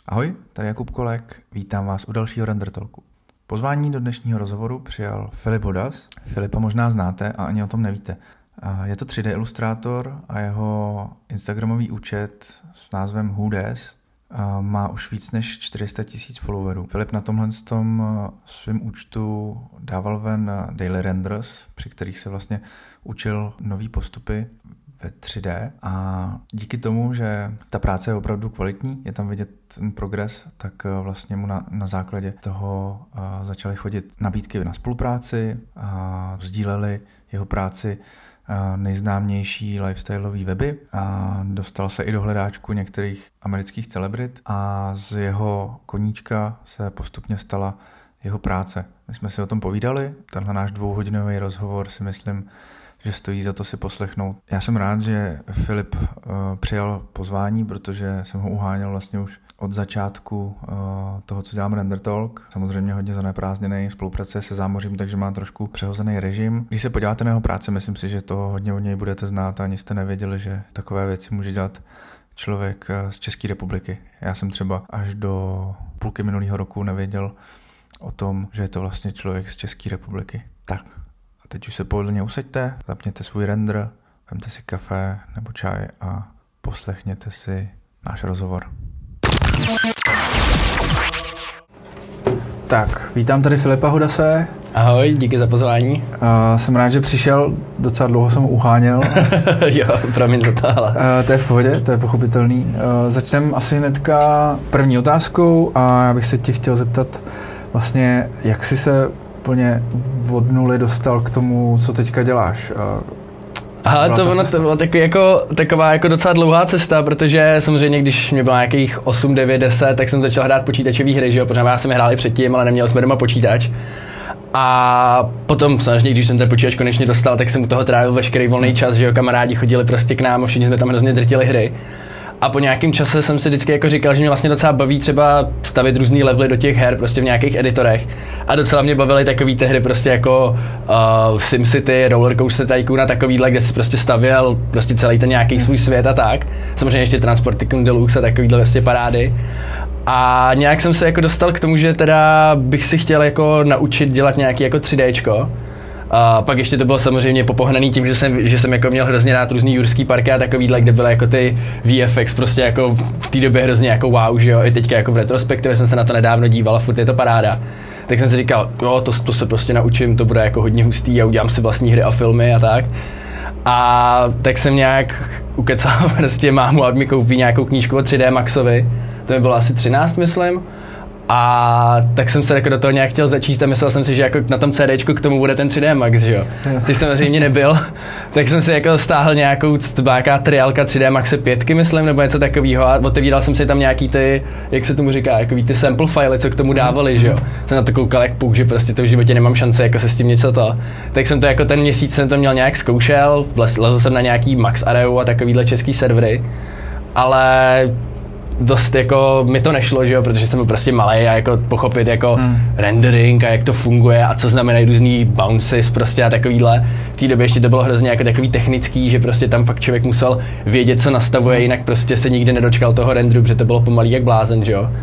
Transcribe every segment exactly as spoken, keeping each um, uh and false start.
Ahoj, tady Jakub Kolek, vítám vás u dalšího Render Talku. Pozvání do dnešního rozhovoru přijal Filip Hodas. Filipa možná znáte a ani o tom nevíte. Je to tři dé ilustrátor a jeho instagramový účet s názvem Hodas má už víc než čtyři sta tisíc followerů. Filip na tomhle tom svém účtu dával ven daily renders, při kterých se vlastně učil nový postupy ve tři dé a díky tomu, že ta práce je opravdu kvalitní, je tam vidět ten progres, tak vlastně mu na, na základě toho uh, začaly chodit nabídky na spolupráci a sdíleli jeho práci uh, nejznámější lifestyleový weby a dostal se i do hledáčku některých amerických celebrit a z jeho koníčka se postupně stala jeho práce. My jsme si o tom povídali, tenhle náš dvouhodinový rozhovor si myslím, že stojí za to si poslechnout. Já jsem rád, že Filip uh, přijal pozvání, protože jsem ho uháněl vlastně už od začátku uh, toho, co dělám Render Talk. Samozřejmě hodně zaneprázdněný, spolupracuje se Zámořím, takže má trošku přehozený režim. Když se podíváte na jeho práci, myslím si, že to hodně od něj budete znát a ani jste nevěděli, že takové věci může dělat člověk z České republiky. Já jsem třeba až do půlky minulého roku nevěděl o tom, že je to vlastně člověk z České republiky. Tak. Teď už se pohodlně usaďte, zapněte svůj render, vemte si kafe nebo čaj a poslechněte si náš rozhovor. Tak, vítám tady Filipa Hodase. Ahoj, díky za pozvání. Uh, jsem rád, že přišel, docela dlouho jsem ho uháněl. Jo, promiň za to, ale... Uh, to je v pohodě, to je pochopitelný. Uh, začneme asi hnedka první otázkou a já bych se tě chtěl zeptat vlastně, jak jsi se úplně od nuly dostal k tomu, co teďka děláš. Ale to, ono, to byla takový jako, taková jako docela dlouhá cesta, protože samozřejmě, když mě bylo nějakých osm, devět, deset, tak jsem začal hrát počítačové hry, že jo, protože já jsem hrál i předtím, ale neměl jsme doma počítač. A potom samozřejmě, když jsem ten počítač konečně dostal, tak jsem u toho trávil veškerý volný čas, že jo, kamarádi chodili prostě k nám a všichni jsme tam hrozně drtili hry. A po nějakém čase jsem si vždycky jako říkal, že mě vlastně docela baví třeba stavit různý levely do těch her prostě v nějakých editorech. A docela mě bavily takový ty hry prostě jako uh, SimCity, Rollercoaster Tycoon a takovýhle, kde jsi prostě stavěl prostě celý ten nějaký svůj svět a tak. Samozřejmě ještě Transport Tycoon Deluxe a takovýhle vlastně parády. A nějak jsem se jako dostal k tomu, že teda bych si chtěl jako naučit dělat nějaký jako tři déčko. A pak ještě to bylo samozřejmě popohnaný tím, že jsem, že jsem jako měl hrozně rád různý jurský parky a takovýhle, kde byly jako ty V F X prostě jako v té době hrozně jako wow, že jo, i teďka jako v retrospektivě jsem se na to nedávno díval a furt je to paráda. Tak jsem si říkal, jo, to, to se prostě naučím, to bude jako hodně hustý a udělám si vlastní hry a filmy a tak. A tak jsem nějak ukecal prostě mámu, aby mi koupí nějakou knížku o tři dé Maxovi, to mi bylo asi třináct, myslím. A tak jsem se jako do toho nějak chtěl začít a myslel jsem si, že jako na tom CDčku k tomu bude ten tři dé Max, že jo. Což samozřejmě nebyl. Tak jsem si jako stáhl nějakou nějaká triálka tři dé Maxe pětky, myslím, nebo něco takového a otevíral jsem si tam nějaký ty, jak se tomu říká, jakový ty sample filey, co k tomu dávali, že jo. Jsem na to koukal jak puk, že prostě to v životě nemám šanci jako se s tím něco to. Tak jsem to jako ten měsíc jsem to měl nějak zkoušel, lezl jsem na nějaký Max Areu a takovýhle český servery, ale dost jako mi to nešlo, že jo, protože jsem byl prostě malej a jako pochopit jako hmm. rendering a jak to funguje a co znamenají různý bounces prostě a takovýhle. V té době ještě to bylo hrozně jako takový technický, že prostě tam fakt člověk musel vědět, co nastavuje, jinak prostě se nikdy nedočkal toho renderu, protože to bylo pomalý jak blázen, že jo.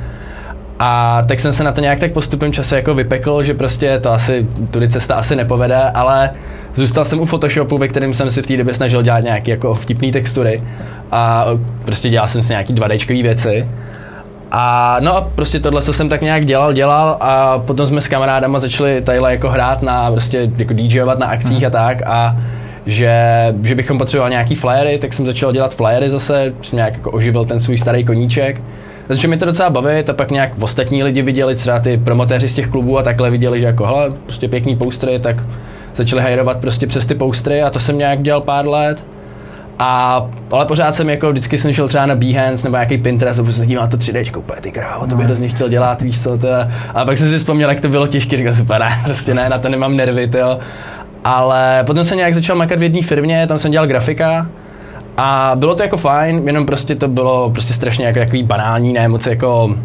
A tak jsem se na to nějak tak postupem času jako vypekl, že prostě to asi, tudy cesta asi nepovede, ale zůstal jsem u Photoshopu, ve kterém jsem si v té době snažil dělat nějaké jako vtipné textury a prostě dělal jsem si nějaký dva déčkový věci. A no a prostě tohle, co jsem tak nějak dělal, dělal a potom jsme s kamarádama začali tadyhle jako hrát na prostě jako DJovat na akcích a tak a že, že bychom potřebovali nějaký flyery, tak jsem začal dělat flyery zase, jsem nějak jako oživil ten svůj starý koníček. Začalo mi to docela bavit a pak nějak ostatní lidi viděli, třeba ty promotéři z těch klubů a takhle viděli, že jako hele, prostě pěkný poustry, tak začali hajrovat prostě přes ty poustry a to jsem nějak dělal pár let. A, ale pořád jsem jako vždycky jsem šel třeba na Behance nebo nějaký Pinterest a prostě se díval na to tři déčko, úplně ty krávo, to bych hrozně chtěl dělat, víš co, to je. A pak jsem si vzpomněl, jak to bylo těžké, říkal super, ne, prostě ne, na to nemám nervy, jo. Ale potom jsem nějak začal makat v jedné firmě, tam jsem dělal grafika. A bylo to jako fajn, jenom prostě to bylo prostě strašně jako takový banální, ne moc jako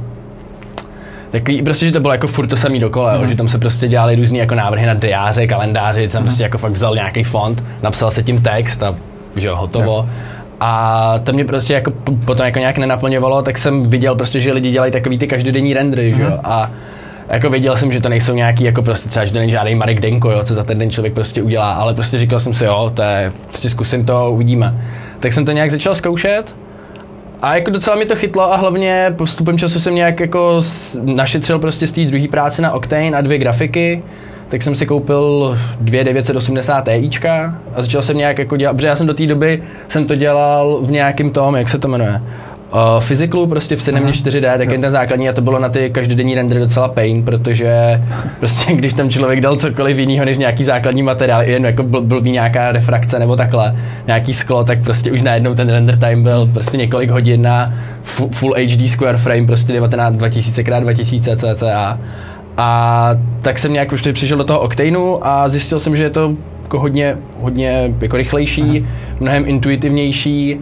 takový, prostě, že to bylo jako furt to samý dokola, mm. že tam se prostě dělali různý jako návrhy na diáře, kalendáři, jsem mm. prostě jako fakt vzal nějaký font, napsal se tím text a že jo, hotovo. Yeah. A to mě prostě jako potom jako nějak nenaplňovalo, tak jsem viděl prostě, že lidi dělají takový ty každodenní rendery, mm. že jo. A jako věděl jsem, že to nejsou nějaký jako prostě třeba, že to není žádný Marek Denko, jo, co za ten den člověk prostě udělá, ale prostě říkal jsem si, jo, to je, prostě zkusím to, uvidíme. Tak jsem to nějak začal zkoušet a jako docela mi to chytlo a hlavně postupem času jsem nějak jako našetřil prostě z té druhé práce na Octane a dvě grafiky, tak jsem si koupil dvě devět set osmdesát Tička a začal jsem nějak jako dělat, protože já jsem do té doby jsem to dělal v nějakým tom, jak se to jmenuje, Uh, Physicalu prostě v sedm čtyři dé, tak jen ten základní a to bylo na ty každodenní rendery docela pain, protože prostě když tam člověk dal cokoliv jiného než nějaký základní materiál, jen jako bl- blbý nějaká refrakce nebo takhle, nějaký sklo, tak prostě už najednou ten render time byl prostě několik hodin na full H D square frame, prostě devatenáct dva tisíce krát dva tisíce cca. A tak jsem nějak už přišel do toho Octaneu a zjistil jsem, že je to jako hodně, hodně jako rychlejší, Aha. mnohem intuitivnější,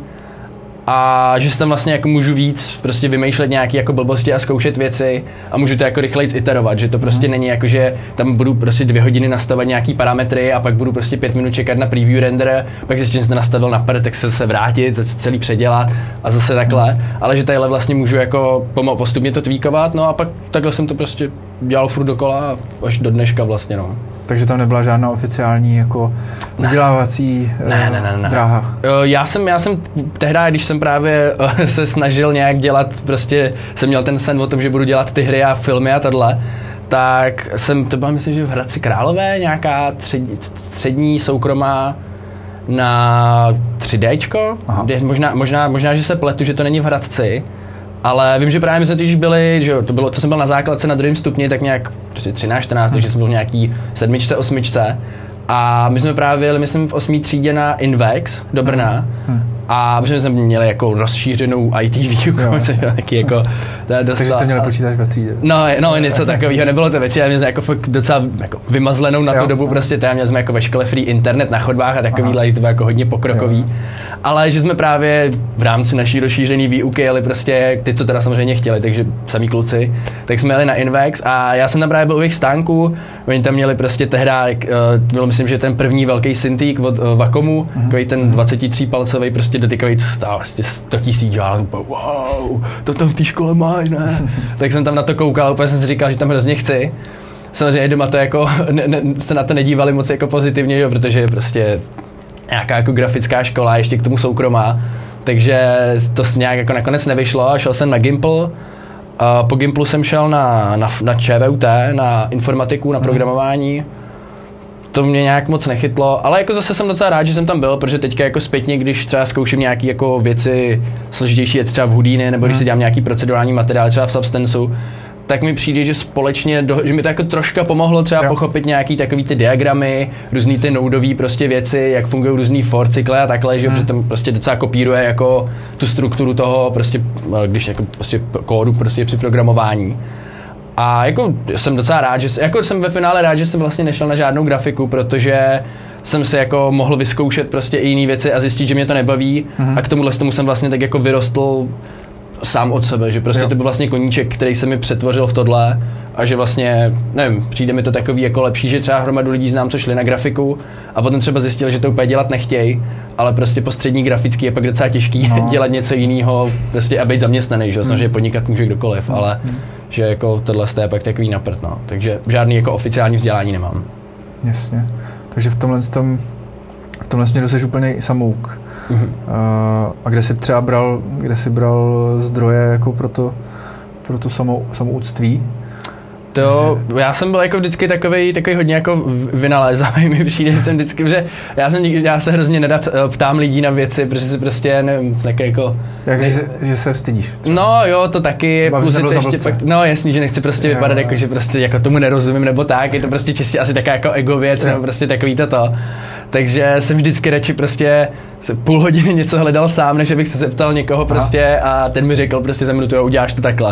a že si tam vlastně jako můžu víc prostě vymýšlet nějaké jako blbosti a zkoušet věci a můžu to jako rychleji iterovat, že to prostě mm. není jako, že tam budu prostě dvě hodiny nastavovat nějaký parametry a pak budu prostě pět minut čekat na preview render, pak zjistím, že jsem to nastavil na prd, tak se zase vrátit, celý předělat a zase takhle, mm. ale že tadyhle vlastně můžu jako pomo- postupně to tweakovat, no a pak takhle jsem to prostě dělal furt dokola až do dneška vlastně, no. Takže tam nebyla žádná oficiální jako vzdělávací ne, ne, ne, ne. dráha? Já jsem, já jsem tehdy, když jsem právě se snažil nějak dělat, prostě jsem měl ten sen o tom, že budu dělat ty hry a filmy a tohle, tak jsem, to byla myslím, že v Hradci Králové, nějaká střední, střední soukromá na tři déčko, kde možná, možná, možná, že se pletu, že to není v Hradci, ale vím, že právě my jsme když byli, že jo, to bylo, to jsem byl na základce na druhém stupni, tak nějak prostě třináct čtrnáct, takže jsem byl v nějaký sedmičce, osmičce. A my jsme právě jeli, myslím, v osmý třídě na Invex do Brna. Hmm. A protože jsme měli jako rozšířenou I T view, jo, což je taky jako... Dostal, takže jste měli počítač ve třídě. No, no něco takového, nebylo to večer, měli jsme jako fakt docela jako vymazlenou na tu jo, dobu, jo. Prostě tam měli jsme jako ve škole free internet na chodbách a takovýhle, že to bylo jako hodně pokrokový. Jo. Ale že jsme právě v rámci naší rozšířený výuky jeli prostě, ty, co teda samozřejmě chtěli, takže samý kluci, tak jsme jeli na Invex a já jsem tam právě byl u jejich stánku, oni tam měli prostě tehdy, uh, bylo myslím, že ten první velký Cintiq od uh, Vacomu, mm-hmm. takový ten dvacetitřípalcový prostě dotykový stál, prostě sto tisíc žál, wow, to tam v té škole máš, ne? Tak jsem tam na to koukal, úplně jsem si říkal, že tam hrozně chci. Samozřejmě doma to jako, ne, ne, se na to nedívali moc jako pozitivně, jo, protože prostě nějaká jako grafická škola, ještě k tomu soukromá, takže to nějak jako nakonec nevyšlo a šel jsem na Gimple. A po Gimplu jsem šel na, na, na ČVUT, na informatiku, na programování. To mě nějak moc nechytlo, ale jako zase jsem docela rád, že jsem tam byl, protože teďka jako zpětně, když třeba zkouším nějaký jako věci složitější, je třeba v Houdini, nebo když si dělám nějaký procedurální materiál třeba v Substanceu, tak mi přijde, že společně, do, že mi to jako troška pomohlo třeba jo. pochopit nějaký takový ty diagramy, různý ty noudový prostě věci, jak fungují různý for cykly a takhle, že hmm. protože tam prostě docela kopíruje jako tu strukturu toho prostě, když jako prostě kódu prostě při programování. A jako jsem docela rád, že jako jsem ve finále rád, že jsem vlastně nešel na žádnou grafiku, protože jsem si jako mohl vyzkoušet prostě i jiné věci a zjistit, že mě to nebaví hmm. a k tomuhle tomu jsem vlastně tak jako vyrostl sám od sebe, že prostě jo. to byl vlastně koníček, který se mi přetvořil v tohle a že vlastně, nevím, přijde mi to takový jako lepší, že třeba hromadu lidí znám, co šli na grafiku a potom třeba zjistili, že to úplně dělat nechtějí, ale prostě po střední grafický je pak docela těžký no. dělat něco jiného prostě a být zaměstnaný, že samozřejmě hmm. podnikat může kdokoliv, hmm. ale hmm. že jako tohle je pak takový naprt, no. Takže žádný jako oficiální vzdělání nemám. Jasně, takže v tomhle tom, v tomhle směru jsi úplně samouk. Mm-hmm. Uh, a kde jsi třeba bral, kde jsi bral zdroje jako pro to, pro to samou, samoúctví? To, já jsem byl jako vždycky takovej, takový hodně jako vynalézavý, mi přijde, že jsem vždycky, že já jsem já se hrozně nedat ptám lidí na věci, protože si prostě, nevím, nějaké jako... Jak, ne... že, se, že se vstydíš? Třeba. No jo, to taky, plus je to ještě pak, no jasný, že nechci prostě jo, vypadat jo. jako, že prostě jako tomu nerozumím nebo tak, je to prostě čistě asi taká jako ego věc, nebo prostě takový toto. Takže jsem vždycky radši prostě půl hodiny něco hledal sám, než abych se zeptal někoho prostě Aha. a ten mi řekl prostě za minutu, jo, uděláš to takhle.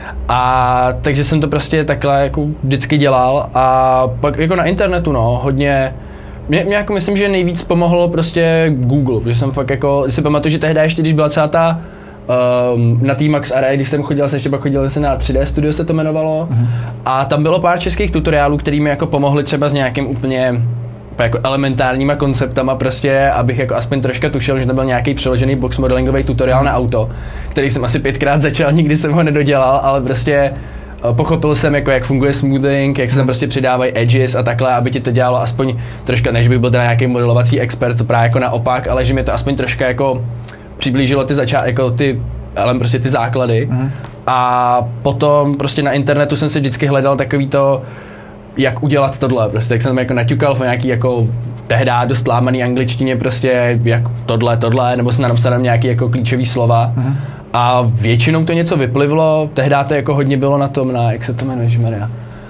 A takže jsem to prostě takhle jako vždycky dělal a pak jako na internetu no, hodně, mě, mě jako myslím, že nejvíc pomohlo prostě Google, protože jsem fakt jako, si pamatuju, že tehdy ještě, když byla třeba ta um, na té Max Array, když jsem chodil, jsem ještě pak chodil na tři dé Studio se to jmenovalo uh-huh. a tam bylo pár českých tutoriálů, který mi jako pomohli třeba s nějakým úplně jako elementárníma konceptama prostě, abych jako aspoň troška tušil, že to byl nějaký přeložený box modelingový tutoriál na auto, který jsem asi pětkrát začal, nikdy jsem ho nedodělal, ale prostě pochopil jsem, jako jak funguje smoothing, jak se tam prostě přidávají edges a takhle, aby ti to dělalo aspoň troška, než bych byl teda nějaký modelovací expert, to právě jako naopak, ale že mi to aspoň troška jako přiblížilo ty začátky, jako ty, ale prostě ty základy. Mm. A potom prostě na internetu jsem si vždycky hledal takový to, jak udělat tohle, prostě jak jsem tam jako naťukal v nějaký jako tehdy dost lámaný angličtině prostě jak tohle, tohle, nebo jsem napsal tam nějaký jako klíčový slova. Mm. A většinou to něco vyplivlo, tehdy to jako hodně bylo na tom, na, jak se to jmenuje, Maria?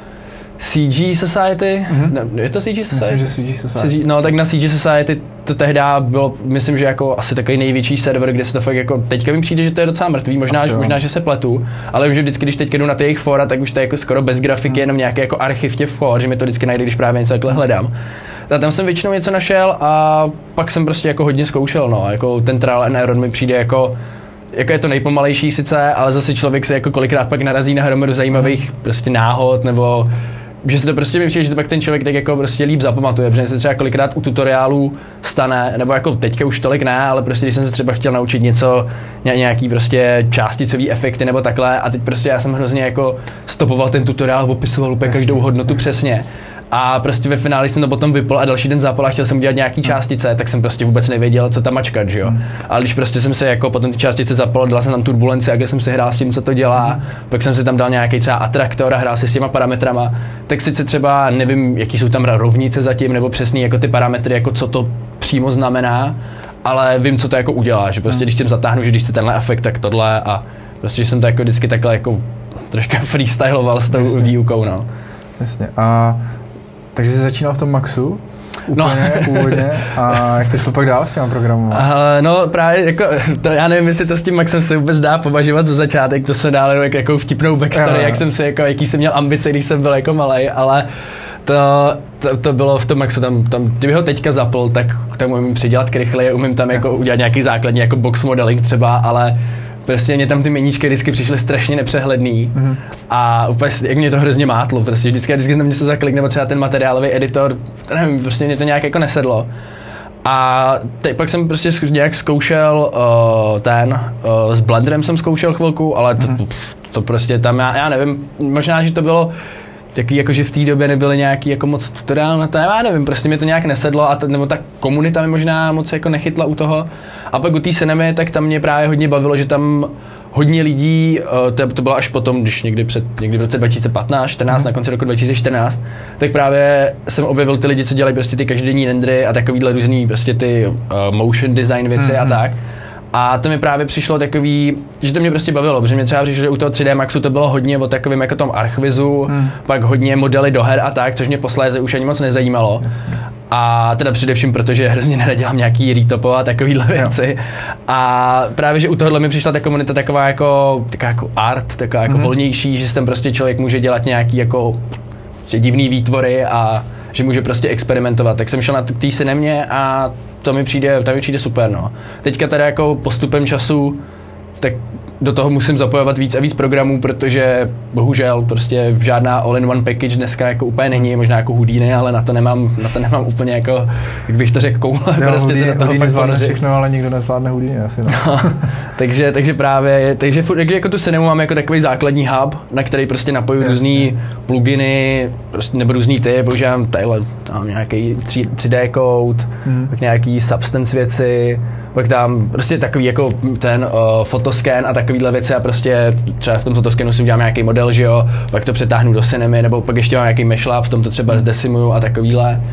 C G Society? Mm-hmm. Ne, je to C G Society? Myslím, že C G Society. C G, no tak na C G Society to tehdy bylo, myslím, že jako asi takový největší server, kde se to fakt jako, teďka mi přijde, že to je docela mrtvý, možná, že, možná že se pletu, ale už vždycky, když teďka jdu na ty jejich fora, tak už to je jako skoro bez grafiky, mm. jenom nějaký jako archiv těch for, že mi to vždycky najde, když právě něco takhle hledám. A tam jsem většinou něco našel a pak jsem prostě jako hodně zkoušel, no, jako ten trial and error mi přijde jako jako je to nejpomalejší sice, ale zase člověk se jako kolikrát pak narazí na hromadu zajímavých prostě náhod, nebo že se to prostě mi přijde, že to pak ten člověk tak jako prostě líp zapamatuje, protože se třeba kolikrát u tutoriálů stane, nebo jako teďka už tolik ne, ale prostě když jsem se třeba chtěl naučit něco, nějaký prostě částicový efekty nebo takhle a teď prostě já jsem hrozně jako stopoval ten tutoriál, opisoval úplně každou hodnotu přesně. A prostě ve finále jsem to potom vypl a další den zapal a chtěl jsem udělat nějaký částice, tak jsem prostě vůbec nevěděl, co tam mačkat, že jo. Mm. Ale když prostě jsem se jako potom ty částice zapal, dal jsem tam turbulenci a kde jsem si hrál s tím, co to dělá, mm. pak jsem si tam dal nějaký třeba atraktor a hrál si s těma parametrama, tak sice třeba nevím, jaký jsou tam rovnice zatím, nebo přesný jako ty parametry, jako co to přímo znamená, ale vím, co to jako udělá, že prostě mm. když tím zatáhnu, že když chci tenhle efekt, tak tohle a prostě jsem to jako vždycky takhle jako troška freestyloval s tou Jasně. výukou, no. Jasně. A takže jsi začínal v tom Maxu? Úplně, no. Původně. A jak to šlo pak dál s těma programama? Uh, no právě jako, to, já nevím, jestli to s tím Maxem se vůbec dá považovat za začátek, to se dá jak, jako vtipnou backstory, jo, jak jsem si, jako, jaký jsem měl ambice, když jsem byl jako malej, ale to, to, to bylo v tom Maxu, tam, tam, kdyby ho teďka zapl, tak, tak umím přidělat krychleji, umím tam jako udělat nějaký základní jako box modeling třeba, ale prostě mě tam ty meníčky vždycky přišly strašně nepřehledný mm-hmm. a úplně, jak mě to hrozně mátlo, prostě vždycky, vždycky jsem něco zaklik, nebo třeba ten materiálový editor, nevím, prostě mě to nějak jako nesedlo. A teď pak jsem prostě nějak zkoušel uh, ten, uh, s Blenderem jsem zkoušel chvilku, ale to, mm-hmm. to prostě tam, já, já nevím, možná, že to bylo taky jakože v té době nebyly nějaký jako moc tutoriál na to, já nevím, prostě mi to nějak nesedlo a ta, nebo ta komunita mi možná moc jako nechytla u toho. A pak u té Cinemy, tak tam mě právě hodně bavilo, že tam hodně lidí, to, to bylo až potom, když někdy před, někdy v roce dva tisíce patnáct čtrnáct, mm. na konci roku dva tisíce čtrnáct, tak právě jsem objevil ty lidi, co dělají prostě ty každodenní rendery a takovýhle různý prostě ty uh, motion design věci mm. a tak. A to mi právě přišlo takový, že to mě prostě bavilo, protože mě třeba přišlo, že u toho tři dé Maxu to bylo hodně o takovým jako tom archvizu, hmm. pak hodně modely do her a tak, což mě posléze už ani moc nezajímalo. Jasně. A teda především, protože hrozně nerad dělám nějaký retopo a takovýhle věci. Jo. A právě, že u tohohle mi přišla ta komunita taková jako, taková jako art, taková jako hmm. volnější, že tam prostě člověk může dělat nějaký jako divný výtvory a že může prostě experimentovat. Tak jsem šel na té Cinemě a to mi přijde, to mi přijde super, no. Teďka teda jako postupem času, tak do toho musím zapojovat víc a víc programů, protože bohužel prostě žádná all-in-one package dneska jako úplně není, možná jako Houdini, ale na to nemám, na to nemám úplně jako, jak bych to řekl, koule, prostě Houdini, se do toho fakt zvládne všechno, ale nikdo nezvládne Houdini asi, no. no takže, takže právě, takže jako tu Cinemu mám jako takový základní hub, na který prostě napoju různý pluginy, prostě nebo různý ty, používám tadyhle, tam nějaký tři dé kód, hmm. tak nějaký Substance věci, pak tam prostě takový jako ten uh, fotoscan a takovýhle věci a prostě třeba v tom fotoscanu si udělám nějaký model, že jo, pak to přetáhnu do Cinemy, nebo pak ještě mám nějaký meshlab, v tom to třeba zdecimuju a takovýhle.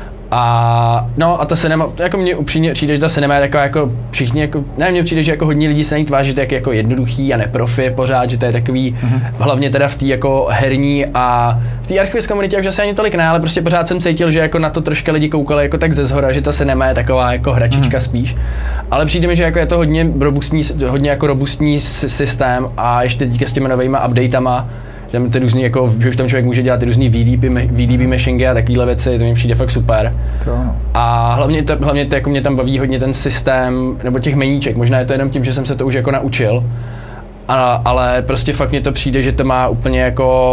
A no a ta Cinema, jako mně upřímně přijde, že ta Cinema je taková jako všichni jako, ne, mně přijde, že jako hodně lidí se na ní tváří, že to je jako jednoduchý a neprofi pořád, že to je takový, mm-hmm. hlavně teda v té jako herní a v té archivní komunitě už asi ani tolik ne, ale prostě pořád jsem cítil, že jako na to troška lidi koukali jako tak ze zhora, že ta Cinema je taková jako hračička mm-hmm. spíš. Ale přijde mi, že jako je to hodně robustní, hodně jako robustní systém a ještě díky s těmi novejma updatama, že ty různý, jako, že už tam člověk může dělat ty různý V D P, V D P meshingy a takovéhle věci, to mi přijde fakt super. To, no. A hlavně, to, hlavně to, jako mě tam baví hodně ten systém, nebo těch meníček, možná je to jenom tím, že jsem se to už jako naučil, a, ale prostě fakt mně to přijde, že to má úplně jako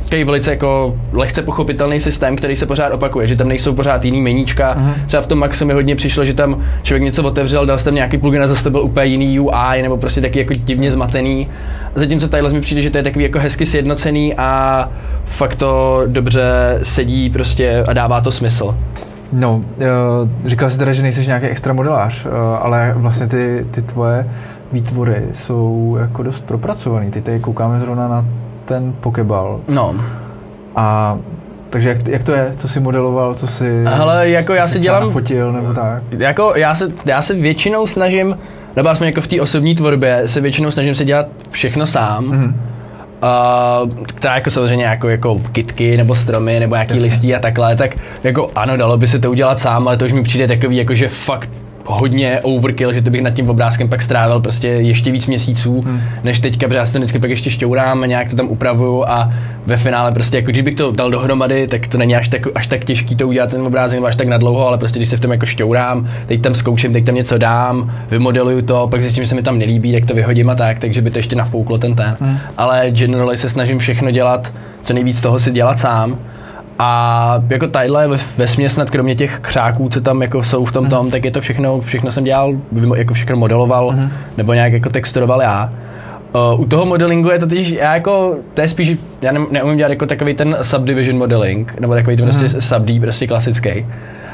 takový velice jako lehce pochopitelný systém, který se pořád opakuje, že tam nejsou pořád jiný meníčka. Uh-huh. Třeba v tom Maxu mi hodně přišlo, že tam člověk něco otevřel, dal tam nějaký plugin a zase to byl úplně jiný U I, nebo prostě taky jako divně zmatený. Zatímco tadyhle mi přijde, že to je takový jako hezky sjednocený a fakt to dobře sedí prostě a dává to smysl. No, říkal jsi teda, že nejsi nějaký extra modelář, ale vlastně ty, ty tvoje výtvory jsou jako dost propracovaný. Ty tady koukáme zrovna na ten pokeball. No. A takže jak, jak to je? Co jsi modeloval, co jsi, Hele, jako co já jsi si dělám, fotil nebo tak? Jako já se, já se většinou snažím, nebo aspoň jako v té osobní tvorbě, se většinou snažím se dělat všechno sám. Mm-hmm. Uh, která jako samozřejmě jako, jako kytky nebo stromy nebo nějaký Jasně. listí a takhle, tak jako ano, dalo by se to udělat sám, ale to už mi přijde takový jako, že fakt hodně overkill, že to bych nad tím obrázkem pak strávil prostě ještě víc měsíců, hmm. než teďka, protože já si to vždycky pak ještě šťourám, nějak to tam upravuju a ve finále prostě jako když bych to dal dohromady, tak to není až tak, až tak těžký to udělat ten obrázek nebo až tak nadlouho, ale prostě když se v tom jako šťourám, teď tam zkouším, teď tam něco dám, vymodeluju to, pak zjistím, že se mi tam nelíbí, tak to vyhodím a tak, takže by to ještě nafouklo ten ten. Hmm. Ale generally se snažím všechno dělat, co nejvíc toho si dělat sám. A jako tadyhle ve, ve směs snad kromě těch křáků, co tam jako jsou v tom tom, mm. tak je to všechno, všechno jsem dělal, jako všechno modeloval, mm. nebo nějak jako texturoval já. Uh, u toho modelingu je to totiž, já jako, to je spíš, já ne, neumím dělat jako takový ten subdivision modeling, nebo takový ten prostě mm. sub D, prostě klasický. Uh,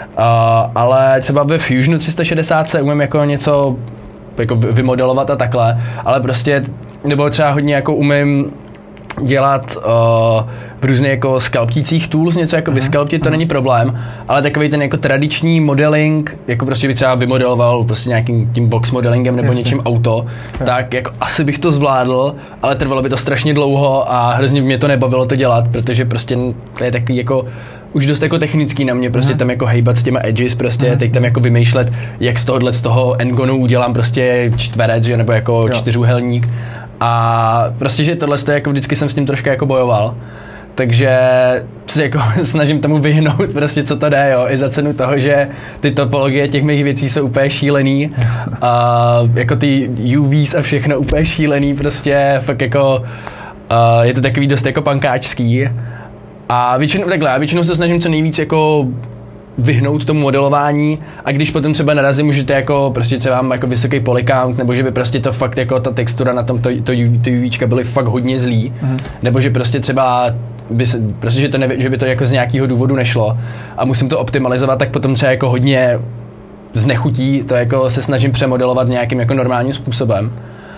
ale třeba ve Fusionu tři sta šedesát se umím jako něco jako vymodelovat a takhle, ale prostě, nebo třeba hodně jako umím dělat uh, v různých jako skalptících tools, něco jako uh-huh. vyskalptit, to uh-huh. není problém, ale takový ten jako tradiční modeling, jako prostě by třeba vymodeloval prostě nějakým tím box modelingem nebo Jasně. něčím auto, okay. tak jako asi bych to zvládl, ale trvalo by to strašně dlouho a hrozně mě to nebavilo to dělat, protože prostě to je takový jako už dost jako technický na mě, prostě uh-huh. tam jako hejbat s těma edges, prostě uh-huh. teď tam jako vymýšlet, jak z tohohle z toho engonu udělám prostě čtverec, že, nebo jako jo. čtyřúhelník. A prostě, že tohle jako vždycky jsem s tím trošku jako bojoval. Takže se jako snažím tomu vyhnout prostě, co to jde, jo. I za cenu toho, že ty topologie těch mých věcí jsou úplně šílený. A jako ty U Vs a všechno úplně šílený, prostě fakt jako uh, je to takový dost jako pankáčský. A většinou takhle, já většinou se snažím co nejvíc jako vyhnout tomu modelování a když potom třeba narazím, můžete jako prostě třeba mám jako vysoký poly count, nebo že by prostě to fakt jako ta textura na tom to, to, to UVčka byly fakt hodně zlý, mm. nebo že prostě třeba by se, prostě, že, to nevě, že by to jako z nějakého důvodu nešlo a musím to optimalizovat, tak potom třeba jako hodně znechutí to jako se snažím přemodelovat nějakým jako normálním způsobem.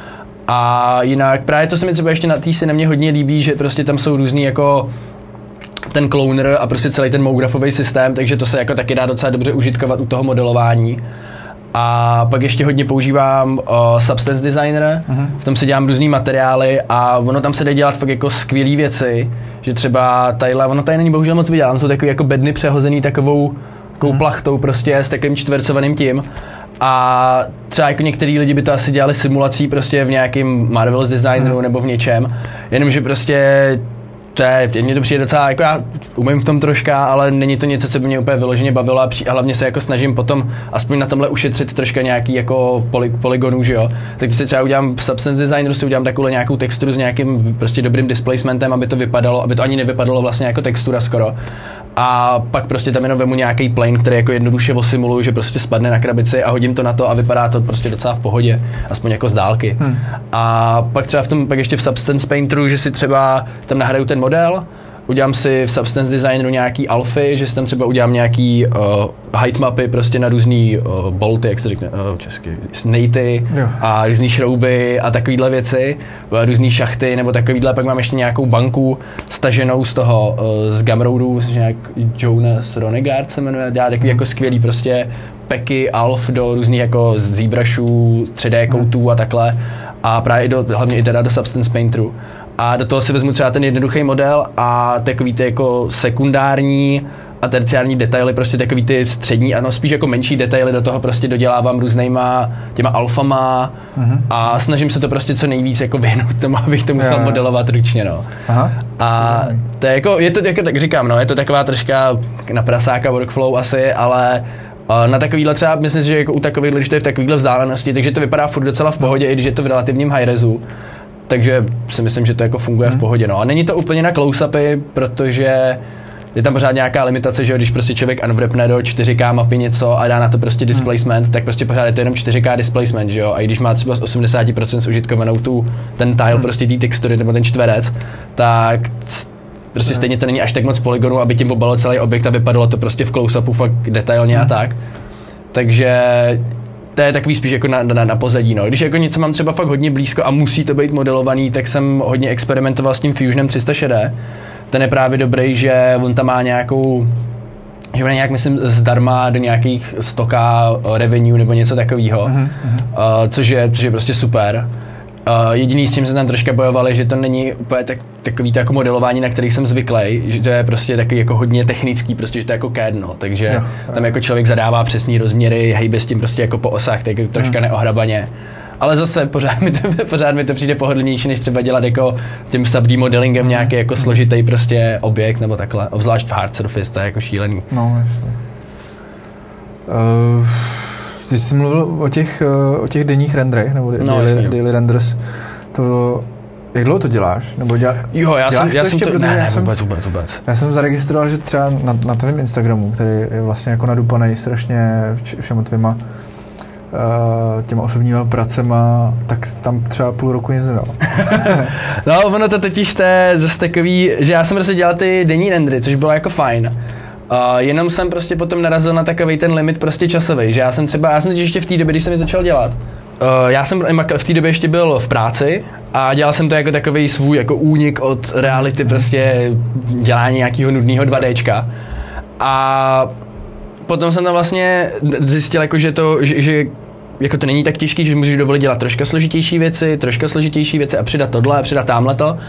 A jinak právě to se mi třeba ještě na té si na mě hodně líbí, že prostě tam jsou různý jako ten cloner a prostě celý ten MoGraphový systém, takže to se jako taky dá docela dobře užitkovat u toho modelování. A pak ještě hodně používám uh, Substance Designer, uh-huh. v tom si dělám různý materiály a ono tam se jde dělat fakt jako skvělý věci, že třeba tadyhle, ono tady není bohužel moc vidět, jsou takový jako bedny přehozený takovou, takovou uh-huh. plachtou prostě s takovým čtvercovaným tím. A třeba jako některý lidi by to asi dělali simulací prostě v nějakým Marvel's Designeru uh-huh. nebo v něčem, jenomže prostě to je, mně to přijde docela, jako já umím v tom troška, ale není to něco, co by mě úplně vyloženě bavilo a, při, a hlavně se jako snažím potom aspoň na tomhle ušetřit troška nějaký jako poly, polygonů, že jo. Tak si třeba udělám v Substance Designeru, si udělám takovou nějakou texturu s nějakým prostě dobrým displacementem, aby to vypadalo, aby to ani nevypadalo vlastně jako textura skoro. A pak prostě tam jenom vemu nějaký plane, který jako jednoduše osimuluju, že prostě spadne na krabici a hodím to na to a vypadá to prostě docela v pohodě, aspoň jako z dálky. Hmm. A pak třeba v tom, pak ještě v Substance Painteru, že si třeba tam nahraju ten model, udělám si v Substance Designeru nějaký alfy, že si tam třeba udělám nějaký uh, height mapy prostě na různý uh, bolty, jak se řekne uh, česky, snejty a různý šrouby a takovýhle věci, uh, různý šachty nebo takovýhle, pak mám ještě nějakou banku staženou z toho, uh, z Gumroadu, nějak Jonas Ronegard se jmenuje, dělá takový jako skvělý prostě peky, alf do různých jako ZBrushů, tři dé koutů a takhle a právě do, hlavně i teda do Substance Painteru. A do toho si vezmu třeba ten jednoduchý model a takový ty jako sekundární a terciární detaily, prostě takový ty střední, ano, spíš jako menší detaily do toho prostě dodělávám různýma těma alfama uh-huh. a snažím se to prostě co nejvíc jako vyhnout tomu, abych to musel yeah. modelovat ručně, no. Aha. A to je jako, je to, jako tak říkám, no, je to taková troška na prasáka workflow asi, ale na takovýhle třeba, myslím si, že jako u takovýhle, když to je v takovýhle vzdálenosti, takže to vypadá furt docela v pohodě, i když je to v relativním high resu. takže si myslím, že to jako funguje hmm. v pohodě. No. A není to úplně na close-upy, protože je tam pořád nějaká limitace, že když prostě člověk unwrapne do čtyři ká mapy něco a dá na to prostě displacement, hmm. tak prostě pořád je to jenom čtyři ká displacement, že jo? A i když má třeba z osmdesát procent zužitkovanou tu, ten tile, hmm. prostě té textury nebo ten čtverec, tak prostě hmm. stejně to není až tak moc polygonů, aby tím obalil celý objekt a vypadalo to prostě v close-upu fakt detailně hmm. a tak. Takže to je takový spíš jako na, na, na pozadí, no. Když jako něco mám třeba fakt hodně blízko a musí to být modelovaný, tak jsem hodně experimentoval s tím Fusionem tři sta šedesát. Ten je právě dobrý, že on tam má nějakou, že on je nějak, myslím, zdarma do nějakých sto ká revenue nebo něco takového, uh-huh, uh-huh. uh, což, je, což je prostě super. Uh, jediný, s čím se tam troška bojovali, že to není úplně tak, takový to jako modelování, na který jsem zvyklý, že to je prostě takový jako hodně technický, prostě, že to je jako C A D, no, takže jo, tam jako člověk zadává přesný rozměry, hejbe s tím prostě jako po osách, tak jako troška uh-huh. neohrabaně. Ale zase pořád mi, to, pořád mi to přijde pohodlnější, než třeba dělat jako tím sub-D modelingem nějaký jako složitý prostě objekt nebo takhle, obzvlášť v hard surface, to je jako šílený. No, jasně. Uh, ty jsi mluvil o těch, uh, o těch denních renderech, nebo no, daily, daily renders, to, jak dlouho to děláš? Nebo dělá, jo, já jsem, já jsem to, ne, já jsem, vůbec, vůbec, vůbec. Já jsem zaregistroval, že třeba na, na tvém Instagramu, který je vlastně jako nadupaný strašně všema tvýma Uh, těma osobníma pracema, tak tam třeba půl roku nic nedal. No, ono to totiž to je zase takový, že já jsem prostě dělal ty denní rendery, což bylo jako fajn. Uh, jenom jsem prostě potom narazil na takovej ten limit prostě časový, že já jsem třeba, já jsem teď ještě v té době, když jsem je začal dělat, uh, já jsem v té době ještě byl v práci a dělal jsem to jako takovej svůj jako únik od reality, prostě dělání nějakého nudného dva déčka. A potom jsem tam vlastně zjistil, jako, že, to, že, že jako to není tak těžký, že můžeš dovolit dělat troška složitější věci, troška složitější věci a přidat tohle a přidat támhleto.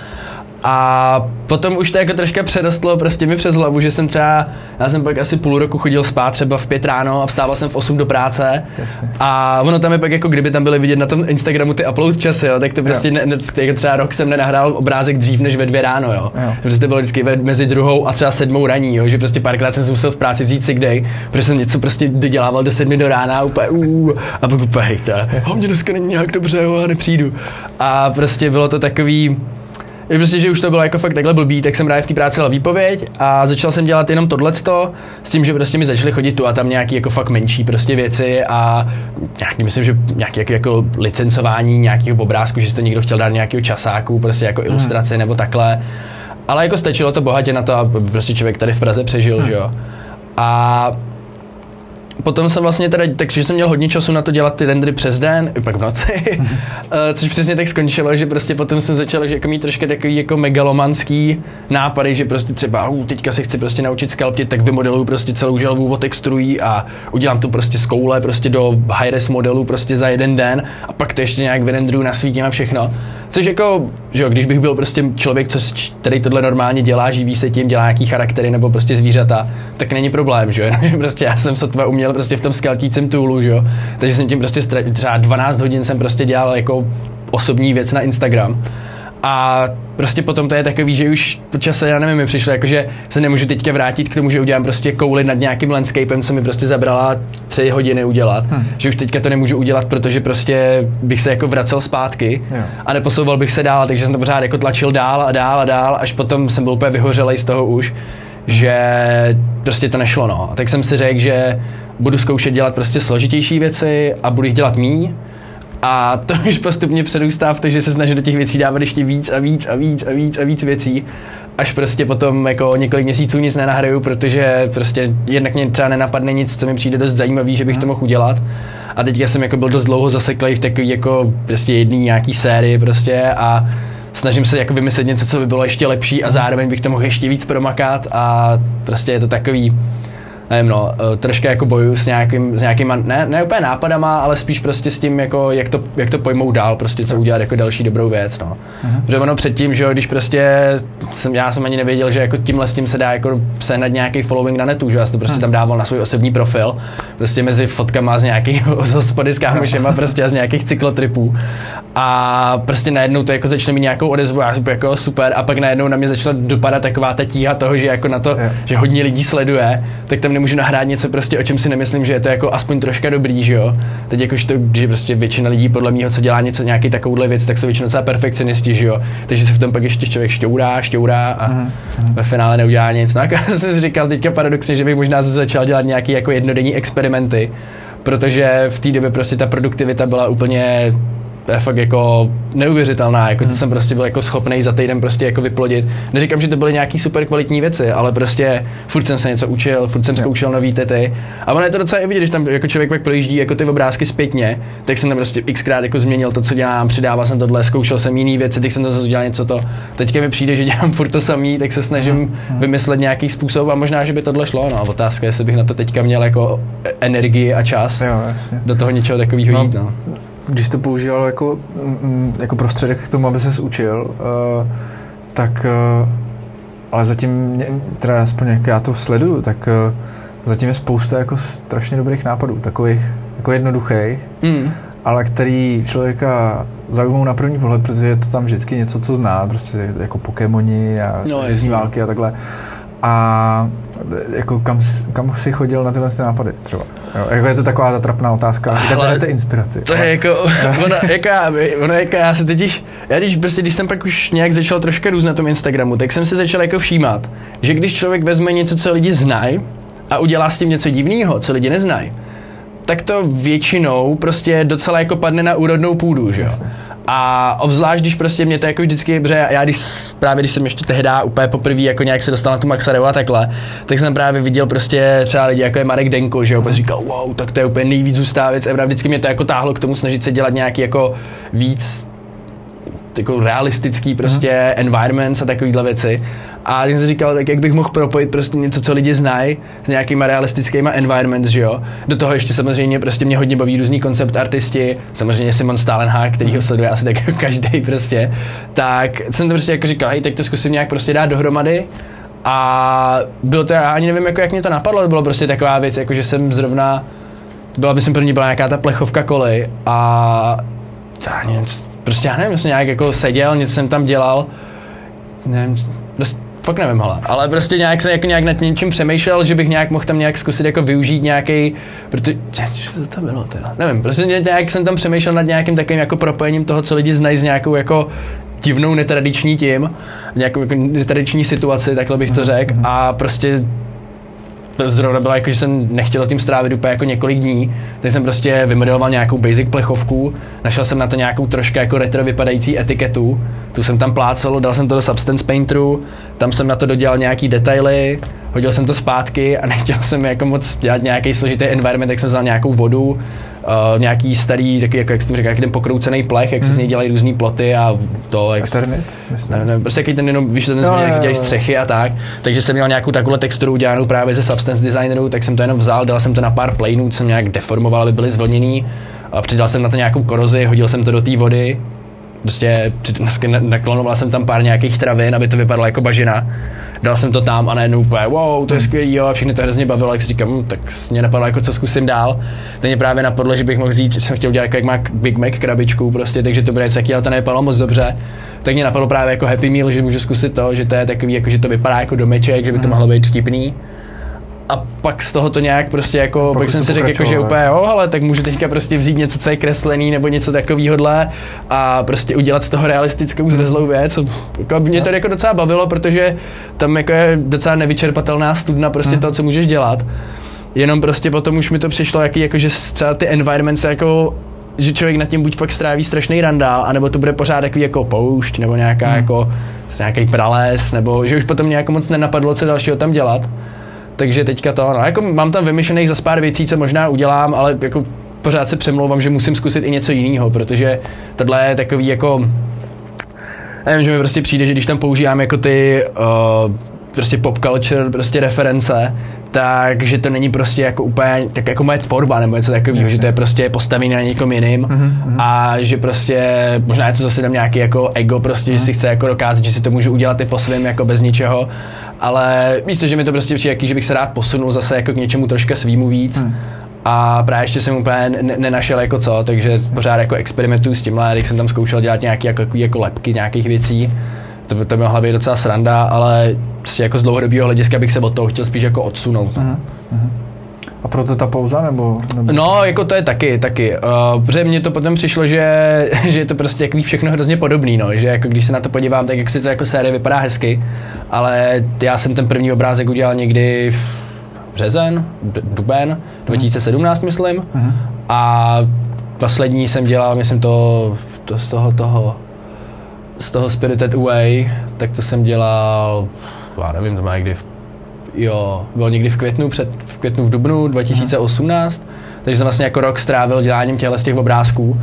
A potom už to jako troška přerostlo prostě mi přes hlavu, že jsem třeba, já jsem pak asi půl roku chodil spát třeba v pět ráno a vstával jsem v osm do práce. Jasně. A ono tam je pak jako kdyby tam byly vidět na tom Instagramu ty upload časy, jo, tak to prostě ne, ne, jako třeba rok jsem nenahrál obrázek dřív než ve dvě ráno, jo. jo. Prostě to bylo vždycky mezi druhou a třeba sedmou raní, jo, že prostě párkrát jsem si musel v práci vzít sick day, protože jsem něco prostě dodělával do sedmi do rána úplně uh, a pak úplně hejte, ho mě dneska není nějak dobře, jo, a nepřijdu. A prostě bylo to takový, prostě, že už to bylo jako fakt takhle blbý, tak jsem právě v té práci dal výpověď a začal jsem dělat jenom tohleto s tím, že prostě mi začaly chodit tu a tam nějaký jako fakt menší prostě věci a nějaký, myslím, že nějaký jako, jako licencování nějakých obrázků, že si to někdo chtěl dát nějakého časáku, prostě jako ilustraci hmm. nebo takhle. Ale jako stačilo to bohatě na to, aby prostě člověk tady v Praze přežil, hmm. že jo. A potom jsem vlastně teda, takže jsem měl hodně času na to dělat ty rendery přes den, i pak v noci, což přesně tak skončilo, že prostě potom jsem začal že jako mít trošku takový jako megalomanský nápady, že prostě třeba uh, teďka se chci prostě naučit sculptit, tak vymodeluju prostě celou želvu, otexturuji a udělám to prostě z koule prostě do high-res modelu prostě za jeden den a pak to ještě nějak vyrenderuju, nasvítím a všechno. Což jako, že jo, když bych byl prostě člověk, co, který tohle normálně dělá, živí se tím, dělá nějaký charaktery nebo prostě zvířata, tak není problém, že jo, prostě já jsem sotva uměl prostě v tom skeltícím toolu, že jo, takže jsem tím prostě ztratil, třeba dvanáct hodin jsem prostě dělal jako osobní věc na Instagram. A prostě potom to je takový, že už po čase, já nevím, mi přišlo, jakože se nemůžu teďka vrátit k tomu, že udělám prostě kouli nad nějakým landscapem, co mi prostě zabrala tři hodiny udělat. Hmm. Že už teďka to nemůžu udělat, protože prostě bych se jako vracel zpátky jo. a neposouval bych se dál, takže jsem to pořád jako tlačil dál a dál a dál, až potom jsem byl úplně vyhořelej z toho už, že prostě to nešlo, no. Tak jsem si řekl, že budu zkoušet dělat prostě složitější věci a budu jich dělat míň. A to už postupně předůstá v to, že se snažím do těch věcí dávat ještě víc a víc a víc a víc a víc věcí, až prostě potom jako několik měsíců nic nenahraju, protože prostě jednak mě třeba nenapadne nic, co mi přijde dost zajímavý, že bych to mohl udělat. A teďka jsem jako byl dost dlouho zaseklej v takový jako prostě jedný nějaký sérii prostě a snažím se jako vymyslet něco, co by bylo ještě lepší a zároveň bych to mohl ještě víc promakat a prostě je to takový, nevím no, troška jako bojuju s nějakým, s nějakýma, ne, ne úplně nápadama, ale spíš prostě s tím, jako, jak, to, jak to pojmout dál, prostě co udělat jako další dobrou věc, no. Uh-huh. Protože ono předtím, že jo, když prostě jsem, já jsem ani nevěděl, že jako tímhle s tím se dá jako sehnat nějaký following na netu, že já jsem to prostě uh-huh. tam dával na svůj osobní profil, prostě mezi fotkama z nějakých z hospody s kámošema prostě a z nějakých cyklotripů. A prostě najednou to jako začne mít nějakou odezvu, já jsem jako super a pak najednou na mě začala dopadat taková ta tíha toho, že jako na to, yeah. že hodně lidí sleduje, tak tam nemůžu nahrát něco prostě, o čem si nemyslím, že je to jako aspoň troška dobrý, že jo. Teď jakož to, že prostě většina lidí podle mýho, co dělá něco, nějaký takovouhle věc, tak jsou většinou docela perfekcionisti, že jo. Takže se v tom pak ještě člověk šťourá, šťourá a mm. ve finále neudělá nic. No a já jsem si říkal teďka paradoxně, že bych možná začal dělat nějaký jako jednodenní experimenty, protože v té době prostě ta produktivita byla úplně fakt jako neuvěřitelná, jako to jsem prostě byl jako schopnej za týden prostě jako vyplodit. Neříkám, že to byly nějaký super kvalitní věci, ale prostě furt jsem se něco učil, furt jsem zkoušel nový tety. A ono je to docela i vidět, když tam jako člověk pak projíždí jako ty obrázky zpětně, tak jsem tam prostě xkrát jako změnil to, co dělám, přidával jsem tohle, zkoušel jsem jiný věci, teď jsem to zase udělal něco to. Teďka mi přijde, že dělám furt to samý, tak se snažím hmm. vymyslet nějaký způsob a možná, že by tohle šlo. No, otázka je, jestli bych na to teďka měl jako energii a čas jo, do toho něčeho takového no. jít, no. Když to používal jako, jako prostředek k tomu, aby ses učil, uh, tak, uh, ale zatím, teda aspoň jak já to sleduju, tak uh, zatím je spousta jako strašně dobrých nápadů, takových jako jednoduchých, mm. ale který člověka zaujmou na první pohled, protože je to tam vždycky něco, co zná, prostě jako Pokémoni a no, hvězdní války a takhle. A jako kam, kam jsi chodil na tyhle nápady třeba? Jo, jako je to taková ta trapná otázka, kde berete inspiraci? To ale... je jako, ona, jako já, ona, jako já se totiž, já když, prostě, když jsem pak už nějak začal troška růst na tom Instagramu, tak jsem si začal jako všímat, že když člověk vezme něco, co lidi znají a udělá s tím něco divného, co lidi neznají, tak to většinou prostě docela jako padne na úrodnou půdu, že jo? A obzvlášť, když prostě mě to jako vždycky, protože já když právě, když jsem ještě tehdy úplně poprvé jako nějak se dostal na tu Maxareu a takhle, tak jsem právě viděl prostě třeba lidi jako je Marek Denko, že jo, mm. říkal, wow, tak to je úplně nejvíc zůstává věc evra, vždycky mě to jako táhlo k tomu snažit se dělat nějaký jako víc jako realistický prostě mm. environments a takovýhle věci. A když jsem si říkal, tak jak bych mohl propojit prostě něco, co lidi znají s nějakýma realistickýma environments, že jo. Do toho ještě samozřejmě prostě mě hodně baví různý koncept artisti, samozřejmě Simon Stalenhag, který ho sleduje asi tak každý prostě. Tak jsem to prostě jako říkal, hej, tak to zkusím nějak prostě dát dohromady. A bylo to, já ani nevím, jako jak mě to napadlo, to bylo prostě taková věc, jako že jsem zrovna, byla myslím první byla nějaká ta plechovka koly a já nevím, prostě já nevím, jsem nějak jako seděl, něco jsem tam dělal, nevím, prostě fakt nevím, hele. Ale prostě nějak jsem jako nějak nad něčím přemýšlel, že bych nějak mohl tam nějak zkusit jako využít nějaký, protože, co to tam bylo teda? Nevím, prostě nějak jsem tam přemýšlel nad nějakým takovým jako propojením toho, co lidi znají s nějakou jako divnou netradiční tím, nějakou jako netradiční situaci, takhle bych to řekl a prostě zrovna bylo jako, že jsem nechtěl tím strávit úplně jako několik dní, tak jsem prostě vymodeloval nějakou basic plechovku, našel jsem na to nějakou trošku jako retro vypadající etiketu, tu jsem tam plácal, dal jsem to do Substance Painteru, tam jsem na to dodělal nějaký detaily, hodil jsem to zpátky a nechtěl jsem jako moc dělat nějaký složitý environment, tak jsem vzal nějakou vodu, uh, nějaký starý, taky, jako, jak jsem říkal, ten pokroucený plech, jak se z něj dělají různý ploty a to, jak... Eternit? Ne, ne, prostě jaký ten jenom, víš, ten no, jak se dělají střechy a tak, takže jsem měl nějakou takovou texturu udělanou právě ze Substance Designeru, tak jsem to jenom vzal, dal jsem to na pár plainů, jsem nějak deformoval, aby byly zvlněný, a přidal jsem na to nějakou korozi, hodil jsem to do té vody, prostě naklonoval jsem tam pár nějakých travin, aby to vypadalo jako bažina. Dal jsem to tam a najednou úplně, wow, to je skvělý, jo, a všechny to hrozně bavilo, jak si říkám, hm, tak mě napadlo, jako co zkusím dál. Teď mě právě napadlo, že bych mohl vzít, že jsem chtěl dělat, jak má Big Mac krabičku, prostě, takže to bude něco, ale to nevypadalo moc dobře. Tak mě napadlo právě jako Happy Meal, že můžu zkusit to, že to je takový, jako, že to vypadá jako domeček, že by to mohlo být vtipný. A pak z toho to nějak prostě jako, pak jsem si řekl jako, že úplně jo, ale tak můžu teďka prostě vzít něco, co je kreslený nebo něco takovýhodle a prostě udělat z toho realistickou zrezlou věc. Jako, mě to jako docela bavilo, protože tam jako je docela nevyčerpatelná studna prostě hmm. toho, co můžeš dělat. Jenom prostě potom už mi to přišlo, jaký, jako, že třeba ty environments jako, že člověk nad tím buď fakt stráví strašný randál, anebo to bude pořád takový jako poušť, nebo nějaká hmm. jako nějaký prales, nebo že už potom mě jako moc nenapadlo, co dalšího tam dělat. Takže teďka to, no, jako mám tam vymyšlených za pár věcí, co možná udělám, ale jako pořád se přemlouvám, že musím zkusit i něco jiného, protože tohle je takový jako, nevím, že mi prostě přijde, že když tam používám jako ty uh, prostě pop culture, prostě reference, takže to není prostě jako úplně, tak jako moje tvorba nebo něco takového, že to je prostě postavené na někom jiným mm-hmm. a že prostě možná je to zase tam nějaký jako ego prostě, mm-hmm. že si chce jako dokázat, že si to můžu udělat i po svém jako bez ničeho. Ale víš to, že mi to prostě přijde, že bych se rád posunul zase jako k něčemu troška svýmu víc hmm. a právě ještě jsem úplně ne- nenašel jako co, takže pořád jako experimentuju s tímhle, když jsem tam zkoušel dělat nějaké jako, jako lepky nějakých věcí, to, to by mohla být docela sranda, ale prostě jako z dlouhodobého hlediska bych se od toho chtěl spíš jako odsunout. No. Uh-huh. A proto ta pauza, nebo, nebo... No, jako to je taky, taky. Uh, protože mně to potom přišlo, že, že je to prostě jako všechno hrozně podobný, no. Že jako když se na to podívám, tak jak sice jako série vypadá hezky, ale já jsem ten první obrázek udělal někdy v březen, duben, dva tisíce sedmnáct myslím. Uh-huh. A poslední jsem dělal, myslím to, to z toho toho, z toho Spirited Away, tak to jsem dělal, já nevím, to má někdy v Jo, byl někdy v květnu, před, v květnu v dubnu dva tisíce osmnáct, uh-huh. takže jsem vlastně jako rok strávil děláním těchto z těch obrázků. Uh,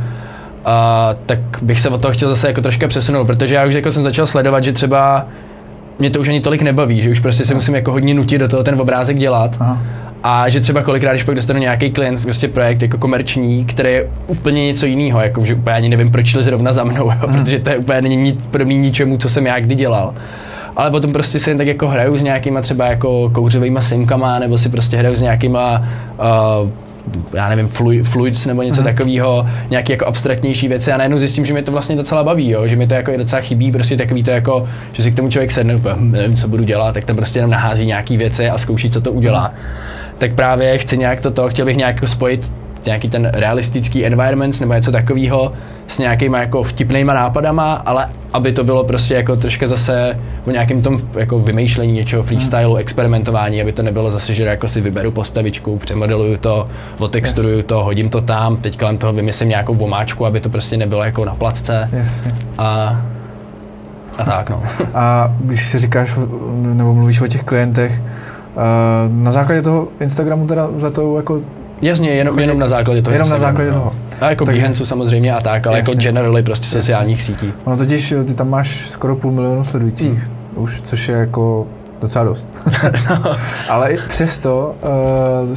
tak bych se od toho chtěl zase jako troška přesunout, protože já už jako jsem začal sledovat, že třeba mě to už ani tolik nebaví, že už prostě se uh-huh. musím jako hodně nutit do toho ten obrázek dělat. Uh-huh. A že třeba kolikrát, když pak dostanu nějaký klient, prostě projekt jako komerční, který je úplně něco jiného, jako že úplně ani nevím, proč šli zrovna za mnou, uh-huh. protože to je úplně není podobný ničemu, co jsem já kdy dělal. Ale potom prostě si jen tak jako hraju s nějakýma třeba jako kouřovýma simkama, nebo si prostě hraju s nějakýma, uh, já nevím, fluid, fluids nebo něco mm. takového, nějaký jako abstraktnější věci a najednou zjistím, že mi to vlastně docela baví, jo? Že mi to jako je docela chybí, prostě takový to jako, že si k tomu člověk sedne, nevím, co budu dělat, tak tam prostě jenom nahází nějaký věci a zkouší, co to udělá. Mm. Tak právě chci nějak toto, chtěl bych nějak spojit nějaký ten realistický environment nebo něco takového s nějakýma jako vtipnýma nápadama, ale aby to bylo prostě jako troška zase o nějakým tom jako vymýšlení něčeho, freestylu, hmm. experimentování, aby to nebylo zase, že jako si vyberu postavičku, přemodeluju to, otexturuju yes. to, hodím to tam, teď kolem toho vymyslím nějakou vomáčku, aby to prostě nebylo jako na placce. Yes. A, a tak no. A když si říkáš nebo mluvíš o těch klientech, na základě toho Instagramu teda za to jako Jasně, jenom, jenom na základě toho. Jenom na základě toho. A jako Behance samozřejmě a tak, ale jasně. Jako generally prostě jasně. Sociálních sítí. Ono totiž, ty tam máš skoro půl milionu sledujících, hmm. už, což je jako docela dost. Ale i přesto, uh,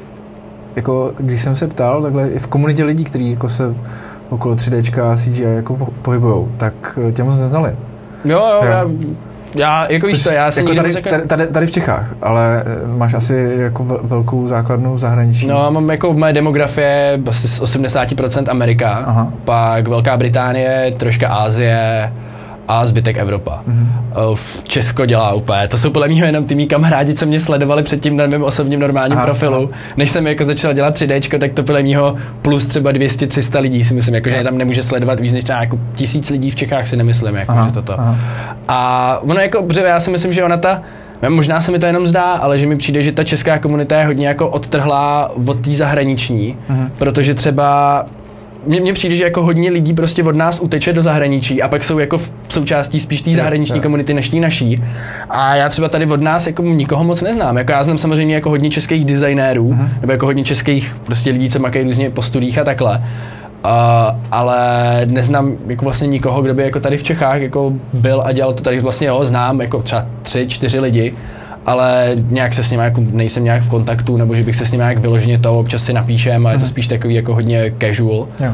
jako když jsem se ptal, takhle i v komunitě lidí, kteří jako se okolo tři déčka a C G I jako pohybujou, tak tě moc neznali. Jo, jo, jo. Já... Já, jako víš co, já si jako tady, tady, tady, tady v Čechách, ale máš asi jako velkou základnu v zahraničí. No, mám jako v mé demografie asi osmdesát procent Amerika, aha. Pak Velká Británie, troška Asie a zbytek Evropa. Mm-hmm. Česko dělá úplně, to jsou podle mě jenom ty mý kamarádi, co mě sledovali předtím na mém osobním normálním aha, profilu. Aha. Než jsem jako začal dělat tři déčko, tak to podle mýho plus třeba dvě stě tři sta lidí si myslím, jako, že tam nemůže sledovat víc než třeba jako tisíc lidí v Čechách si nemyslím, jako, aha, že toto. Aha. A ono jako, protože já si myslím, že ona ta, možná se mi to jenom zdá, ale že mi přijde, že ta česká komunita je hodně jako odtrhlá od té zahraniční, aha. Protože třeba Mně přijde, že jako hodně lidí prostě od nás uteče do zahraničí a pak jsou jako v součástí spíš té zahraniční komunity než té naší. A já třeba tady od nás jako nikoho moc neznám. Jako já znám samozřejmě jako hodně českých designérů, uh-huh. nebo jako hodně českých prostě lidí, co makají různě po studiích a takhle. Uh, ale neznám jako vlastně nikoho, kdo by jako tady v Čechách jako byl a dělal to tady vlastně, jo, znám jako třeba tři, čtyři lidi, ale nějak se s nimi jako nejsem nějak v kontaktu, nebo že bych se s nimi nějak vyloženě to občas si napíšem, a je to spíš takový jako hodně casual. Jo.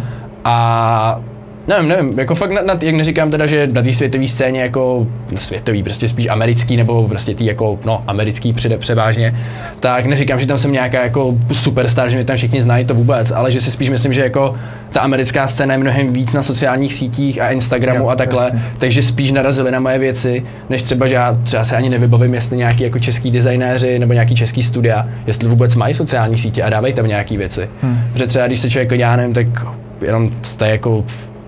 A nevím, nevím, jako fakt, na, na, jak neříkám teda, že na té světové scéně jako světový, prostě spíš americký, nebo prostě tý jako, no, americký přede, převážně, tak neříkám, že tam jsem nějaká jako superstar, že mě tam všichni znají, to vůbec, ale že si spíš myslím, že jako ta americká scéna je mnohem víc na sociálních sítích a Instagramu jo, a takhle, jasně. Takže spíš narazili na moje věci, než třeba, že já třeba se ani nevybavím, jestli nějaký jako český designéři nebo nějaký český studia, jestli vůbec mají sociální sítě a dávají tam nějaký věci. Hmm. Protože třeba když se člověk já nevím, tak jenom to je jako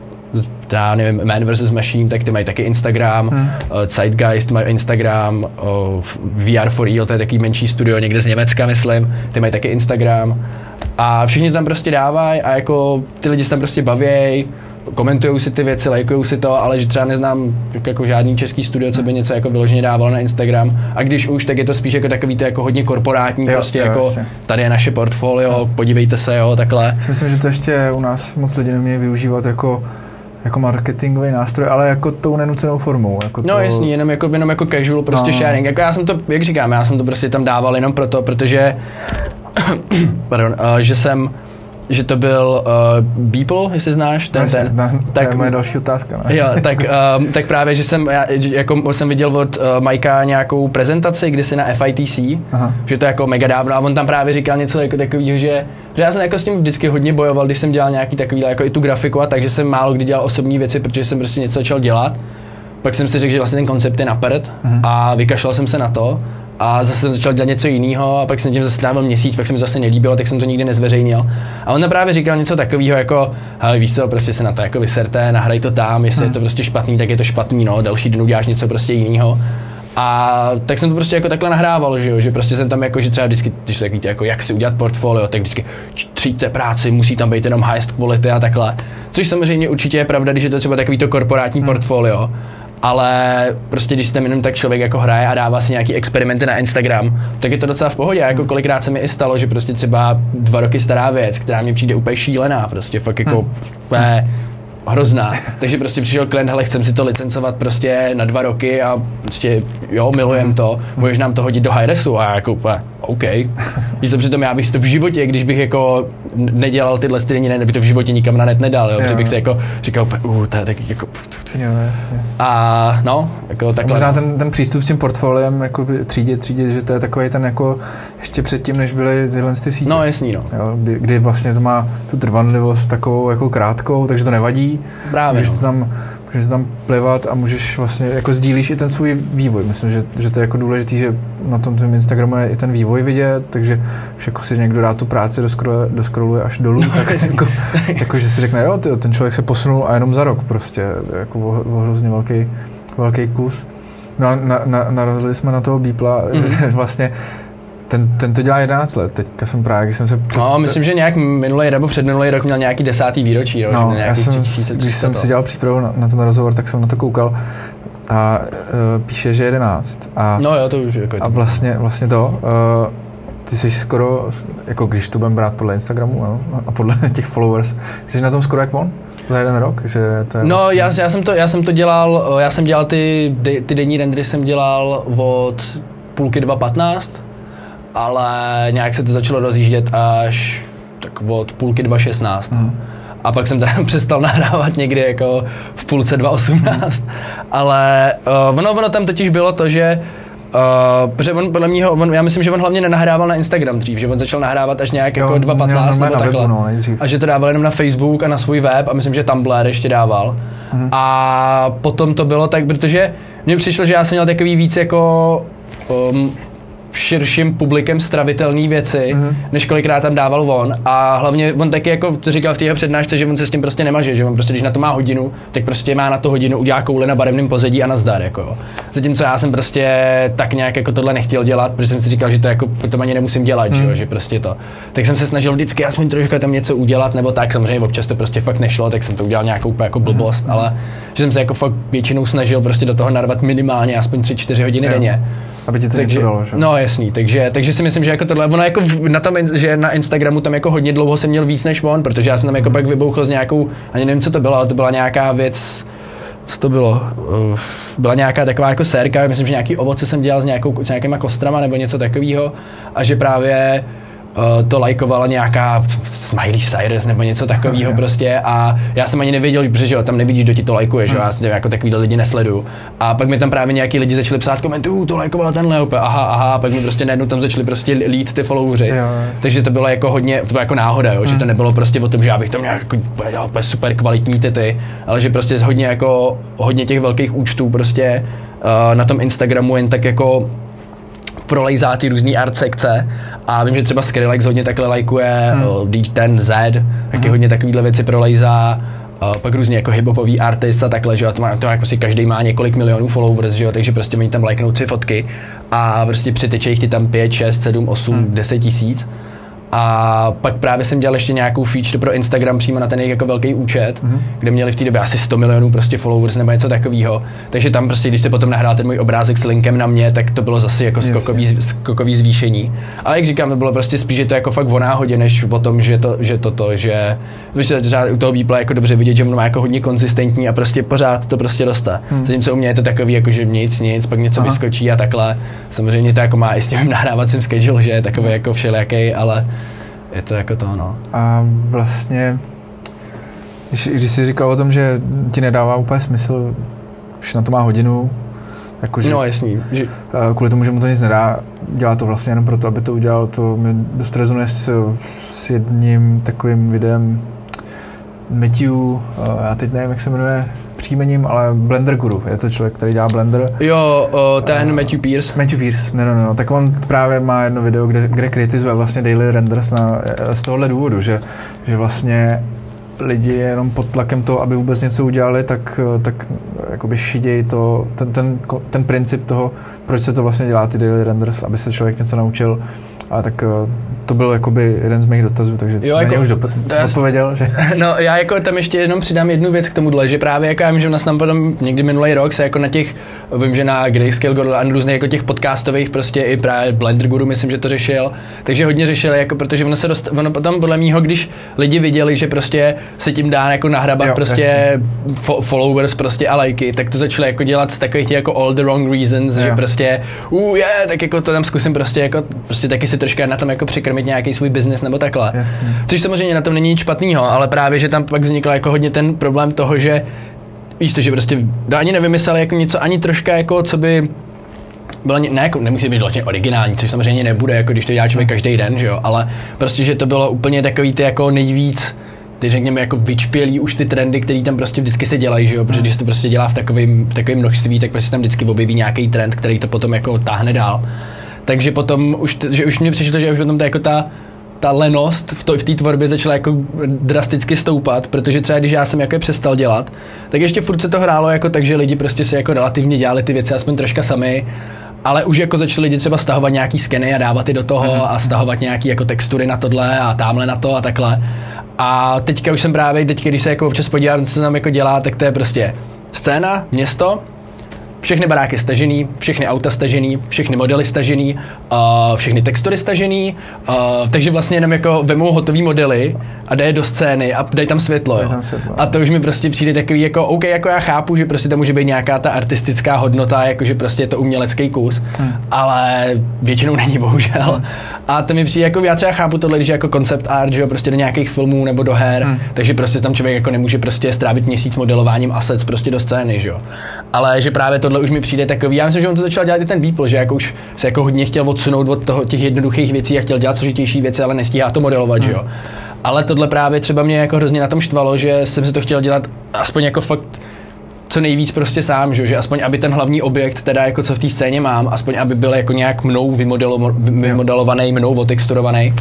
já nevím, Man versus. Machine, tak ty mají taky Instagram, hmm. uh, Zeitgeist mají Instagram, uh, V R for Real, to je takový menší studio někde z Německa, myslím, ty mají taky Instagram a všichni tam prostě dávají a jako ty lidi se tam prostě bavějí, komentujou si ty věci, lajkujou si to, ale že třeba neznám jako žádný český studio, co by něco jako vyloženě dávalo na Instagram a když už, tak je to spíš jako takový to jako hodně korporátní, jo, prostě jo, jako jasně. Tady je naše portfolio, jo. Podívejte se, jo, takhle. Myslím, že to ještě u nás moc lidí nemějí využívat jako jako marketingový nástroj, ale jako tou nenucenou formou. Jako no to... jasně, jenom jako, jenom jako casual prostě no. Sharing. Jako já jsem to, jak říkám, já jsem to prostě tam dával jenom proto, protože pardon, uh, že jsem že to byl uh, Beeple, jestli znáš, ten, Jasně, ten. Na, tak, to je moje další otázka. Ne? Jo, tak, um, tak právě, že jsem, já, jako jsem viděl od uh, Majka nějakou prezentaci, kdysi na F I T C, aha. Že to jako mega dávno a on tam právě říkal něco jako takového, že, že já jsem jako s tím vždycky hodně bojoval, když jsem dělal nějaký takový, jako i tu grafiku a takže jsem málo kdy dělal osobní věci, protože jsem prostě něco začal dělat. pak jsem si řekl, že vlastně ten koncept je na prd mm. a vykašlal jsem se na to. A zase jsem začal dělat něco jiného a pak jsem tím zase strávil měsíc, pak se mi zase nelíbilo, tak jsem to nikdy nezveřejnil. A on právě říkal něco takového jako, hele víš co, prostě se na to jako vyserte, nahraj to tam, jestli hmm. je to prostě špatný, tak je to špatný, no, další den uděláš něco prostě jiného. A tak jsem to prostě jako takhle nahrával, že jo, že prostě jsem tam jako, že třeba vždycky, když to víte, jako jak si udělat portfolio, tak vždycky tříďte práci, musí tam být jenom highest quality a takhle. Což samozřejmě určitě je pravda, když je to třeba takový to korporátní hmm. portfolio. Ale prostě když tam jenom tak člověk jako hraje a dává si nějaký experimenty na Instagram, tak je to docela v pohodě. A jako kolikrát se mi i stalo, že prostě třeba dva roky stará věc, která mi přijde úplně šílená, prostě fakt jako hmm. hrozná. Takže prostě přišel klient, hele, chcem si to licencovat prostě na dva roky a prostě jo, milujem to, můžeš nám to hodit do Hi-Resu a jako úplně, OK. Víš co, přitom já bych si to v životě, když bych jako nedělal tyhle stejně, ne, bych to v životě nikam na net nedal, jo, protože bych si jako říkal, uh, to je tak jako... Jo, jasně. A no, jako takhle. Možná ten, ten přístup s tím portfoliem, jako třídit, třídit, že to je takový ten jako ještě předtím, než byly tyhle ty sítě. No jasný, no. Jo, kdy, kdy vlastně to má tu trvanlivost takovou jako krátkou, takže to nevadí. Právě, můžeš no. to tam, můžeš to tam plivat a můžeš vlastně, jako sdílíš i ten svůj vývoj. Myslím, že, že to je jako důležitý, že na tom tvém Instagramu je i ten vývoj vidět, takže když jako si někdo dá tu práci, doskroluje až dolů, tak jako, jako, že si řekne, jo, tyjo, ten člověk se posunul a jenom za rok prostě, jako o, o hrozně velký, velký kus. No a na, na, narazili jsme na toho Beepla, mm-hmm. vlastně Ten, ten to dělá jedenáct let, teďka jsem právě, když jsem se... Přes... No, myslím, že nějak minulý nebo předminulý rok měl nějaký desátý výročí, no, no já jsem, když jsem si dělal přípravu na, na ten rozhovor, tak jsem na to koukal a uh, píše, že jedenáct. A, no jo, to už jako... A vlastně, vlastně to, uh, ty jsi skoro, jako když to budeme brát podle Instagramu, no, a podle těch followers, jsi na tom skoro jak on? Za jeden rok, že to je no vlastně... já, já, jsem to, já jsem to dělal, já jsem dělal ty, ty denní rendery jsem dělal od půlky dva patnáct, ale nějak se to začalo rozjíždět až tak od půlky dva šestnáct. Mm. A pak jsem teda přestal nahrávat někdy jako v půlce dva osmnáct. Mm. Ale uh, ono, ono tam totiž bylo to, že Uh, protože on podle mě, on, já myslím, že on hlavně nenahrával na Instagram dřív, že on začal nahrávat až nějak jo, jako dva patnáct nebo takhle. Webu, no, a že to dával jenom na Facebook a na svůj web a myslím, že Tumblr ještě dával. Mm. A potom to bylo tak, protože mně přišlo, že já jsem měl takový víc jako um, širším publikem stravitelné věci, mm-hmm. než kolikrát tam dával on. A hlavně on taky jako to říkal v té přednášce, že on se s tím prostě nemaže, že on prostě když na to má hodinu, tak prostě má na to hodinu, udělá koule na barevném pozadí a nazdar, jako jo. Zatímco já jsem prostě tak nějak jako tohle nechtěl dělat, protože jsem si říkal, že to jako to ani nemusím dělat, mm. že jo, že prostě to. Tak jsem se snažil vždycky aspoň trošku tam něco udělat, nebo tak, samozřejmě občas to prostě fakt nešlo, tak jsem to udělal nějakou jako blbost, mm. ale že jsem se jako fakt většinou snažil prostě do toho narvat minimálně aspoň tři čtyři hodiny jo. denně. Aby ti to takže, něco dalo, že? No jasný, takže, takže si myslím, že jako tohle, ono jako na tom, že na Instagramu tam jako hodně dlouho jsem měl víc než on, protože já jsem tam jako pak vybouchl s nějakou, ani nevím, co to bylo, ale to byla nějaká věc, co to bylo, uh, byla nějaká taková jako sérka, myslím, že nějaký ovoce jsem dělal s, nějakou, s nějakýma kostrama nebo něco takového a že právě Uh, to lajkovala nějaká Smiley Cyrus nebo něco takového prostě a já jsem ani nevěděl, že jo, tam nevidíš, kdo ti to lajkuje, že jo, já jsem jako takovýhle lidi nesleduju. A pak mi tam právě nějaký lidi začali psát komenty, uh, to lajkovala tenhle, úplně, aha, aha, a pak mi prostě najednou tam začali prostě lít ty followři. Takže to bylo jako hodně, to bylo jako náhoda, jo, hmm. že to nebylo prostě o tom, že já bych tam nějak jako dělal super kvalitní tety, ale že prostě hodně jako, hodně těch velkých účtů prostě uh, na tom Instagramu jen tak jako prolejzá ty různý art sekce a vím, že třeba Skrillex hodně takhle lajkuje, hmm. D ten Z, taky hmm. hodně takovýhle věci prolejzá, uh, pak různě jako hiphopový artist a takhle, že jo, to má, to má jako si každý má několik milionů followers, že jo, takže prostě oni tam lajknou tři fotky a prostě přiteče jich ty tam pět, šest, sedm, osm, hmm. deset tisíc. A pak právě jsem dělal ještě nějakou feature pro Instagram přímo na ten jejich jako velký účet, mm-hmm. kde měli v té době asi sto milionů prostě followers nebo něco takového. Takže tam prostě, když se potom nahrál ten můj obrázek s linkem na mě, tak to bylo zase jako skokový, skokový zvýšení. Ale jak říkám, to bylo prostě spíš, že to jako fakt o náhodě, než o tom, že to, že toto, že víš, třeba u toho Beepla jako dobře vidět, že on má jako hodně konzistentní a prostě pořád to prostě roste. Mm. Zatímco u mě je to takový, jako že nic, nic, pak něco Aha. vyskočí a takhle. Samozřejmě to jako má i s tím nahrávacím schedule, že je takový jako všelijaký, ale je to jako to, no. A vlastně, když, když jsi říkal o tom, že ti nedává úplně smysl, už na to má hodinu, jakože, no jasný, že... kvůli tomu, že mu to nic nedá, dělá to vlastně jenom proto, aby to udělal, to mě dost rezonuje s, s jedním takovým videem Matthew, uh, já teď nevím, jak se jmenuje příjmením, ale Blender Guru, je to člověk, který dělá Blender. Jo, uh, ten uh, Matthew Pierce. Matthew Pierce, ne, no, no, tak on právě má jedno video, kde, kde kritizuje vlastně daily renders na, z tohohle důvodu, že, že vlastně lidi jenom pod tlakem toho, aby vůbec něco udělali, tak, tak jakoby šidějí to, ten, ten, ten princip toho, proč se to vlastně dělá, ty daily renders, aby se člověk něco naučil. A tak to byl jakoby jeden z mých dotazů, takže jo, jako, už dop- dopověděl, že... No já jako tam ještě jenom přidám jednu věc k tomuhle, že právě jako já vím, že u nás tam potom někdy minulý rok se jako na těch, vím, že na Grayscale Gordon a různých jako těch podcastových prostě i právě Blender Guru myslím, že to řešil, takže hodně řešili, jako protože ono se dost, ono potom podle mýho, když lidi viděli, že prostě se tím dá jako nahrabat jo, prostě fo- followers prostě a lajky, tak to začali jako dělat z takových těch jako all the wrong reasons, jo. Že prostě uh, yeah, tak jako to tam zkusím prostě jako prostě taky si trošku na tom jako přikrmit nějaký svůj biznis nebo takhle. Jasně. Což samozřejmě na tom není nic špatného, ale právě, že tam pak vznikl jako hodně ten problém toho, že víš to, že prostě ani nevymysleli jako něco ani troška jako, co by bylo, ne, jako, nemusí být vlastně originální, což samozřejmě nebude, jako když to dělá člověk každý den, že jo, ale prostě, že to bylo úplně takový ty jako nejvíc, ty řekněme jako vyčpělí už ty trendy, které tam prostě vždycky se dělají, že jo, protože když se to prostě dělá v takovém takovém množství, tak prostě tam vždycky objeví nějaký trend, který to potom jako táhne dál. Takže potom už, že už mě přišlo, že už potom ta, jako ta, ta lenost v, to, v té tvorbě začala jako drasticky stoupat, protože třeba když já jsem jako je přestal dělat, tak ještě furt se to hrálo jako tak, že lidi prostě si jako relativně dělali ty věci aspoň troška sami, ale už jako začali lidi třeba stahovat nějaký skeny a dávat je do toho a stahovat nějaký jako textury na tohle a tamhle na to a takhle. A teďka už jsem právě, teďka když se jako občas podívám, co se tam jako dělá, tak to je prostě scéna, město, všechny baráky stažený, všechny auta stažený, všechny modely stažený, uh, všechny textury stažený, uh, takže vlastně jenom jako vemou hotový modely a dají do scény a dají tam světlo, jo. Tam světlo. A to už mi prostě přijde takový jako, OK, jako já chápu, že prostě tam může být nějaká ta artistická hodnota, jakože prostě je to umělecký kus, hmm. ale většinou není, bohužel. Hmm. A to mi přijde jako, já třeba chápu tohle, když je jako concept art, že jo, prostě do nějakých filmů nebo do her, hmm. takže prostě tam člověk jako nemůže prostě strávit měsíc modelováním assets prostě do scény, že jo. Ale že právě tohle už mi přijde takový, já myslím, že on to začal dělat i ten Beeple, že jako už se jako hodně chtěl odsunout od toho těch jednoduchých věcí a chtěl dělat složitější věci, ale nestíhá to modelovat, hmm. že jo. Ale tohle právě třeba mě jako hrozně na tom štvalo, že jsem si to chtěl dělat aspoň jako fakt co nejvíc prostě sám, že, že aspoň aby ten hlavní objekt, teda jako co v té scéně mám, aspoň aby byl jako nějak mnou vymodelo, vymodelovaný, mnou otexturovaný.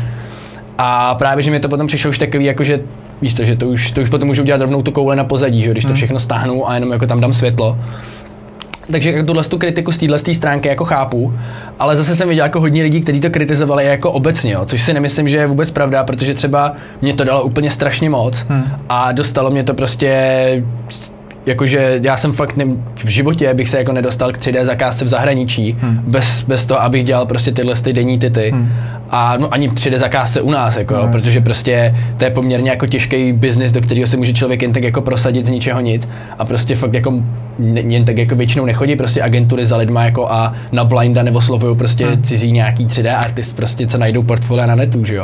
A právě, že mi to potom přišlo už takový, jako že víš to, že to už, to už potom můžu udělat rovnou tu koule na pozadí, že, když to všechno stáhnu a jenom jako tam dám světlo. Takže jako tuhle tu kritiku z téhle stránky jako chápu, ale zase jsem viděl jako hodně lidí, kteří to kritizovali jako obecně, jo, což si nemyslím, že je vůbec pravda, protože třeba mě to dalo úplně strašně moc hmm. a dostalo mě to prostě, jakože já jsem fakt ne, v životě bych se jako nedostal k tři dé zakázce v zahraničí hmm. bez, bez toho, abych dělal prostě tyhle ty denní tity hmm. a no ani tři dé zakázce u nás, jako, no, protože prostě to je poměrně jako těžký biznis, do kterého se může člověk jen tak jako prosadit z ničeho nic a prostě fakt jako jen tak jako většinou nechodí prostě agentury za lidma jako a na blinda nebo slovují prostě hmm. cizí nějaký tři dé artist prostě, co najdou portfolia na netu, že jo.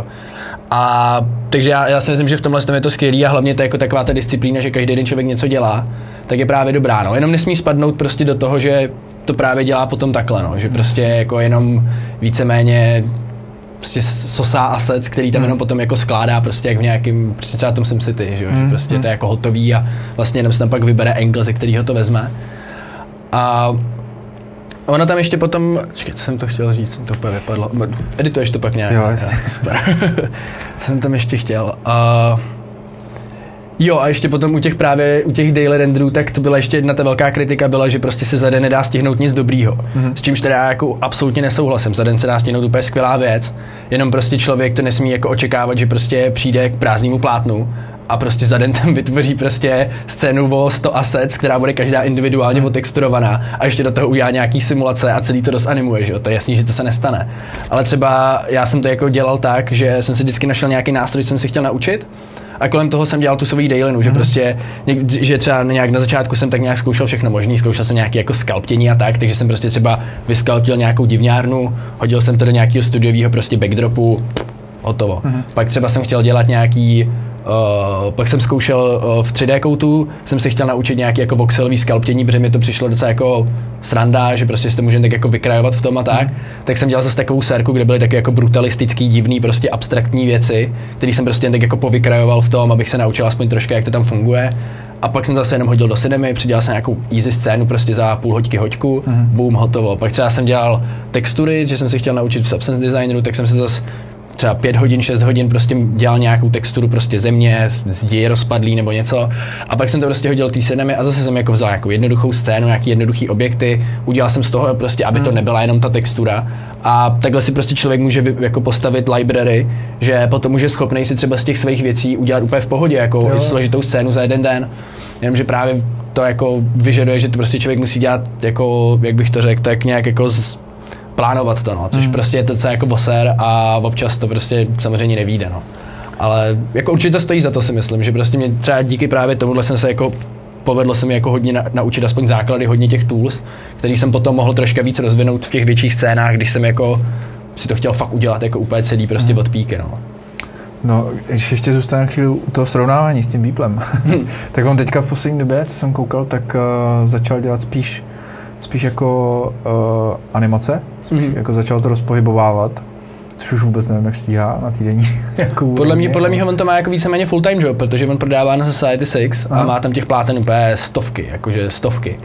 A takže já, já si myslím, že v tomhle je to skvělý a hlavně to je jako taková ta disciplína, že každý den člověk něco dělá, tak je právě dobrá, no. Jenom nesmí spadnout prostě do toho, že to právě dělá potom takhle, no. Že prostě jako jenom víceméně prostě sosá assets, který tam jenom potom jako skládá prostě jak v nějakým, prostě třeba tom SimCity, že jo, že prostě to je jako hotový a vlastně jenom se tam pak vybere angle, ze kterého to vezme. A ono tam ještě potom, čekaj, co jsem to chtěl říct, to úplně vypadlo, edituješ to pak nějak. Jo, jasně. Super. Co jsem tam ještě chtěl? Uh, jo, a ještě potom u těch právě, u těch daily renderů, tak to byla ještě jedna ta velká kritika byla, že prostě se za den nedá stihnout nic dobrýho. Mm-hmm. S čímž teda jako absolutně nesouhlasím. Za den se dá stihnout úplně skvělá věc, jenom prostě člověk to nesmí jako očekávat, že prostě přijde k prázdnému plátnu a prostě za den tam vytvoří prostě scénu o sto assets, která bude každá individuálně otexturovaná a ještě do toho udělá nějaký simulace a celý to rozanimuje, že jo, to je jasný, že to se nestane. Ale třeba já jsem to jako dělal tak, že jsem si vždycky našel nějaký nástroj, co jsem si chtěl naučit a kolem toho jsem dělal tu svoji dailinu, že prostě, že třeba nějak na začátku jsem tak nějak zkoušel všechno možný, zkoušel jsem nějaký jako skalptění a tak, takže jsem prostě třeba vyskalptil nějakou divňárnu, hodil jsem to do nějakého studiového prostě backdropu, hotovo. Mm-hmm. Pak třeba jsem chtěl dělat nějaký Uh, pak jsem zkoušel uh, v tři dé Coatu, jsem si chtěl naučit nějaký jako voxelový skalptění, protože mi to přišlo docela jako sranda, že prostě si to můžeme tak jako vykrajovat v tom a tak. Mm. Tak jsem dělal zase takovou sérku, kde byly taky jako brutalistický, divný, prostě abstraktní věci, které jsem prostě jen tak jako povykrajoval v tom, abych se naučil aspoň trošku, jak to tam funguje. A pak jsem zase jenom hodil do Cinemy, přidělal jsem nějakou easy scénu prostě za půl hoďky hoďku, mm. boom, hotovo. Pak třeba jsem dělal textury, že jsem si chtěl naučit v Substance Designeru, tak jsem se zase třeba pět hodin, šest hodin prostě dělal nějakou texturu prostě země, zdi rozpadlý nebo něco. A pak jsem to prostě hodil tý Cinemy a zase jsem jako vzal nějakou jednoduchou scénu, nějaký jednoduchý objekty, udělal jsem z toho prostě, aby to nebyla jenom ta textura. A takhle si prostě člověk může jako postavit library, že potom už je schopný si třeba z těch svých věcí udělat úplně v pohodě, jako jo. složitou scénu za jeden den. Jenomže právě to jako vyžaduje, že to prostě člověk musí dělat jako, jak bych to řekl, tak nějak jako z, plánovat to, no, což hmm. prostě je to celé jako voser a občas to prostě samozřejmě nevyjde, no. Ale jako určitě to stojí za to, si myslím, že prostě mě třeba díky právě tomuhle jsem se jako povedlo se mi jako hodně na, naučit aspoň základy hodně těch tools, který jsem potom mohl trošku víc rozvinout v těch větších scénách, když jsem jako si to chtěl fakt udělat jako úplně celý prostě hmm. od píky, no. No, když ještě zůstane chvíli u toho srovnávání s tím Beeplem, hmm. tak on teďka v poslední době, co jsem koukal, tak uh, začal dělat spíš spíš jako uh, animace, spíš mm-hmm. jako začal to rozpohybovávat, což už vůbec nevím, jak stíhá na týdenní. jako podle mě, podle mě on to má jako víceméně full time job, protože on prodává na Society Six a má tam těch pláten úplně stovky, jakože stovky.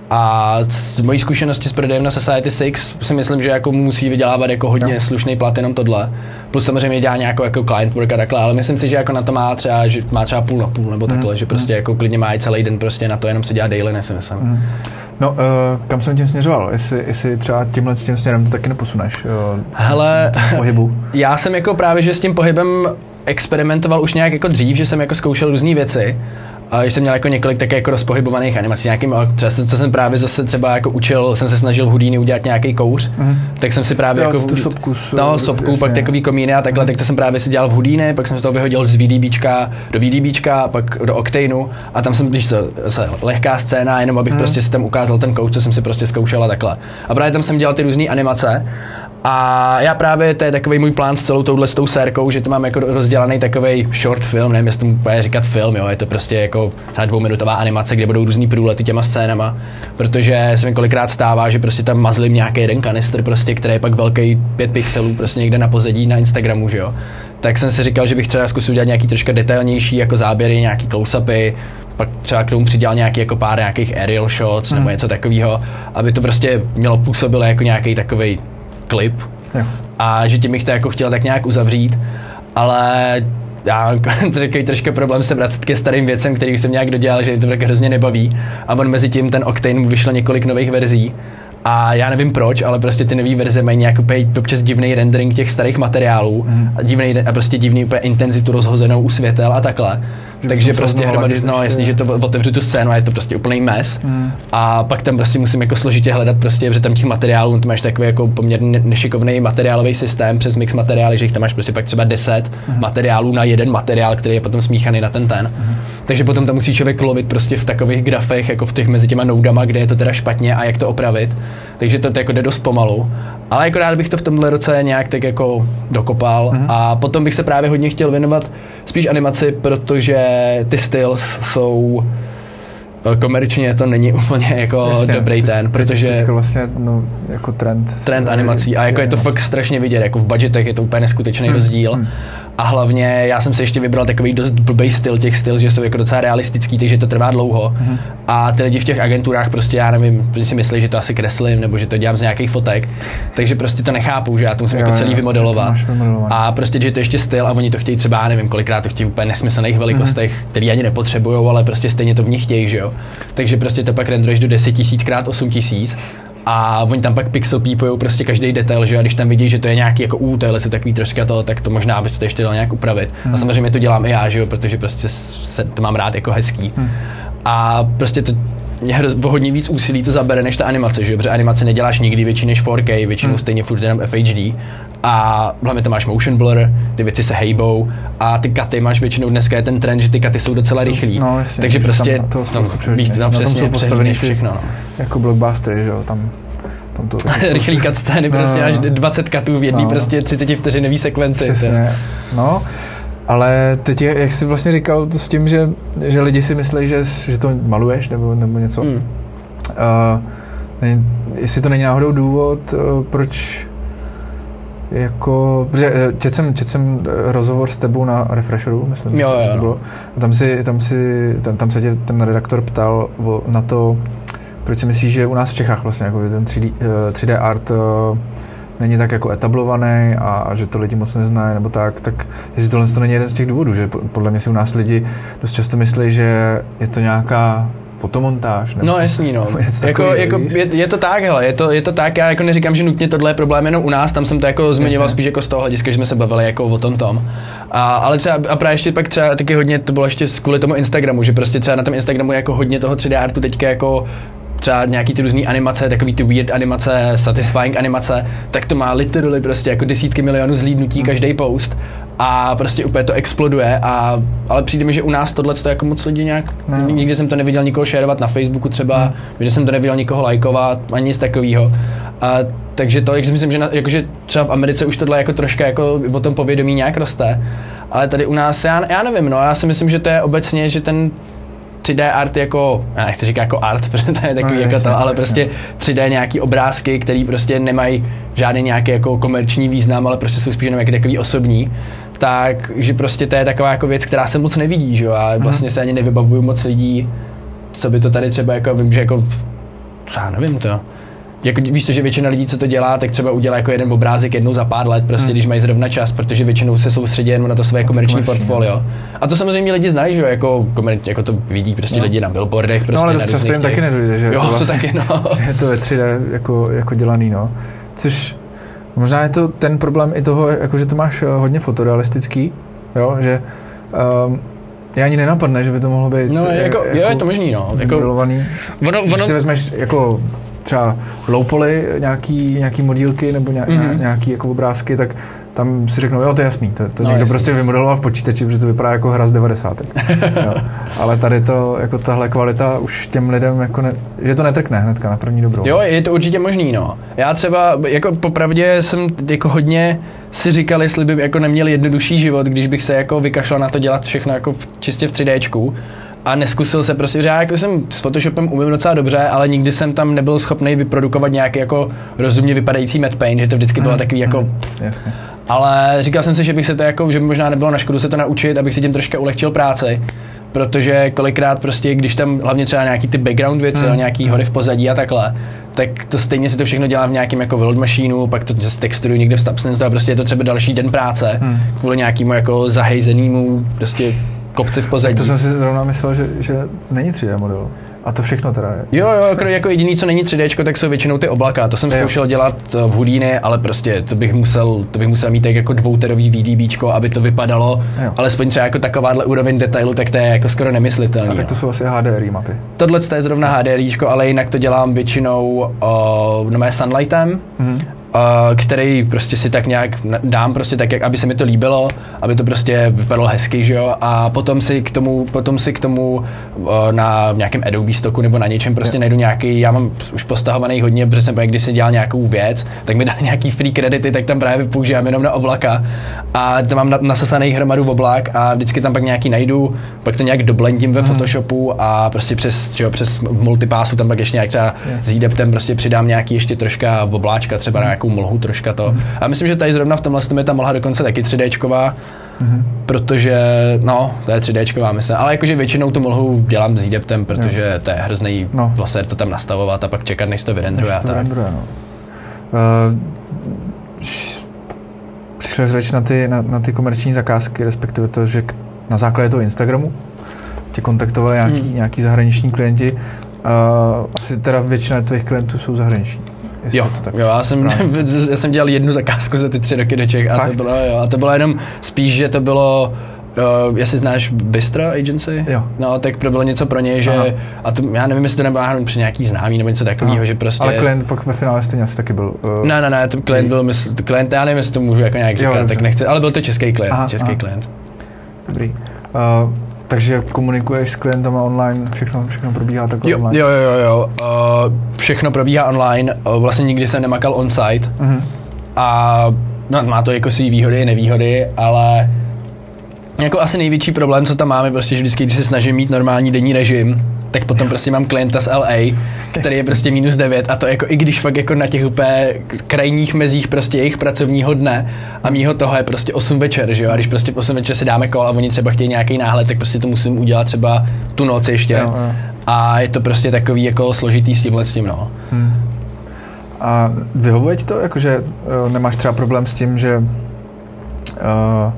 A z mojí zkušenosti s prodejem na Society Six si myslím, že jako musí vydělávat jako hodně no. slušný plat jenom tohle. Plus samozřejmě dělá nějakou jako client work a takhle, ale myslím si, že jako na to má třeba, že má třeba půl na půl nebo takhle, mm. že prostě mm. jako klidně má i celý den prostě na to, jenom se dělá daily, ne si myslím. Mm. No, uh, kam jsem tím směřoval? Jestli, jestli třeba tímhle s tím směrem to taky neposuneš? Uh, Hele, pohybu. Já jsem jako právě, že s tím pohybem experimentoval už nějak jako dřív, že jsem jako zkoušel různé věci. A když jsem měl jako několik také jako rozpohybovaných animací, nějakým, třeba co jsem právě zase třeba jako učil, jsem se snažil v Houdini udělat nějaký kouř, mm. tak jsem si právě jo, jako tu sopku, no, sopku, jasně. Pak takový komíny a takhle, mm. tak to jsem právě si dělal v Houdini, pak jsem z toho vyhodil z VDBčka do VDBčka, pak do Octaneu a tam jsem, když to zase lehká scéna, jenom abych mm. prostě si tam ukázal ten kouř, co jsem si prostě zkoušel a takhle. A právě tam jsem dělal ty různé animace. A já právě, to je takový můj plán s celou touhle s tou sérkou, že to mám jako rozdělaný takovej short film, nevím, jestli tomu úplně říkat film, jo, je to prostě jako třeba dvouminutová animace, kde budou různý průlety těma scénama, protože se mi kolikrát stává, že prostě tam mazlím nějaký jeden kanistr, prostě, který je pak velký pět pixelů, prostě někde na pozadí na Instagramu, že jo. Tak jsem si říkal, že bych třeba zkusil udělat nějaký troška detailnější jako záběry, nějaký close-upy, pak třeba k tomu přidělal nějaký jako pár nějakých aerial shots hmm. nebo něco takového, aby to prostě mělo působilo jako nějaký takovej klip jo. A že tím bych to jako chtěl tak nějak uzavřít, ale já mám takový trošku problém se vracet ke starým věcem, který jsem nějak dodělal, že mě to tak hrozně nebaví a on mezi tím ten Octane vyšlo několik nových verzí a já nevím proč, ale prostě ty nové verze mají nějak úplně občas divný rendering těch starých materiálů mm. a, divnej, a prostě divný úplně intenzitu rozhozenou u světel a takhle. Že takže prostě hromady, no jasně, že to otevřu tu scénu a je to prostě úplný mess. Mm. A pak tam prostě musím jako složitě hledat prostě, protože tam těch materiálů, tam máš takový jako poměrně nešikovný materiálový systém přes mix materiály, že jich tam máš prostě pak třeba deset mm. materiálů na jeden materiál, který je potom smíchaný na ten ten. Mm. Takže potom tam musí člověk lovit prostě v takových grafech, jako v těch mezi těma noudama, kde je to teda špatně a jak to opravit. Takže to, to jako jde dost pomalu. Ale jako rád bych to v tomhle roce nějak tak jako dokopal mm. a potom bych se právě hodně chtěl věnovat spíš animaci, protože ty styles jsou komerčně to není úplně jako Jasně, dobrý te, ten, protože teďka vlastně no, jako trend trend animací a jako je to fakt strašně vidět, jako v budgetech je to úplně neskutečný hmm. rozdíl hmm. a hlavně já jsem si ještě vybral takový dost blbej styl těch styl, že jsou jako docela realistický, takže to trvá dlouho hmm. a ty lidi v těch agenturách prostě já nevím, že si myslí, že to asi kreslím nebo že to dělám z nějakých fotek, takže prostě to nechápou, že já to musím jo, jako celý jo, vymodelovat a prostě, že to ještě styl a oni to chtějí třeba, nevím, kolikrát to chtějí úplně nesmyslných velikostech, hmm. který ani nepotřebujou, ale prostě stejně to v nich chtějí, že jo. Takže prostě to pak renderuješ do deset tisíc krát osm tisíc a oni tam pak pixel pípujou prostě každý detail, že a když tam vidí, že to je nějaký jako u, tohle se takový troška to, tak to možná by se to ještě dalo nějak upravit. Hmm. A samozřejmě to dělám i já, že jo, protože prostě se, to mám rád jako hezký. Hmm. A prostě to mě hodně víc úsilí to zabere než ta animace, že jo, protože animace neděláš nikdy větší než four K, většinou hmm. stejně furt jenom F H D. A hlavně tam máš motion blur, ty věci se hejbou a ty katy máš většinou dneska je ten trend, že ty katy jsou docela jsou, rychlý. No, jasně, takže prostě tam, to tam, víš, tam přesně přehlídneš všechno. No. Jako blockbustery, že jo, tam, tam to... Rychlý cut scény, no, prostě máš dvacet katů v jedné no, prostě třicet vteřinový sekvenci. Přesně, no. Ale teď, je, jak jsi vlastně říkal to s tím, že, že lidi si myslí, že, že to maluješ nebo, nebo něco. Mm. Uh, jestli to není náhodou důvod, uh, proč jako, protože čet jsem, čet jsem rozhovor s tebou na Refresheru, myslím, jo, že jo. to bylo. A tam si, tam si, tam, tam se tě ten redaktor ptal na to, proč si myslíš, že u nás v Čechách vlastně jako ten tři dé, tři dé art uh, není tak jako etablovaný a, a že to lidi moc neznají nebo tak, tak jestli tohle to není jeden z těch důvodů, že podle mě si u nás lidi dost často myslí, že je to nějaká fotomontáž. Nebo no jasný, no. Jako, jako je, je, to tak, hele, je to, je to tak, já jako neříkám, že nutně tohle je problém jenom u nás, tam jsem to jako zmiňoval spíš jako z toho hlediska, že jsme se bavili jako o tom tom. A, ale třeba, a právě ještě pak třeba taky hodně, to bylo ještě kvůli tomu Instagramu, že prostě třeba na tom Instagramu je jako hodně toho tři dé artu teďka jako třeba nějaký ty různý animace, takový ty weird animace, satisfying animace, tak to má literally prostě jako desítky milionů zlídnutí hmm. každý post a prostě úplně to exploduje a, ale přijde mi, že u nás tohle to jako moc lidi nějak, no. Nikdy jsem to neviděl nikoho šerovat na Facebooku třeba, hmm. nikdy jsem to neviděl nikoho lajkovat, ani nic takového. A takže to, jak si myslím, že na, jakože třeba v Americe už tohle jako troška jako o tom povědomí nějak roste, ale tady u nás, já, já nevím, no, já si myslím, že to je obecně, že ten tři dé art jako, já nechci říkat jako art, protože to je takový no, jako jasně, to, ale jasně. Prostě tři dé nějaký obrázky, který prostě nemají žádný nějaký jako komerční význam, ale prostě jsou spíš jenom takový osobní, tak, že prostě to je taková jako věc, která se moc nevidí, že jo, a vlastně se ani nevybavuju moc lidí, co by to tady třeba jako, vím, že jako, já nevím to, jako víš to, že většina lidí, co to dělá, tak třeba udělá jako jeden obrázek jednou za pár let, prostě hmm. když mají zrovna čas, protože většinou se soustředí jen na to své komerční, komerční portfolio. A to samozřejmě lidi znají, že jo, jako, jako to vidí prostě no. lidi na billboardech, prostě no, ale na často jim těch... taky nedojde, že jo, to, vlastně, to taky, no. Že je to ve tři dé jako, jako dělaný, no. Což možná je to ten problém i toho, jako, že to máš hodně fotorealistický, jo, že um, já ani nenapadne, že by to mohlo být no, jako, jako, jo, je to možný, no. Jako, ono, když ono... si vezmeš jako třeba low poly, nějaký, nějaký modílky nebo ně, mm-hmm. nějaký jako obrázky, tak tam si řeknou, jo, to je jasný, to, to no, někdo jasný. Prostě vymodeloval v počítači, protože to vypadá jako hra z devadesátek. Ale tady to, jako tahle kvalita už těm lidem, jako ne, že to netrkne hnedka na první dobrou. Jo, je to určitě možný, no. Já třeba, jako popravdě jsem jako hodně si říkal, jestli by jako neměl jednodušší život, když bych se jako vykašlal na to dělat všechno jako v, čistě v tři déčku. A neskusil se prostě, že já jako jsem s Photoshopem umím docela dobře, ale nikdy jsem tam nebyl schopný vyprodukovat nějaký jako rozumně vypadající matte paint, že to vždycky bylo mm, takový jako mm, jasně. Ale říkal jsem si, že bych se to jako, že by možná nebylo na škodu se to naučit, abych si tím troška ulehčil práci, protože kolikrát prostě, když tam hlavně třeba nějaký ty background věci, mm. nějaký hory v pozadí a takhle, tak to stejně si to všechno dělám v nějakém jako world machineu, pak to zase texturuji někde v Substance a prostě je to třeba další den práce, mm. kvůli nějakému jako zahejzenému prostě kopci v pozadí. Tak to jsem si zrovna myslel, že, že není tři dé model. A to všechno teda je. Jo, jo, jako, jako jediný, co není tři déčko, tak jsou většinou ty oblaka. To jsem jo. zkoušel dělat v Houdini, ale prostě to bych musel, to bych musel mít tak jako dvouterový VDBčko, aby to vypadalo, jo. alespoň třeba jako takováhle úroveň detailu, tak to je jako skoro nemyslitelný. A tak to jsou asi H D R I mapy. Tohle je zrovna H D R Ičko, ale jinak to dělám většinou uh, no mé Sunlightem. Mm-hmm. Uh, který prostě si tak nějak dám prostě tak, jak, aby se mi to líbilo, aby to prostě vypadalo hezky, že jo, a potom si k tomu, potom si k tomu uh, na nějakém Adobe stocku nebo na něčem prostě yeah. najdu nějaký, já mám už postahovaný hodně, protože jsem když si dělal nějakou věc, tak mi dá nějaký free kredity, tak tam právě používám jenom na oblaka a tam mám nasasaný hromadu oblak a vždycky tam pak nějaký najdu, pak to nějak doblendím ve mm. Photoshopu a prostě přes, že jo, přes multipásu tam pak ještě nějak třeba yes. s jídeptem prostě přidám nějaký ještě troška obláčka, třeba mm. nějakou mlhu troška to. Mm. A myslím, že tady zrovna v tomhle je ta mlha dokonce taky tři déčková, mm. protože, no, to je tři déčková myslím, ale jakože většinou tu mlhu dělám s jídeptem, protože jo. to je hrozný no. vlastně to tam nastavovat a pak čekat, než to vyrendruje. Než to vyrendruje, no. Uh, přišli řeč na ty, na, na ty komerční zakázky, respektive to, že k, na základě toho Instagramu tě kontaktovali nějaký, mm. nějaký zahraniční klienti. Uh, asi teda většina tvých klientů jsou zahraniční. Jo, to tak jo, já jsem, já jsem dělal jednu zakázku za ty tři roky do Čech a to bylo, jo, a to bylo jenom spíš, že to bylo, uh, jestli znáš Bistro Agency, jo. no, tak to bylo něco pro ně, že, aha. a to, já nevím, jestli to nebylo při nějaký známý nebo něco takového, že prostě. Ale klient pak ve finále stejně asi taky byl. Uh, ne, ne, ne, to klient byl, mysl, klient, já nevím, jestli to můžu jako nějak říkat, jo, tak nechci, ale byl to český klient, aha, český aha. klient. Dobrý. Uh, Takže komunikuješ s klientama online, všechno, všechno probíhá takhle jo, online? Jo, jo, jo, uh, všechno probíhá online, uh, vlastně nikdy jsem nemakal on-site uh-huh. a no, má to jako svý výhody i nevýhody, ale Jako asi největší problém, co tam máme, prostě, že vždycky, když se snažím mít normální denní režim, tak potom prostě mám klienta z L A, který je prostě minus devět a to jako i když fakt jako na těch úplně krajních mezích prostě jejich pracovního dne a mýho toho je prostě osm večer, že jo, a když prostě v osm večer si dáme kol a oni třeba chtějí nějaký náhled, tak prostě to musím udělat třeba tu noc ještě jo, jo. A je to prostě takový jako složitý s tímhle s tím, no. Hmm. A vyhovuje ti to, jakože uh, nemáš třeba problém s tím, že uh,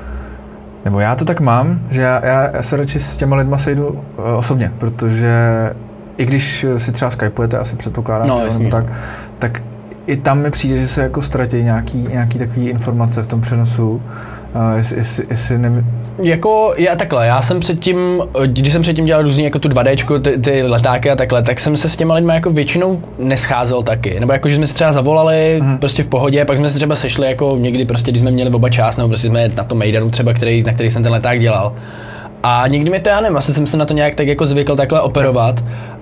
nebo já to tak mám, že já, já, já se radši s těma lidma sejdu uh, osobně, protože i když si třeba skypujete, asi předpokládám, no, nebo tak, tak i tam mi přijde, že se jako ztratí nějaký, nějaký takový informace v tom přenosu. Uh, jestli, jestli, jestli ne... Jako já takhle, já jsem předtím, když jsem předtím dělal různě jako tu dva déčko, ty, ty letáky a takhle, tak jsem se s těma lidma jako většinou nescházel taky, nebo jako, že jsme se třeba zavolali hmm. prostě v pohodě, pak jsme se třeba sešli jako někdy prostě, když jsme měli oba čas, nebo prostě jsme na tom Maidenu třeba, který, na který jsem ten leták dělal. A někdy mi to, já nevím, asi jsem se na to nějak tak jako zvykl takhle operovat.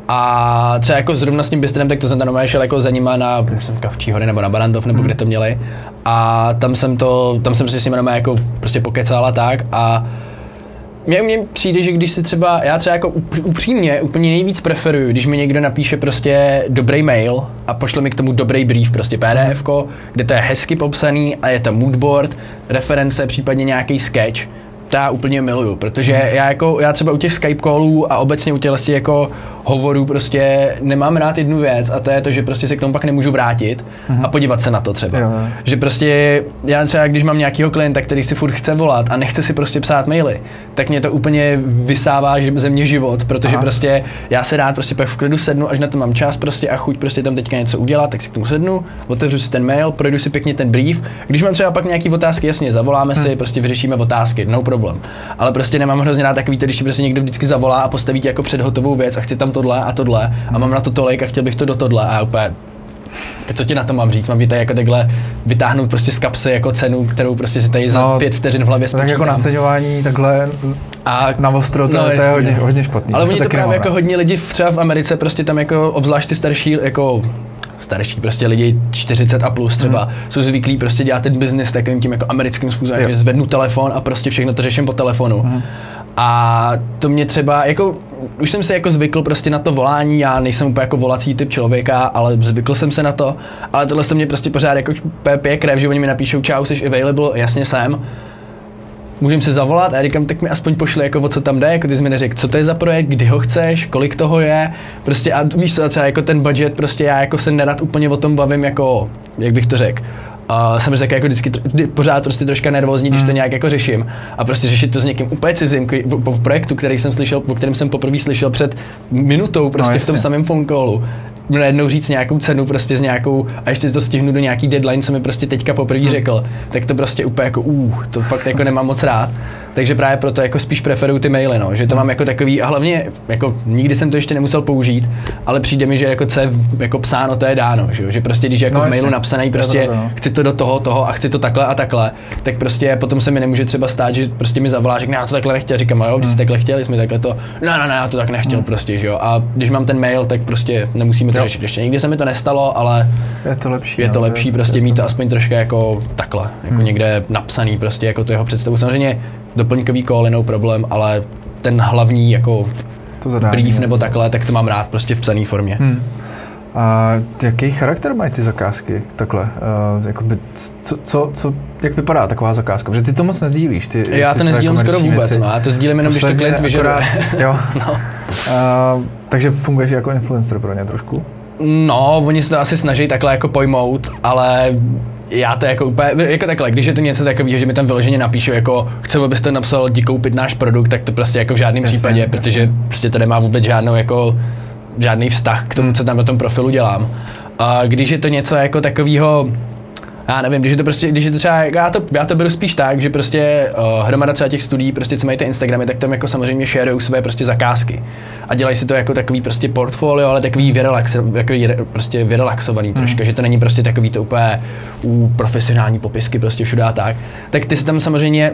A třeba jako zrovna s tím Bystrem, tak to jsem tam normálně šel jako za nima na Kavčí hory nebo na Barandov, nebo hmm. kde to měli. A tam jsem to, tam jsem si s nimi normálně jako prostě pokecal a tak. A mně, mně přijde, že když si třeba, já třeba jako upřímně úplně nejvíc preferuju, když mi někdo napíše prostě dobrý mail a pošle mi k tomu dobrý brief, prostě P D F ko, kde to je hezky popsaný a je tam moodboard, reference, případně nějaký sketch. To já úplně miluju, protože já jako, já třeba u těch Skype callů a obecně u těchto jako hovorů prostě nemám rád jednu věc a to je to, že prostě se k tomu pak nemůžu vrátit uh-huh. a podívat se na to třeba. Jo. Že prostě já třeba, když mám nějakýho klienta, který si furt chce volat a nechce si prostě psát maily, tak mě to úplně vysává ze mě život, protože Aha. prostě já se rád prostě pak v klidu sednu, až na to mám čas prostě a chuť prostě tam teďka něco udělat, tak si k tomu sednu, otevřu si ten mail, projdu si pěkně ten brief. Když mám třeba pak nějaký otázky, jasně, zavoláme hmm. si, prostě vyřešíme otázky, no problém. Ale prostě nemám hrozně rád takový, když prostě někdo vždycky zavolá a postaví tě jako před hotovou věc a chci tam tohle a tohle a mám na to tolik a chtěl bych to do tohle a úplně co ti na to mám říct, mám tady jako takhle vytáhnout prostě z kapsy jako cenu, kterou prostě si tady za no, pět vteřin v hlavě spočkonám. Tak jako naceňování takhle a na ostro, to, no, to je hodně, hodně špatný. Ale oni to právě jako hodně lidi třeba v Americe prostě tam jako obzvlášť ty starší jako starší prostě lidi čtyřicet a plus třeba hmm. jsou zvyklí prostě dělat ten business takovým tím jako americkým způsobem, že zvednu telefon a prostě všechno to řeším po telefonu. Hmm. A to mě třeba, jako, už jsem se jako zvykl prostě na to volání, já nejsem úplně jako volací typ člověka, ale zvykl jsem se na to, ale tohle to mě prostě pořád jako pije krev, že oni mi napíšou čau, jsi available, jasně jsem, můžem se zavolat a já říkám, tak mi aspoň pošli, jako o co tam jde, jako ty jsi mi neřekl, co to je za projekt, kdy ho chceš, kolik toho je, prostě a víš co, třeba jako ten budget, prostě já jako se nerad úplně o tom bavím, jako, jak bych to řekl. A jsem řekl jako vždycky pořád prostě troška nervózní, když to nějak jako řeším. A prostě řešit to s někým úplně cizím, po projektu, který jsem slyšel, o kterém jsem poprvé slyšel před minutou, prostě no, v tom samém phone callu. Najednou říct nějakou cenu prostě s nějakou, a ještě to stihnu do nějaký deadline, co mi prostě teďka poprvé hmm. řekl, tak to prostě úplně jako uh, to fakt jako nemám moc rád. Takže právě proto jako spíš preferuju ty maily, no, že to mám jako takový a hlavně jako nikdy jsem to ještě nemusel použít, ale přijde mi, že jako co je jako psáno, to je dáno, že, že prostě když jako no, v mailu napsaný prostě to to, no. chci to do toho, toho a chci to takhle a takhle, tak prostě potom se mi nemůže třeba stát, že prostě mi zavolá, řekne, já to takhle nechtěl, říkám, jo, když jsi takhle chtěl, jsme takhle to, ne, ne, ne, já to tak nechtěl hmm. prostě, že jo, a když mám ten mail, tak prostě nemusíme to jo. řešit ještě. Nikdy se mi to nestalo, ale je to lepší, je to no, lepší je, prostě je mít to to aspoň trošku jako takhle, jako hmm. někde napsaný prostě jako tu jeho představu. Samozřejmě doplňkový call je no problém, ale ten hlavní jako brief nebo takhle, tak to mám rád prostě v psaný formě. Hmm. A jaký charakter mají ty zakázky takhle? Uh, jakoby, co, co, co, jak vypadá taková zakázka? Protože ty to moc nezdílíš. Ty, já ty to nezdílím skoro vůbec, věci. No, já to sdílím jenom, posledně když to klient vyžaduje. Jo. no. uh, takže funguješ jako influencer pro ně trošku? No, oni se to asi snaží takhle jako pojmout, ale já to jako úplně, jako takhle, když je to něco takového, že mi tam vyloženě napíšu jako chceme, abyste napsal jdi koupit náš produkt, tak to prostě jako v žádném jasně, případě, jasně. protože prostě to nemá vůbec žádnou jako žádný vztah k tomu, co tam na tom profilu dělám. A když je to něco jako takového, já nevím, když je to prostě, když je to třeba, já to, já to beru spíš tak, že prostě uh, hromada třeba těch studií, prostě co mají ty Instagramy, tak tam jako samozřejmě shareují své prostě zakázky. A dělají si to jako takový prostě portfolio, ale takový vyrelax, takový prostě vyrelaxovaný hmm. troška, že to není prostě takový to úplně uh, profesionální popisky prostě všude a tak. Tak ty si tam samozřejmě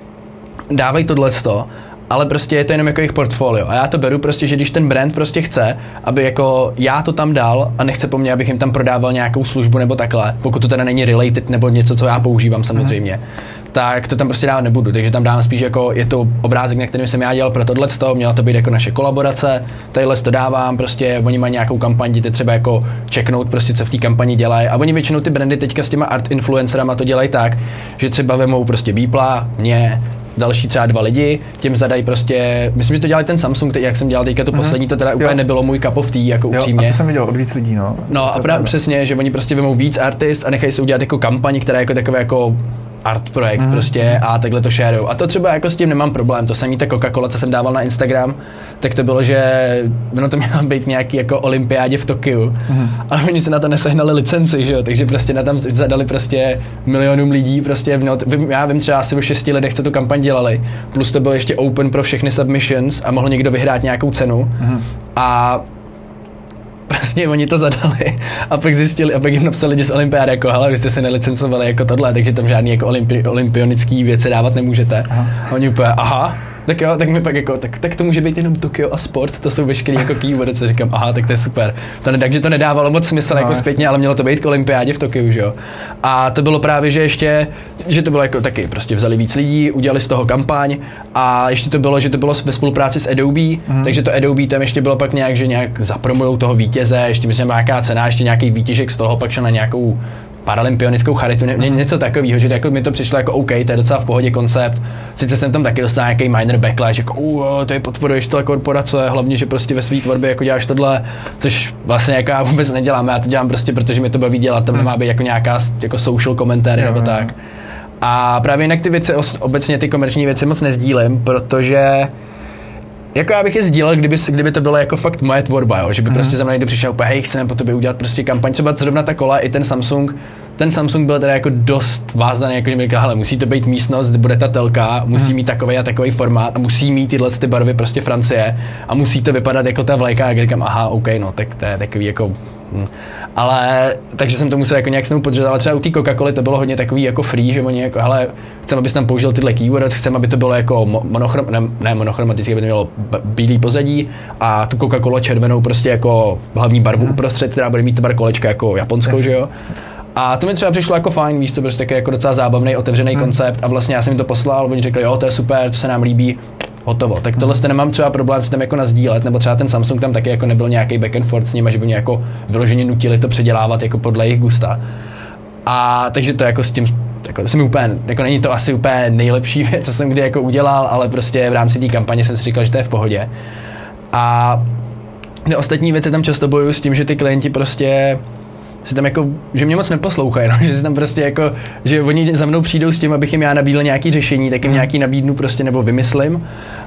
dávají tohleto, ale prostě je to jenom jako jejich portfolio. A já to beru prostě, že když ten brand prostě chce, aby jako já to tam dal a nechce po mně, abych jim tam prodával nějakou službu nebo takhle, pokud to teda není related nebo něco, co já používám samozřejmě, tak to tam prostě dávat nebudu, takže tam dám spíš jako, je to obrázek, na kterém jsem já dělal pro tohleto, měla to být jako naše kolaborace, tadyhle to dávám, prostě oni mají nějakou kampaň, jděte třeba jako checknout prostě, co v té kampani dělají a oni většinou ty brandy teďka s těma art influencerama to dělají tak, že třeba vemou prostě Beepla, mě, další třeba dva lidi, těm zadají prostě, myslím, že to dělali ten Samsung, jak jsem dělal teďka to mm-hmm. poslední, to teda úplně jo. nebylo můj cup of tea, jako jo, upřímně. A to jsem viděl od víc lidí, no. No a právě přesně, že oni prostě vemou víc artist a nechají se udělat jako kampaň, která je jako takové jako art projekt mm. prostě a takhle to sharujou. A to třeba jako s tím nemám problém, to samý ta Coca-Cola, co jsem dával na Instagram, tak to bylo, že ono to mělo být nějaký jako olympiádě v Tokiu, mm. ale oni si na to nesehnali licenci, že jo, takže prostě na tam zadali prostě milionům lidí, prostě, no, já vím třeba asi o šesti lidech, co tu kampaň dělali, plus to bylo ještě open pro všechny submissions a mohl někdo vyhrát nějakou cenu mm. a prostě oni to zadali a pak zjistili a pak jim napsali lidi z olympiády jako hele, vy jste se nelicencovali jako tohle, takže tam žádný jako olympi, olympionický věci dávat nemůžete. Aha. A oni úplně aha, tak jo, tak mi pak jako, tak, tak to může být jenom Tokio a sport, to jsou veškerý jako keywordy, co říkám, aha, tak to je super. To ne, takže to nedávalo moc smysl no, jako jasný. Zpětně, ale mělo to být k olympiádě v Tokiu, že jo. A to bylo právě, že ještě, že to bylo jako taky, prostě vzali víc lidí, udělali z toho kampaň a ještě to bylo, že to bylo ve spolupráci s Adobe, mm. takže to Adobe tam ještě bylo pak nějak, že nějak zapromujou toho vítěze, ještě myslím, nějaká cena, ještě nějaký výtěžek z toho, pak šel na nějakou paralympionickou charitu, ně, ně, něco takového, že jako mi to přišlo jako OK, to je docela v pohodě koncept. Sice jsem tam taky dostal nějaký minor backlash, jako uh, ty podporuješ tohle korporace, hlavně, že prostě ve své tvorbě jako děláš tohle, což vlastně jako já vůbec nedělám, já to dělám prostě, protože mi to baví dělat, tam nemá být jako nějaká jako social komentář nebo tak. A právě jinak ty věci, obecně ty komerční věci moc nezdílím, protože jako já bych je sdílel, kdyby, kdyby to bylo jako fakt moje tvorba, jo? Že by mm. prostě za mnou někdo přišel úplně, hej, chceme po tobě udělat prostě kampaň, třeba zrovna ta kola i ten Samsung, ten Samsung byl teda jako dost vázaný, jako mi říkal, hele, musí to být místnost, kde bude ta telka, musí mm. mít takový a takový formát a musí mít tyhle ty barvy prostě Francie a musí to vypadat jako ta vlajka, a říkám, aha, OK, no, tak to je takový jako, hm. Ale, takže jsem to musel jako nějak s ním podřet, ale třeba u té Coca-Coly to bylo hodně takový jako free, že oni jako, hele, chceme, abys tam použil tyhle keywords, chceme, aby to bylo jako monochrom, ne, ne monochromatické, aby to mělo bílý pozadí a tu Coca-Colu červenou prostě jako hlavní barvu mm. uprostřed, která bude mít tvar kolečka jako japonskou, yes. že jo. A to mi třeba přišlo jako fajn, víš co, prostě taky jako docela zábavný, otevřený mm. koncept a vlastně já jsem jim to poslal, oni řekli, jo, to je super, to se nám líbí, hotovo. Tak tohle mm. nemám třeba problém s tím jako nazdílet, nebo třeba ten Samsung tam taky jako nebyl nějaký back and forth s nimi, že by mě jako vyloženě nutili to předělávat jako podle jejich gusta. A takže to jako s tím, jako to jsem úplně, jako není to asi úplně nejlepší věc, co jsem kdy jako udělal, ale prostě v rámci té kampaně jsem si říkal, že to je v pohodě. A ostatní věci tam často bojuju s tím, že ty klienti prostě si tam jako, že mě moc neposlouchají, no, že si tam prostě jako, že oni za mnou přijdou s tím, abych jim já nabídl nějaký řešení, tak jim nějaký nabídnu prostě nebo vymyslím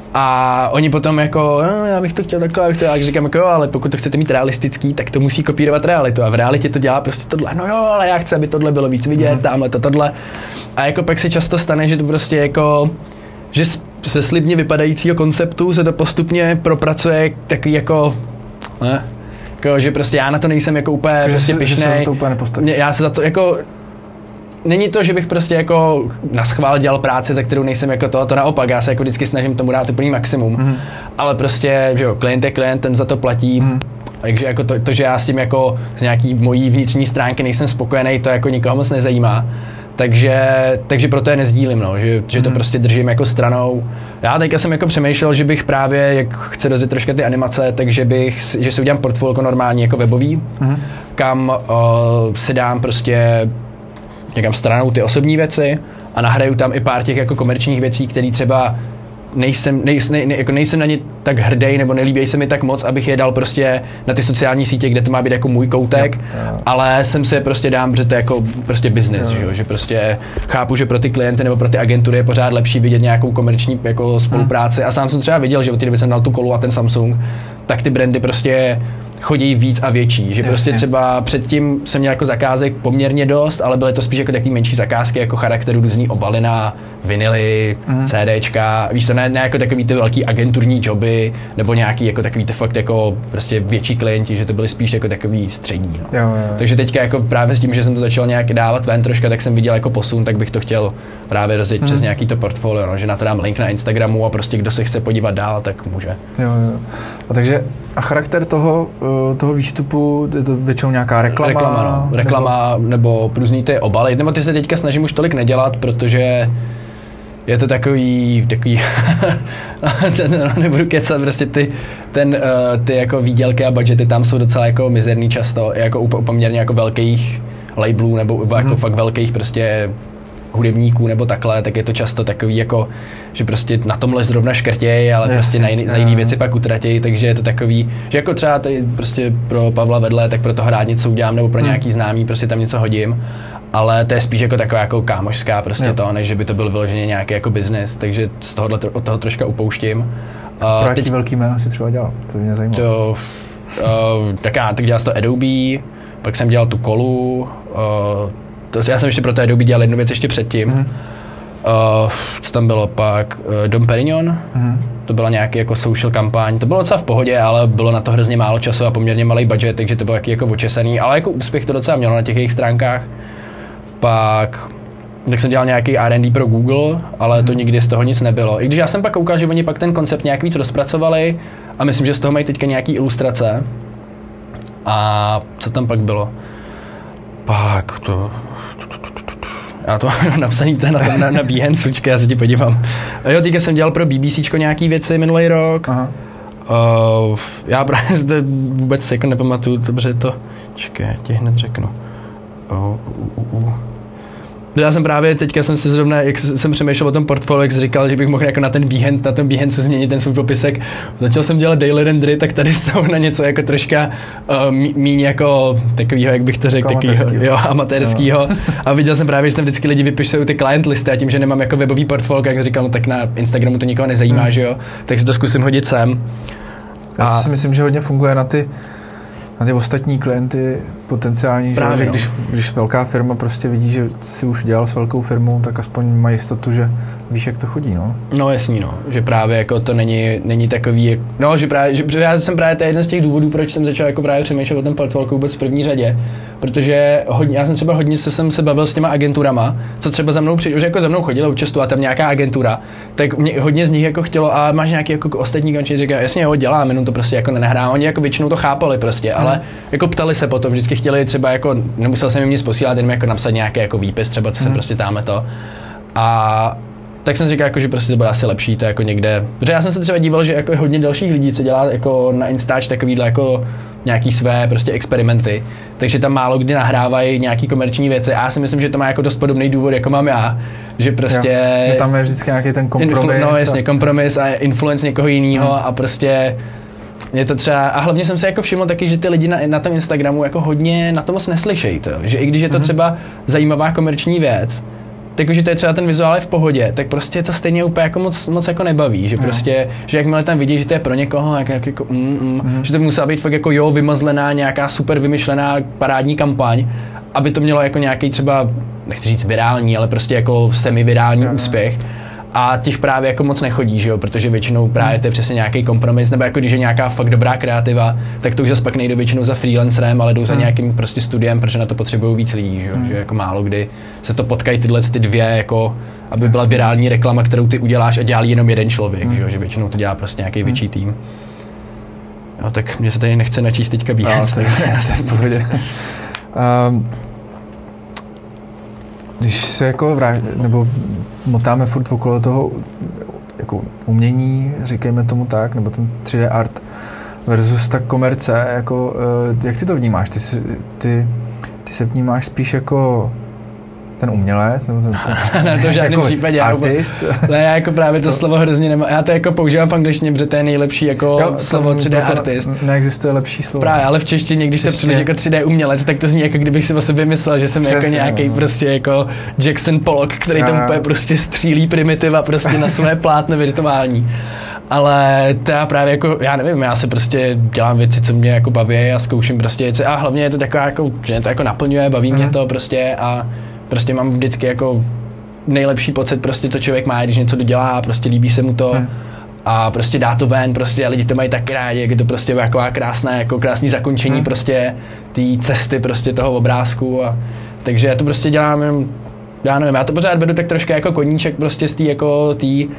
a oni potom jako, no, já bych to chtěl takhle, já bych to, já říkám jako jo, ale pokud to chcete mít realistický, tak to musí kopírovat realitu a v realitě to dělá prostě tohle, no jo, ale já chci, aby tohle bylo víc vidět, tamhle to tohle a jako pak se často stane, že to prostě jako, že se slibně vypadajícího konceptu se to postupně propracuje takový jako, ne, jako, že prostě já na to nejsem jako úplně prostě pyšnej. Já se za to jako není to, že bych prostě jako naschvál dělal práci, za kterou nejsem jako to, to naopak, já se jako vždycky snažím tomu dát úplný maximum, mm. ale prostě, že jo, klient je klient, ten za to platí, mm. takže jako to, to, že já s tím jako z nějaký mojí vnitřní stránky nejsem spokojený, to jako nikoho moc nezajímá. Takže, takže proto je nezdílím, no, že, že to mm. prostě držím jako stranou. Já teďka jsem jako přemýšlel, že bych právě, jak chci rozjet troška ty animace, takže bych, že si udělám portfolio normální jako webový, mm. kam uh, si dám prostě někam stranou ty osobní věci a nahraju tam i pár těch jako komerčních věcí, které třeba nejsem, nejsem, nej, jako nejsem na ně tak hrdý nebo nelíbí se mi tak moc, abych je dal prostě na ty sociální sítě, kde to má být jako můj koutek, jo, jo. ale jsem si je prostě dám, že to je jako prostě business, jo. Že, že prostě chápu, že pro ty klienty nebo pro ty agentury je pořád lepší vidět nějakou komerční jako spolupráci hmm. a sám jsem třeba viděl, že od té doby jsem dal tu Kolu a ten Samsung, tak ty brandy prostě chodí víc a větší, že Jasně. prostě třeba předtím jsem měl jako zakázek poměrně dost, ale byly to spíš jako takový menší zakázky jako charakteru různý obalina, vinily, mm. CDčka, víš co, ne, ne jako takový ty velký agenturní joby, nebo nějaký jako takový ty fakt jako prostě větší klienti, že to byly spíš jako takový střední, no. jo, jo. Takže teďka jako právě s tím, že jsem to začal nějak dávat ven troška, tak jsem viděl jako posun, tak bych to chtěl právě rozjet mm. přes nějaký to portfolio, no, že na to dám link na Instagramu a prostě kdo se chce podívat dál, tak může. Jo, jo. A takže A charakter toho, toho výstupu, je to většinou nějaká reklama? Reklama, no. Reklama nebo, nebo průzný ty obaly. Nebo ty se teďka snažím už tolik nedělat, protože je to takový, takový nebudu kecat, prostě ty, ten, ty jako výdělky a budžety tam jsou docela jako mizerný často, jako u poměrně jako velkých labelů nebo hmm. jako fakt velkých prostě hudebníků nebo takhle, tak je to často takový jako, že prostě na tomhle zrovna škrtěj, ale yes, prostě na jiný, za jiný věci pak utratěj, takže je to takový, že jako třeba tady prostě pro Pavla vedle, tak pro toho rád něco udělám nebo pro hmm. nějaký známý, prostě tam něco hodím, ale to je spíš jako taková jako kámošská prostě jo. to, než že by to byl vyloženě nějaký jako business, takže z tohohle od toho troška upouštím. Pro jaký velký jméno si třeba dělal? To mě zajímalo. To, uh, tak já tak dělal to Adobe, pak jsem dělal tu Kolu, uh, to, já jsem ještě pro to Adobe dělal jednu věc ještě předtím. Mm. Uh, co tam bylo pak? Uh, Dom Perignon, mm. to byla nějaký jako social kampaň, to bylo docela v pohodě, ale bylo na to hrozně málo času a poměrně malý budget, takže to bylo jaký jako očesaný, ale jako úspěch to docela mělo na těch jejich stránkách. Pak tak jsem dělal nějaký R and D pro Google, ale to nikdy z toho nic nebylo. I když já jsem pak koukal, že oni pak ten koncept nějak víc rozpracovali a myslím, že z toho mají teďka nějaký ilustrace. A co tam pak bylo? Pak to... Já to mám napsaný na, na, na Behance, počkej, já se ti podívám. Jo, teďka jsem dělal pro BBCčko nějaký věci minulý rok. Aha. Uh, já právě zde vůbec jako nepamatuju dobře to... Počkej, já ti hned řeknu. Uh, uh, uh. Já jsem právě teďka jsem si zrovna, jak jsem přemýšlel o tom portfoliu, jak jsi říkal, že bych mohl jako na ten Behance, na tom Behance změnit ten svůj popisek. Začal jsem dělat daily rendery, tak tady jsou na něco jako troška uh, míň jako takovýho, jak bych to řekl, takovýho, jo, amatérskýho. No. A viděl jsem právě, že tam vždycky lidi vypisují ty client listy a tím, že nemám jako webový portfolio, jak jsi říkal, no tak na Instagramu to nikoho nezajímá, hmm. že jo, tak si to zkusím hodit sem. A já si myslím, že hodně funguje na ty na ty ostatní klienty potenciální, právě, že když, když velká firma prostě vidí, že si už dělal s velkou firmou, tak aspoň má jistotu, že víš, jak to chodí, no. No jasný, no, že právě jako to není, není takový, no, že právě, že já jsem právě, to je jeden z těch důvodů, proč jsem začal jako právě přemýšlet o tom portfolio vůbec v první řadě, protože hodně, já jsem třeba hodně se jsem se bavil s těma agenturama, co třeba za mnou přijde, že jako za mnou chodila účestu a tam nějaká agentura, tak mě hodně z nich jako chtělo a máš nějaký jako ostatní končí, říká, jasně jo, dělám, jenom to prostě jako nenahrám, oni jako většinou to chápali prostě, ale hmm. jako ptali se potom, vždycky chtěli třeba jako, nemusel jsem jim nic posílat, jenom jako napsat nějaký jako výpis, třeba co hmm. se prostě táme to. A tak jsem říkal, jako, že prostě to bude asi lepší, to jako někde, protože já jsem se třeba díval, že jako hodně dalších lidí, co dělá jako na Instač takovýhle jako nějaký své prostě experimenty, takže tam málo kdy nahrávají nějaký komerční věci a já si myslím, že to má jako dost podobný důvod, jako mám já, že prostě... Jo, že tam je vždycky nějaký ten kompromis. Influ, no jasně, kompromis a influence někoho jiného hmm. a prostě je to třeba, a hlavně jsem se jako všiml taky, že ty lidi na, na tom Instagramu jako hodně na to moc neslyšejí, to, že i když je to hmm. třeba zajímavá komerční věc, takže to je třeba ten vizuál v pohodě, tak prostě to stejně úplně jako moc, moc jako nebaví, že prostě, mm. že jakmile tam vidí, že to je pro někoho, jak, jak jako, mm, mm, mm. že to musela být fakt jako jo, vymazlená, nějaká super vymyšlená parádní kampaň, aby to mělo jako nějaký třeba, nechci říct virální, ale prostě jako semi-virální mm. úspěch. A těch právě jako moc nechodí, že jo, protože většinou právě to je přesně nějaký kompromis, nebo jako když je nějaká fakt dobrá kreativa, tak to už zase pak nejdou většinou za freelancerem, ale jdou za nějakým prostě studiem, protože na to potřebují víc lidí, že jo, že jako málo kdy se to potkají tyhle ty dvě, jako aby byla virální reklama, kterou ty uděláš a dělá jenom jeden člověk, hmm. že jo, že většinou to dělá prostě nějaký hmm. větší tým. Jo, tak mě se tady nechce načíst teďka Behance, tak já se v pohodě. Um, když se jako vrát, nebo motáme furt okolo toho jako umění, říkejme tomu tak, nebo ten tři dé art versus ta komerce, jako, jak ty to vnímáš? Ty, ty, ty se vnímáš spíš jako ten umělec? Nebo ten, ten, ne, to v žádném jako případě. Artist? Ne, já jako právě to, to slovo hrozně nemám. Já to jako používám v angličtině, protože to je nejlepší jako jo, slovo tři dé artist. Neexistuje lepší slovo. Právě, ale v češtině, když to přijde jako tři dé umělec, tak to zní jako kdybych si o sobě myslel, že jsem přesně, jako nějaký no. prostě jako Jackson Pollock, který já, tam úplně prostě střílí primitiva prostě na své plátno virtuální. Ale to já právě jako, já nevím, já se prostě dělám věci, co mě jako baví a zkouším prostě věci a hlavně je to taková jako, že mě to jako naplňuje, baví mm. mě to prostě a prostě mám vždycky jako nejlepší pocit prostě, co člověk má, když něco dodělá a prostě líbí se mu to hmm. a prostě dá to ven, prostě a lidi to mají taky rádi, jak je to prostě taková krásná, jako krásný zakončení hmm. prostě té cesty prostě toho obrázku a takže já to prostě dělám jenom, já nevím, já to pořád beru tak trošku jako koníček prostě z té jako tý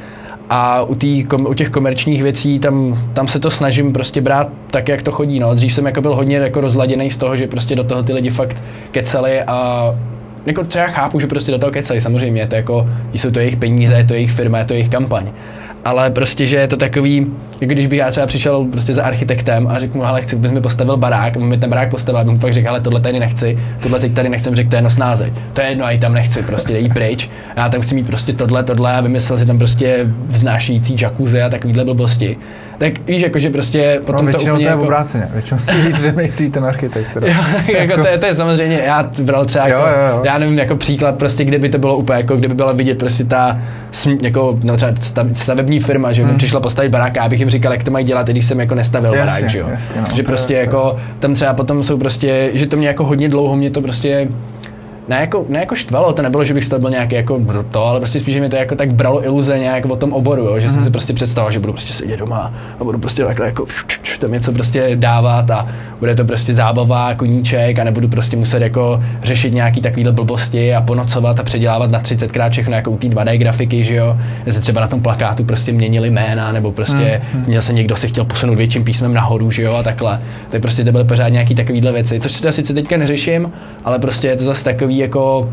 A u, tý, u těch komerčních věcí tam, tam se to snažím prostě brát tak, jak to chodí. No. Dřív jsem jako byl hodně jako rozladěný z toho, že prostě do toho ty lidi fakt kecali a jako třeba chápu, že prostě do toho kecali, samozřejmě, to jako, jsou to jejich peníze, je to jejich firma, je to jejich kampaň. Ale prostě, že je to takový, jako když bych já třeba přišel prostě za architektem a řekl mu, hele, chci, bys mi postavil barák, a mi ten barák postavil, a bych mu pak řekl, hele, tohle tady nechci, tohle si tady nechci, řekl, to je nosná zeď. To je jedno, a i tam nechci, prostě dej pryč. A já tam chci mít prostě tohle, tohle a vymyslel si tam prostě vznášející jacuzzi a takovýhle blbosti. Tak víš, jakože prostě potom no, to úplně to je jako... obráceně, většinou víc vymýšlí ten architekt. Teda. Jo, jako to, je, to je samozřejmě, já bral třeba jo, jako, jo, jo. já nevím, jako příklad prostě, kde by to bylo úplně, jako kdyby byla vidět prostě ta, jako no třeba stavební firma, že hmm. přišla postavit barák, já bych jim říkal, jak to mají dělat, i když jsem jako nestavil jasně, barák, že jo. Jasně, no, že prostě je, jako, to... tam třeba potom jsou prostě, že to mě jako hodně dlouho, mě to prostě Ne jako, ne jako štvalo, to nebylo, že bych to byl nějaký jako to, ale prostě spíš, že mi to jako tak bralo iluze nějak o tom oboru, jo? Že mm. jsem si prostě představoval, že budu prostě sedět doma a budu prostě takhle jako tam něco prostě dávat a bude to prostě zábava, koníček a nebudu prostě muset jako řešit nějaký takovýhle blbosti a ponocovat a předělávat na třicetkrát všechno jako u té dva dé grafiky, že jo, že se třeba na tom plakátu prostě měnili jména nebo prostě mm. měl se někdo si chtěl posunout větším písmem nahoru, že jo, a takhle. Tak prostě to byly pořád nějaký takovýhle věci, což teda sice teďka neřeším, ale prostě je to zase takový jako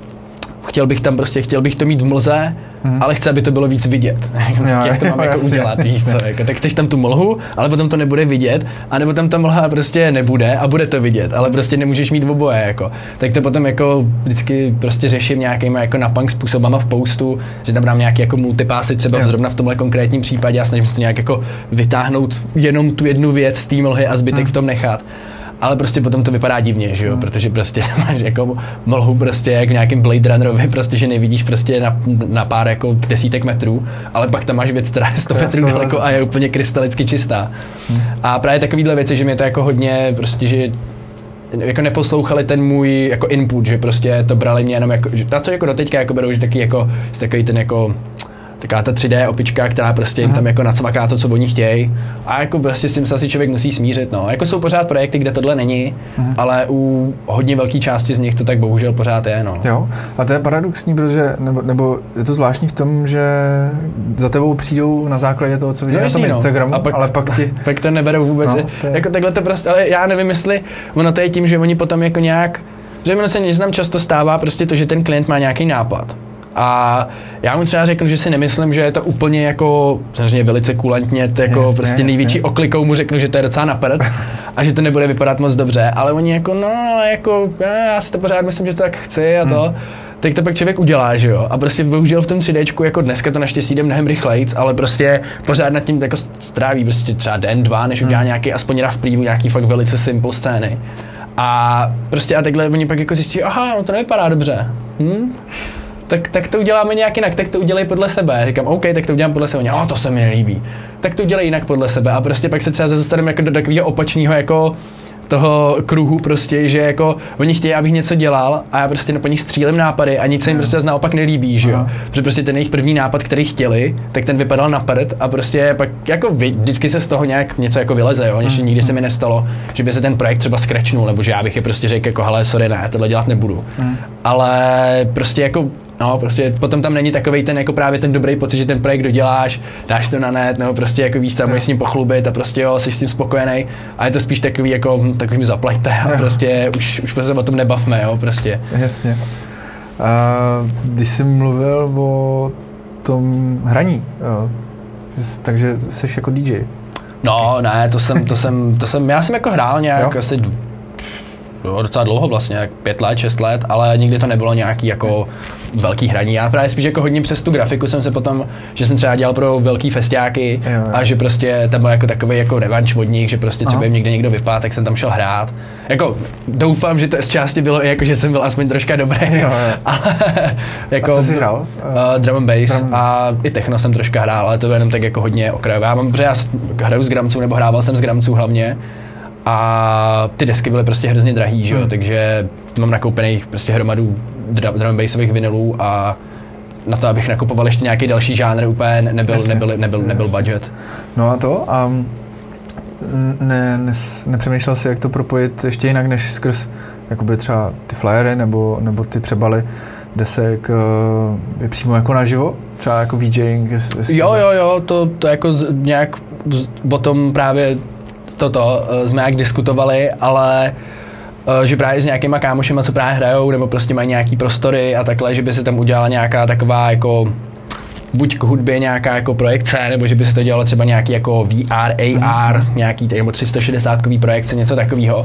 chtěl bych tam prostě, chtěl bych to mít v mlze, mm. ale chci, aby to bylo víc vidět. Jak to mám jako jasně, udělat, víš co, jako, tak chceš tam tu mlhu, ale potom to nebude vidět, anebo tam ta mlha prostě nebude a bude to vidět, ale prostě nemůžeš mít oboje, jako. Tak to potom jako vždycky prostě řeším nějakýma jako napunk způsobama v postu, že tam dám nějaký jako multipásy třeba jo. zrovna v tomhle konkrétním případě a snažím se to nějak jako vytáhnout jenom tu jednu věc z té mlhy a zbytek mm. v tom nechat. Ale prostě potom to vypadá divně, že jo, hmm. protože prostě máš jako mlhu prostě jak v nějakým Blade Runnerovi, prostě, že nevidíš prostě na, na pár jako desítek metrů, ale pak tam máš věc, která je sto metrů daleko a je úplně krystalicky čistá. Hmm. A právě takovýhle věci, že mě to jako hodně prostě, že jako neposlouchali ten můj jako input, že prostě to brali mě jenom jako, že ta co jako doteďka jako berou, že taky jako, takový ten jako taková ta tři dé opička, která prostě jim tam jako nacmaká to, co oni chtějí. A jako prostě s tím se asi člověk musí smířit, no. Jako jsou pořád projekty, kde tohle není, uh-huh. ale u hodně velké části z nich to tak bohužel pořád je, no. Jo, a to je paradoxní, protože, nebo, nebo je to zvláštní v tom, že za tebou přijdou na základě toho, co vidíš na tom Instagramu, no. pak, ale pak ti... Pak to neberou vůbec, no, to je... jako takhle to prostě, ale já nevím, jestli ono to je tím, že oni potom jako nějak, že ono se neznám často stává prostě to, že ten klient má nějaký nápad. A já mu třeba řeknu, že si nemyslím, že je to úplně jako, samozřejmě velice kulantně, to jako jasně, prostě největší jasně. oklikou mu řeknu, že to je docela na prd a že to nebude vypadat moc dobře, ale oni jako, no, ale jako, já si to pořád myslím, že to tak chci a to, hmm. tak to pak člověk udělá, že jo, a prostě bohužel v tom tři déčku, jako dneska to naštěstí jde mnohem rychlejc, ale prostě pořád nad tím jako stráví prostě třeba den, dva, než udělá hmm. nějaký, aspoň rough preview, nějaký fakt velice simple scény. A prostě a takhle oni pak jako zjistí, aha, no to nevypadá dobře, hm? Tak, tak to uděláme nějak jinak, tak to udělej podle sebe. Říkám, OK, tak to udělám podle sebe. Oni, oh, to se mi nelíbí. Tak to udělej jinak podle sebe. A prostě pak se třeba zastavím jako do takového opačného jako toho kruhu prostě, že jako oni chtějí, abych něco dělal a já prostě po nich střílím nápady a nic se jim prostě naopak nelíbí, že jo. Protože prostě ten jejich první nápad, který chtěli, tak ten vypadal na prd a prostě pak jako vždycky se z toho nějak něco jako vyleze, jo. Ještě nikdy se mi nestalo, že by se ten projekt třeba scratchnul, nebo že já bych je prostě řekl jako, hele, sorry, ne, tohle dělat nebudu. Mm. Ale prostě jako no, prostě potom tam není takovej ten jako právě ten dobrý pocit, že ten projekt doděláš, dáš to na net, nebo prostě jako víš, co můžeš s ním pochlubit a prostě jo, jsi s tím spokojený. A je to spíš takový jako, tak už mi zaplaťte a prostě už, už se o tom nebavme, jo, prostě. Jasně. A když jsi mluvil o tom hraní, jo, takže jsi jako dý džej. No, ne, to jsem, to jsem, to jsem, já jsem jako hrál nějak jo? asi docela dlouho vlastně, jak pět let, šest let, ale nikdy to nebylo nějaký jako velký hraní. Já právě spíš jako hodně přes tu grafiku jsem se potom, že jsem třeba dělal pro velký festiáky jo, jo. a že prostě tam byl jako takový jako revanš od nich, že prostě třeba jim někde někdo vypadl, tak jsem tam šel hrát. Jako doufám, že to z části bylo i jako, že jsem byl aspoň troška dobrý. Jo, jo. Ale, jako, a co jsi hrál? Uh, drum and bass drum. A i techno jsem troška hrál, ale to je jenom tak jako hodně okrajové. Já mám, protože já hraju z gramců, nebo hrával jsem z gramců hlavně. A ty desky byly prostě hrozně drahý, že jo, hmm. takže mám nakoupených prostě hromadu drum and bassových vinylů a na to, abych nakupoval ještě nějaký další žánr, úplně nebyl, Jasně. nebyl, nebyl, nebyl budget. No a to? A ne, ne, nepřemýšlel jsi, jak to propojit ještě jinak, než skrz jakoby třeba ty flyery nebo, nebo ty přebaly desek je přímo jako naživo? třeba jako VJing? Jestli... Jo, jo, jo, to, to jako z, nějak o tom právě toto jsme jak diskutovali, ale že právě s nějakýma kámošema, co právě hrajou, nebo prostě mají nějaký prostory a takhle, že by se tam udělala nějaká taková jako buď k hudbě nějaká jako projekce, nebo že by se to dělalo třeba nějaký jako V R, A R, mm-hmm. nějaký nebo tři sta šedesátkový projekce, něco takového.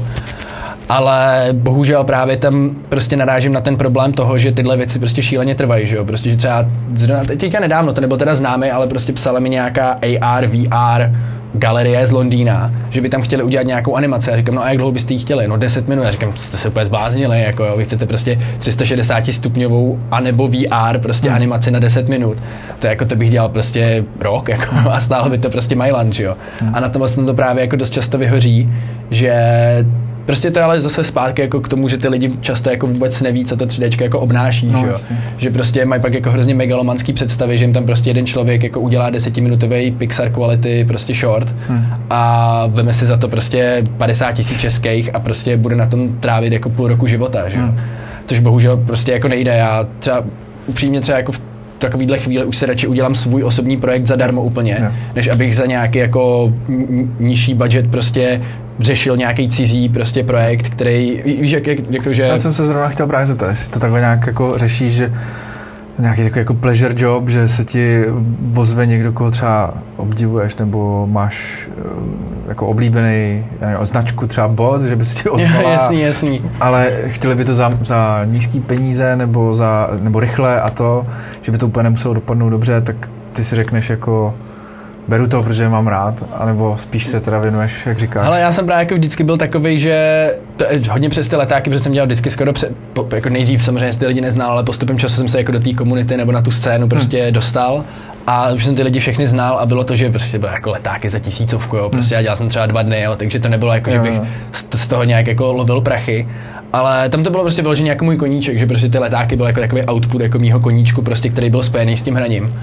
Ale bohužel právě tam prostě narážím na ten problém toho, že tyhle věci prostě šíleně trvají, že jo, prostě, že třeba teďka nedávno, to nebylo teda známý, ale prostě psala mi nějaká A R, V R galerie z Londýna, že by tam chtěli udělat nějakou animaci. Já říkám, no a jak dlouho byste ji chtěli? No deset minut. Já říkám, jste se úplně zbláznili, jako jo, vy chcete prostě tři sta šedesát stupňovou anebo V R prostě hmm. animaci na deset minut. To jako to bych dělal prostě rok, jako a stálo by to prostě Mailand, že jo. Hmm. A na tom vlastně to právě jako dost často vyhoří, že prostě to je ale zase zpátky jako k tomu, že ty lidi často jako vůbec neví, co to tři déčko jako obnáší, no, že jo. Že prostě mají pak jako hrozně megalomanský představy, že jim tam prostě jeden člověk jako udělá desetiminutový Pixar quality prostě short hmm. a veme si za to prostě padesát tisíc českých a prostě bude na tom trávit jako půl roku života, že jo. Hmm. Což bohužel prostě jako nejde. Já třeba upřímně třeba jako v takovýhle chvíli už se radši udělám svůj osobní projekt zadarmo úplně, no. než abych za nějaký jako nižší budget prostě řešil nějaký cizí prostě projekt, který, víš, jak, jak, jako, že... Já jsem se zrovna chtěl právě zeptat, jestli to takhle nějak jako řešíš, že nějaký takový jako pleasure job, že se ti ozve někdo, koho třeba obdivuješ, nebo máš jako oblíbený značku třeba bot, že by se ti ozvala, jasný, jasný. ale chtěli by to za, za nízký peníze nebo, za, nebo rychle a to, že by to úplně nemuselo dopadnout dobře, tak ty si řekneš jako beru to, protože mám rád, anebo spíš se teda věnuješ, jak říkáš. Ale já jsem právě jako vždycky byl takovej, že to je hodně přes ty letáky, protože jsem dělal vždycky skoro před, po, jako nejdřív samozřejmě ty lidi neznal, ale postupem času jsem se jako do té komunity nebo na tu scénu prostě hmm. dostal a už jsem ty lidi všechny znal a bylo to, že prostě byly jako letáky za tisícovku, jo, prostě hmm. já dělal jsem třeba dva dny, jo, takže to nebylo jako, jo, že bych z, z toho nějak jako lovil prachy. Ale tam to bylo prostě vyloženě jako můj koníček, že prostě ty letáky byly jako takový output jako mýho koníčku, prostě, který byl spojený s tím hraním.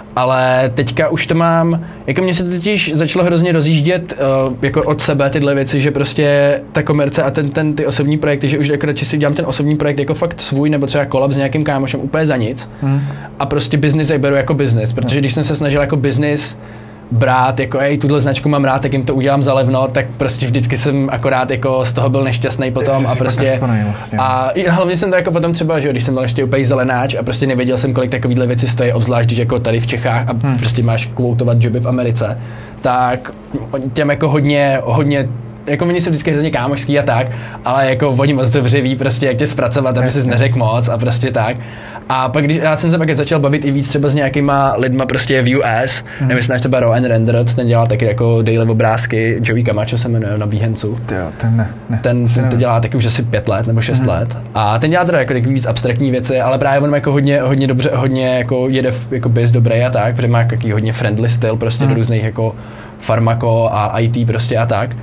Ale teďka už to mám, jako mě se totiž začalo hrozně rozjíždět uh, jako od sebe tyhle věci, že prostě ta komerce a ten, ten ty osobní projekty, že už jako radši si udělám ten osobní projekt jako fakt svůj nebo třeba kolab s nějakým kámošem úplně za nic hmm. a prostě business jak beru jako business, protože když jsem se snažil jako business brát, jako ej, tuhle značku mám rád, tak jim to udělám za levno, tak prostě vždycky jsem akorát jako z toho byl nešťastný potom a prostě vlastně. a hlavně jsem to jako potom třeba, že když jsem byl ještě úplně zelenáč a prostě nevěděl jsem, kolik takovýhle věci stojí, obzvlášť když jako tady v Čechách a hmm. prostě máš kvoutovat joby v Americe, tak těm jako hodně, hodně jako oni se vždycky hrozně kámošský a tak, ale jako oni moc dobře ví prostě, jak tě zpracovat, aby ses neřekl moc a prostě tak. A pak když já jsem se pak začal bavit i víc třeba s nějakýma lidma prostě v U S, hmm. nevím, znáš třeba Raw and Rendered, ten dělá taky jako daily obrázky, Joey Camacho se jmenuje na Behanceu. Ten ne, ne. Ten, ten to dělá taky už asi pět let nebo šest hmm. let. A ten dělá teda jako víc abstraktní věci, ale právě on má jako hodně, hodně dobře, hodně jako jede jako biz dobrý a tak, protože má jaký hodně friendly styl prostě hmm. do různých jako farmako a I T prostě a tak.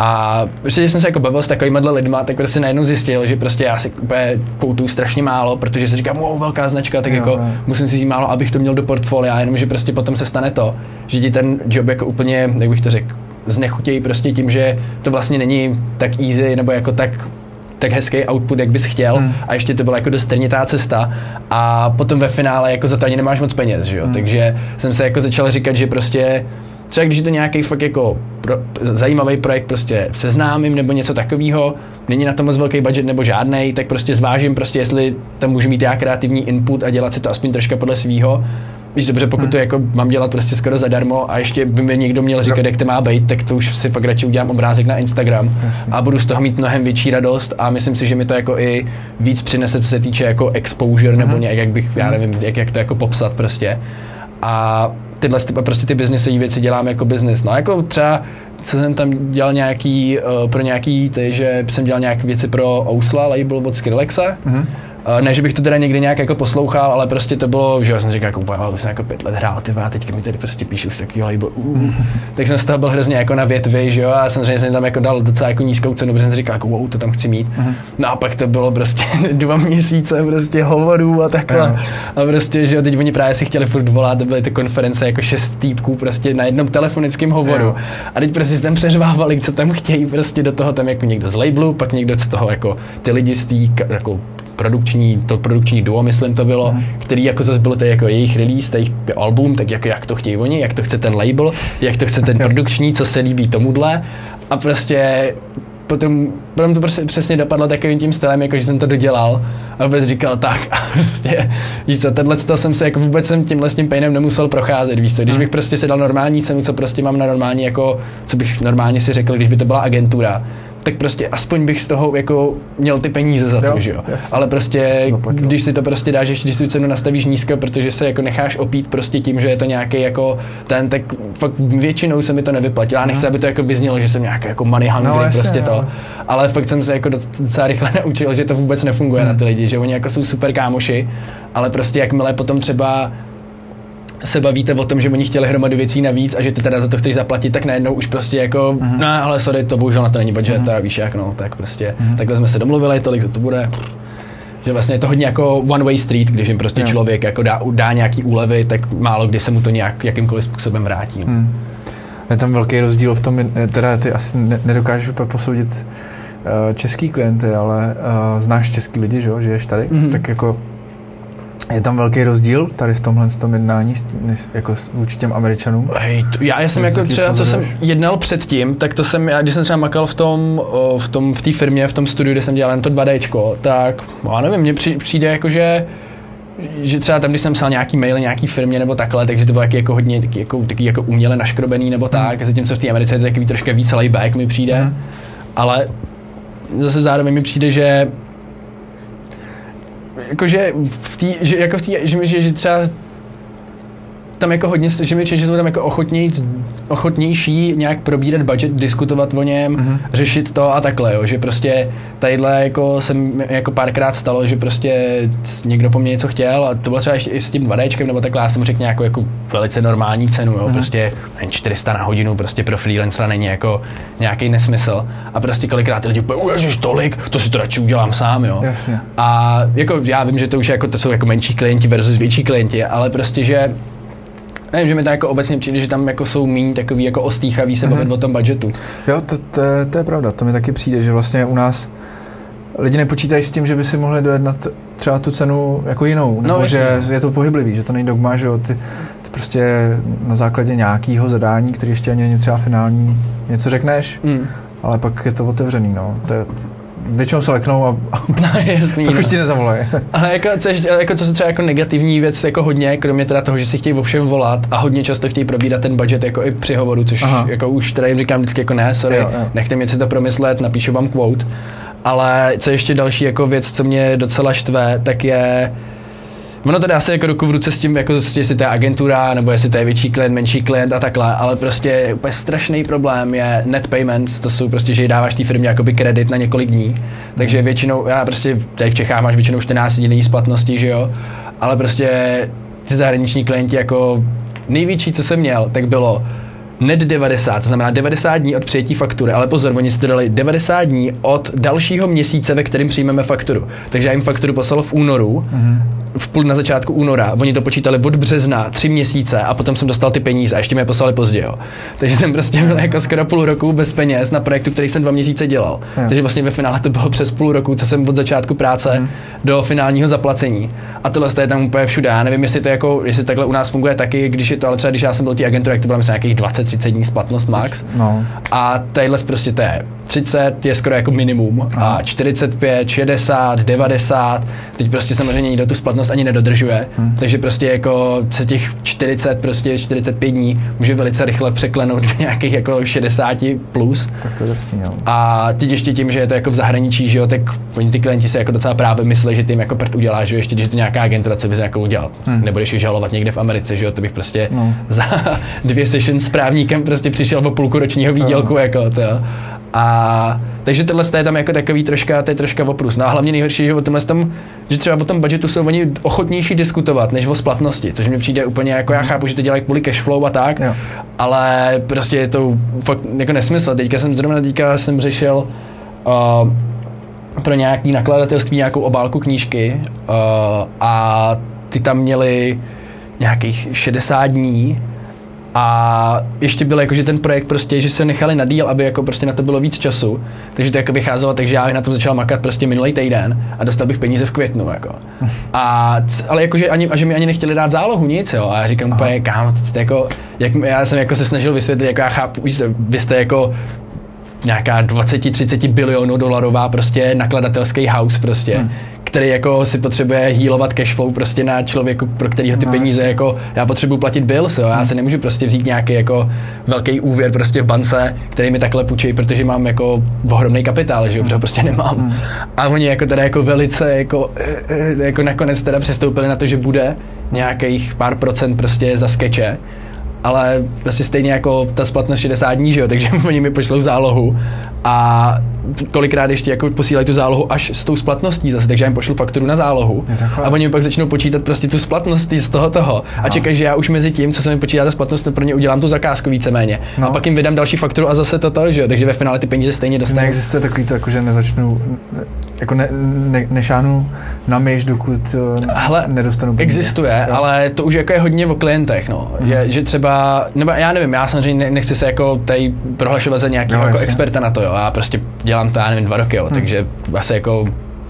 A když jsem se jako bavil s takovýma lidma, tak prostě najednou zjistil, že prostě já si úplně koutuju strašně málo, protože si říkám, wow, velká značka, tak jo, jako jo. musím si jít málo, abych to měl do portfolia, jenomže prostě potom se stane to, že ti ten job jako úplně, jak bych to řekl, znechutějí prostě tím, že to vlastně není tak easy, nebo jako tak tak hezký output, jak bys chtěl hmm. a ještě to byla jako dost trnitá cesta a potom ve finále jako za to ani nemáš moc peněz, že jo, hmm. takže jsem se jako začal říkat, že prostě třeba když je to nějaký fakt jako pro, zajímavý projekt prostě seznámím nebo něco takového, není na to moc velký budget nebo žádnej, tak prostě zvážím prostě, jestli tam můžu mít já kreativní input a dělat si to aspoň troška podle svýho. Víš dobře, pokud hmm. to jako mám dělat prostě skoro zadarmo a ještě by mi někdo měl říkat, jak to má být, tak to už si fakt radši udělám obrázek na Instagram a budu z toho mít mnohem větší radost a myslím si, že mi to jako i víc přinese, co se týče jako exposure nebo nějak, jak bych, já nevím, jak, jak to jako popsat prostě. A tyhle prostě ty biznisové věci dělám jako biznis. No jako třeba, co jsem tam dělal nějaký, uh, pro nějaký, ty, že jsem dělal nějaké věci pro Ousla, label od Skrillexe. Mm-hmm. Uh, ne, že bych to teda někdy nějak jako poslouchal, ale prostě to bylo, že já jsem říkal, jako, wow, už jsem jako pět let hrál, ty a teďka mi tady prostě píšu z takového labelu. Uh. Tak jsem z toho byl hrozně jako na větvi, že jo, a samozřejmě jsem tam jako dal docela jako nízkou cenu, protože jsem říkal, jako wow, to tam chci mít. Mm-hmm. No a pak to bylo prostě dva měsíce prostě hovorů a takhle. Yeah. A prostě, že jo, teď oni právě si chtěli furt volat, to byly ty konference jako šest týpků prostě na jednom telefonickém hovoru. Yeah. A teď prostě si tam přeřvávali, co tam chtějí prostě do toho, tam jako někdo z labelu, pak někdo z toho jako ty lidi z té jako produkční, to produkční duo, myslím to bylo, mm. který jako zase bylo to jako jejich release, jejich album, tak jako jak to chtějí oni, jak to chce ten label, jak to chce ten produkční, co se líbí tomuhle a prostě potom, potom to prostě přesně dopadlo takovým tím stylem, jako že jsem to dodělal a vůbec říkal tak a prostě, víš co, tenhle to jsem se jako vůbec jsem tímhle s tím painem nemusel procházet, víš co, když bych prostě si dal normální cenu, co prostě mám na normální, jako, co bych normálně si řekl, když by to byla agentura, tak prostě aspoň bych z toho jako měl ty peníze za to, jo, že jo. Jasný. Ale prostě, když si to prostě dáš, ještě když si tu cenu nastavíš nízko, protože se jako necháš opít prostě tím, že je to nějaký jako ten, tak fakt většinou se mi to nevyplatilo. Já nechci, aby to jako vyznělo, že jsem nějaký jako money hungry, no, jasně, prostě to. No. Ale fakt jsem se jako docela rychle naučil, že to vůbec nefunguje hmm. na ty lidi, že oni jako jsou super kámoši, ale prostě jakmile potom třeba se bavíte o tom, že oni chtěli hromadu věcí navíc a že ty teda za to chceš zaplatit, tak najednou už prostě jako, uh-huh. no ale sorry, to bohužel na to není budget uh-huh. a víš jak, no, tak prostě, uh-huh. takhle jsme se domluvili, tolik to bude. Že vlastně je to hodně jako one way street, když jim prostě yeah. člověk jako dá, dá nějaký úlevy, tak málo kdy se mu to nějak, jakýmkoliv způsobem vrátí. Hmm. Je tam velký rozdíl v tom, teda ty asi nedokážeš úplně posoudit uh, český klienty, ale uh, znáš český lidi, že jo, žiješ tady, mm-hmm. tak jako je tam velký rozdíl tady v tomhle tom jednání jako vůči těm Američanům? Hej, to, já, já jsem jako třeba, co jsem jednal předtím, tak to jsem, já, když jsem třeba makal v tom, v tom, v té firmě, v tom studiu, kde jsem dělal jen to dva déčko, tak, já nevím, mně přijde jako, že že třeba tam, když jsem psal nějaký mail nějaký firmě nebo takhle, takže to bylo taky jako hodně taky jako, taky jako uměle naškrobený nebo tak, mm. zatímco v té Americe je to takový troška víc layback mi přijde, mm. ale zase zároveň mi přijde, že jakože v tý, že jako v tý, že, že, že třeba tam jako hodně, že mi přijde, že jsou tam jako ochotněj, ochotnější nějak probírat budget, diskutovat o něm, mm-hmm. řešit to a takhle, jo, že prostě tadyhle jako jsem jako párkrát stalo, že prostě někdo po mně něco chtěl a to bylo třeba ještě i s tím dvadéčkem nebo takhle, já jsem řekl nějakou jako velice normální cenu, jo, mm-hmm. prostě čtyři sta na hodinu, prostě pro freelancera není jako nějaký nesmysl a prostě kolikrát ty lidi povědí, ježiš tolik, to si to radši udělám sám, jo. Jasně. A jako já vím, že to už je jako, to jsou jako menší klienti versus větší klienti, ale prostě, že nevím, že mi to jako obecně přijde, že tam jako jsou míň takový jako ostýchaví se bavit mm-hmm. o tom budgetu. Jo, to, to, to je pravda, to mi taky přijde, že vlastně u nás lidi nepočítají s tím, že by si mohli dojednat třeba tu cenu jako jinou, nebo no, že je to pohyblivý, že to není dogma, že jo, ty, ty prostě na základě nějakého zadání, který ještě ani není třeba finální, něco řekneš, mm. ale pak je to otevřený, no, to je, většinou se leknou a, a no, jasný, pak no. už ti nezavolají. Ale jako, co, jako, co se třeba jako negativní věc jako hodně, kromě teda toho, že si chtějí o všem volat a hodně často chtějí probírat ten budget jako i při hovoru, což Aha. jako už teda jim říkám vždycky jako ne, sorry, jo, jo. nechte mě si to promyslet, napíšu vám quote. Ale co ještě další jako věc, co mě docela štve, tak je ono to dá se jako ruku v ruce s tím, jako jestli to je agentura, nebo jestli to je větší klient, menší klient a takhle, ale prostě úplně strašný problém je net payments, to jsou prostě, že dáváš té firmě jakoby kredit na několik dní, takže většinou, já prostě tady v Čechách máš většinou čtrnáct dní splatnosti, že jo, ale prostě ty zahraniční klienti jako největší, co jsem měl, tak bylo net devadesát, to znamená devadesát dní od přijetí faktury, ale pozor, oni si to dali devadesát dní od dalšího měsíce, ve kterém přijmeme fakturu. Takže já jim fakturu poslal v únoru, mm-hmm. v půl na začátku února, oni to počítali od března, tři měsíce a potom jsem dostal ty peníze a ještě mi je poslali později. Takže jsem prostě byl jako skoro půl roku bez peněz na projektu, který jsem dva měsíce dělal. Mm. Takže vlastně ve finále to bylo přes půl roku, co jsem od začátku práce mm. do finálního zaplacení. A tohle je tam úplně všude. Já nevím, jestli to jako, jestli takhle u nás funguje taky, když je to, ale třeba když já jsem byl té agentury, jak to bylo myslím nějakých dvacet třicet dní splatnost max. No. A tadyhle prostě to je třicet je skoro jako minimum Aha. a čtyřicet pět, šedesát, devadesát, teď prostě samozřejmě nikdo tu splatnost ani nedodržuje, hmm. takže prostě jako se těch čtyřicet, prostě čtyřicet pět dní může velice rychle překlenout do nějakých jako šedesát plus. Tak to drsný, jo. A teď ještě tím, že je to jako v zahraničí, že jo, tak oni ty klienti si jako docela právě myslí, že ty jim jako prd uděláš, že jo, ještě když je to nějaká agentura, co bys jako udělal. Hmm. Nebudeš je žalovat někde v Americe, že jo, to bych prostě no. za dvě sessions s právníkem prostě přišel o půlku ročního výdělku, no. jako to. A takže tohle je tam jako takový troška, to je troška oprus. No a hlavně nejhorší, že o tomhle tom, že třeba o tom budgetu jsou oni ochotnější diskutovat, než o splatnosti, což mi přijde úplně jako, já chápu, že to dělají kvůli cashflow a tak, jo. ale prostě je to fakt jako nesmysl. Teďka jsem zrovna teďka jsem řešil uh, pro nějaký nakladatelství nějakou obálku knížky uh, a ty tam měli nějakých šedesát dní A ještě bylo jako, že ten projekt prostě, že se nechali na díl, aby jako prostě na to bylo víc času. Takže to jako vycházelo tak, že já na tom začal makat prostě minulý týden a dostal bych peníze v květnu jako. A, ale jakože ani, a že mi ani nechtěli dát zálohu, nic jo. A já říkám úplně, kámo, jako, jak, já jsem jako se snažil vysvětlit, jako já chápu, že vy jste jako nějaká dvacet třicet bilionů dolarová prostě nakladatelský house prostě, hmm. který jako si potřebuje healovat cashflow prostě na člověku, pro kterýho ty no, peníze jako, já potřebuji platit bills, jo, já hmm. se nemůžu prostě vzít nějaký jako velký úvěr prostě v bance, který mi takhle půjčí, protože mám jako ohromný kapitál, že jo, protože ho prostě nemám. Hmm. A oni jako teda jako velice jako, jako nakonec teda přistoupili na to, že bude nějakých pár procent prostě za skeče. Ale prostě stejně jako ta splatnost šedesát dní, že jo, takže oni mi pošlou zálohu a kolikrát ještě jako posílají tu zálohu až s tou splatností zase, takže já jim pošlu fakturu na zálohu a oni mi pak začnou počítat prostě tu splatnost z toho toho a čekají, že já už mezi tím, co se mi počítá ta splatnost, pro ně udělám tu zakázku víceméně no. A pak jim vydám další fakturu a zase toto, že jo, takže ve finále ty peníze stejně dostanou. Neexistuje takový to, jako že nezačnu, jako ne, ne, nešáhnu na myš, dokud Hele, nedostanu peníze. Existuje, jo? Ale to už jako je hodně o klientech, no, hmm. že, že třeba, nebo já nevím, já samozřejmě nechci se jako tady prohlašovat za nějakého jako experta na to, jo, já prostě dělám to, já nevím, dva roky, jo, hmm. takže asi jako,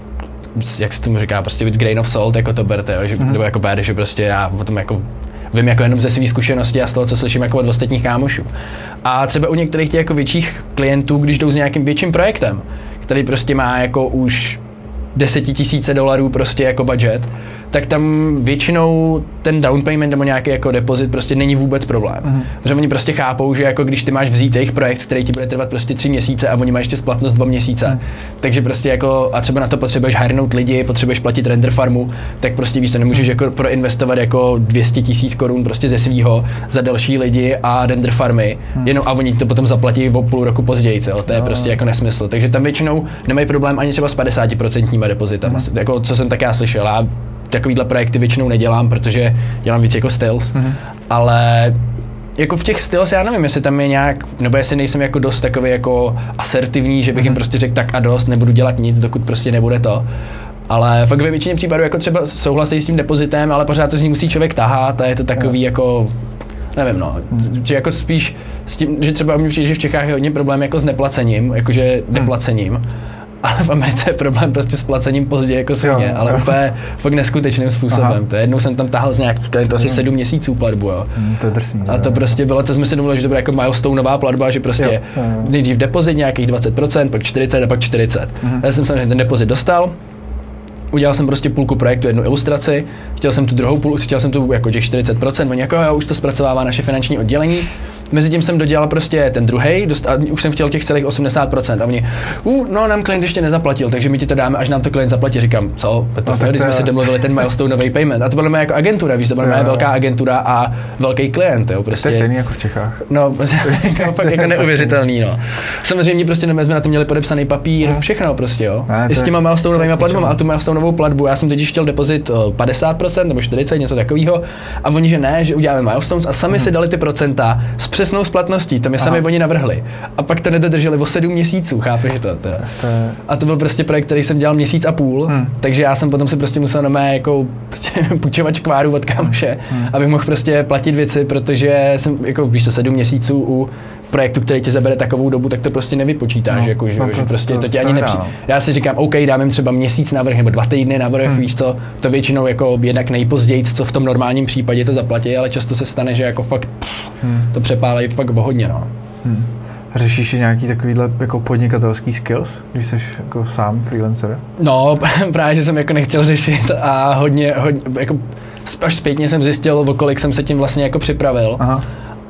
jak se tomu říká, prostě with grain of salt, jako to berte, jo, že, hmm. nebo jako bere, že prostě já o tom jako vím jako jenom ze svých zkušeností a z toho, co slyším jako od ostatních kámošů. A třeba u některých těch jako větších klientů, když jdou s nějakým větším projektem, který prostě má jako už desetitisíce dolarů prostě jako budget, tak tam většinou ten down payment nebo nějaký jako depozit prostě není vůbec problém. Mm. Protože oni prostě chápou, že jako když ty máš vzít jejich projekt, který ti bude trvat prostě tři měsíce a oni mají ještě splatnost dva měsíce, mm. takže prostě jako a třeba na to potřebuješ hirenout lidi, potřebuješ platit render farmu, tak prostě víš, to nemůžeš jako proinvestovat jako dvě stě tisíc korun prostě ze svýho za další lidi a render farmy, mm. jenom a oni to potom zaplatí o půl roku později, co? To je no. prostě jako nesmysl. Takže tam většinou nemají problém ani třeba s padesáti procentníma depozitama, mm. jako co jsem tak já slyšel. A takovýhle projekty většinou nedělám, protože dělám víc jako styles, mm-hmm. ale jako v těch styles já nevím, jestli tam je nějak, nebo jestli nejsem jako dost takový jako asertivní, že bych mm-hmm. jim prostě řekl tak a dost, nebudu dělat nic, dokud prostě nebude to. Ale fakt ve většině případů jako třeba souhlasí s tím depozitem, ale pořád to z ní musí člověk tahat a je to takový jako, nevím no, že jako spíš s tím, že třeba mi přijde, že v Čechách je hodně problém jako s neplacením, jakože neplacením. Ale v Americe je problém prostě s placením pozdě jako svině, ale úplně fakt neskutečným způsobem. Aha. To jednou jsem tam tahal z nějakých klientů asi sedm měsíců platbu, jo. Mm, to je drsný. A to prostě bylo, to jsme si domluvili, že to bude jako milestoneová platba, že prostě jo, jo, jo. nejdřív depozit nějakých dvacet procent, pak čtyřicet procent a pak čtyřicet procent. Mm. Já jsem samozřejmě ten depozit dostal, udělal jsem prostě půlku projektu, jednu ilustraci, chtěl jsem tu druhou půlku, chtěl jsem tu jako těch čtyřicet procent, oni jako jo, už to zpracovává naše finanční oddělení. Mezitím jsem dodělal prostě ten druhej, a už jsem chtěl těch celých osmdesát procent a oni, uh, no nám klient ještě nezaplatil, takže my ti to dáme, až nám to klient zaplatí. Říkám, co? To no, když jsme si domluvili ten milestoneový payment. A to byla moje jako agentura, víš, to byla moje velká agentura a velký klient, jo, prostě. To je stejný jako v Čechách. No, jako, fakt jako neuvěřitelný, no. Samozřejmě prostě jsme na to měli podepsaný papír, všechno prostě, jo. Ne, I s těma milestoneovými platbami a tu milestoneovou platbu, já jsem teď chtěl depozit padesát procent nebo čtyřicet procent, něco takového, a oni že ne, že uděláme milestones a sami hmm. si dali ty procenta přesnou splatností, to mi sami oni navrhli. A pak to nedodrželi o sedm měsíců, chápeš to? to. to je... A to byl prostě projekt, který jsem dělal měsíc a půl, hmm. takže já jsem potom si prostě musel na mé jako prostě půjčovat škváru od kámoše, hmm. abych mohl prostě platit věci, protože jsem jako víš to sedm měsíců u projektu, který ti zabere takovou dobu, tak to prostě nevypočítáš, no, jako, že, no to, že prostě to, to, to ti ani nepři... Já si říkám, OK, dám jim třeba měsíc navrh nebo dva týdny navrh, hmm. víš co, to většinou jako jednak nejpozději, co v tom normálním případě to zaplatí, ale často se stane, že jako fakt hmm. to přepálejí fakt o hodně, no. Hmm. Řešíš nějaký takovýhle jako podnikatelský skills, když jsi jako sám freelancer? No, právě, že jsem jako nechtěl řešit a hodně, hodně jako až zpětně jsem zjistil, o kolik jsem se tím vlastně jako připravil. Aha.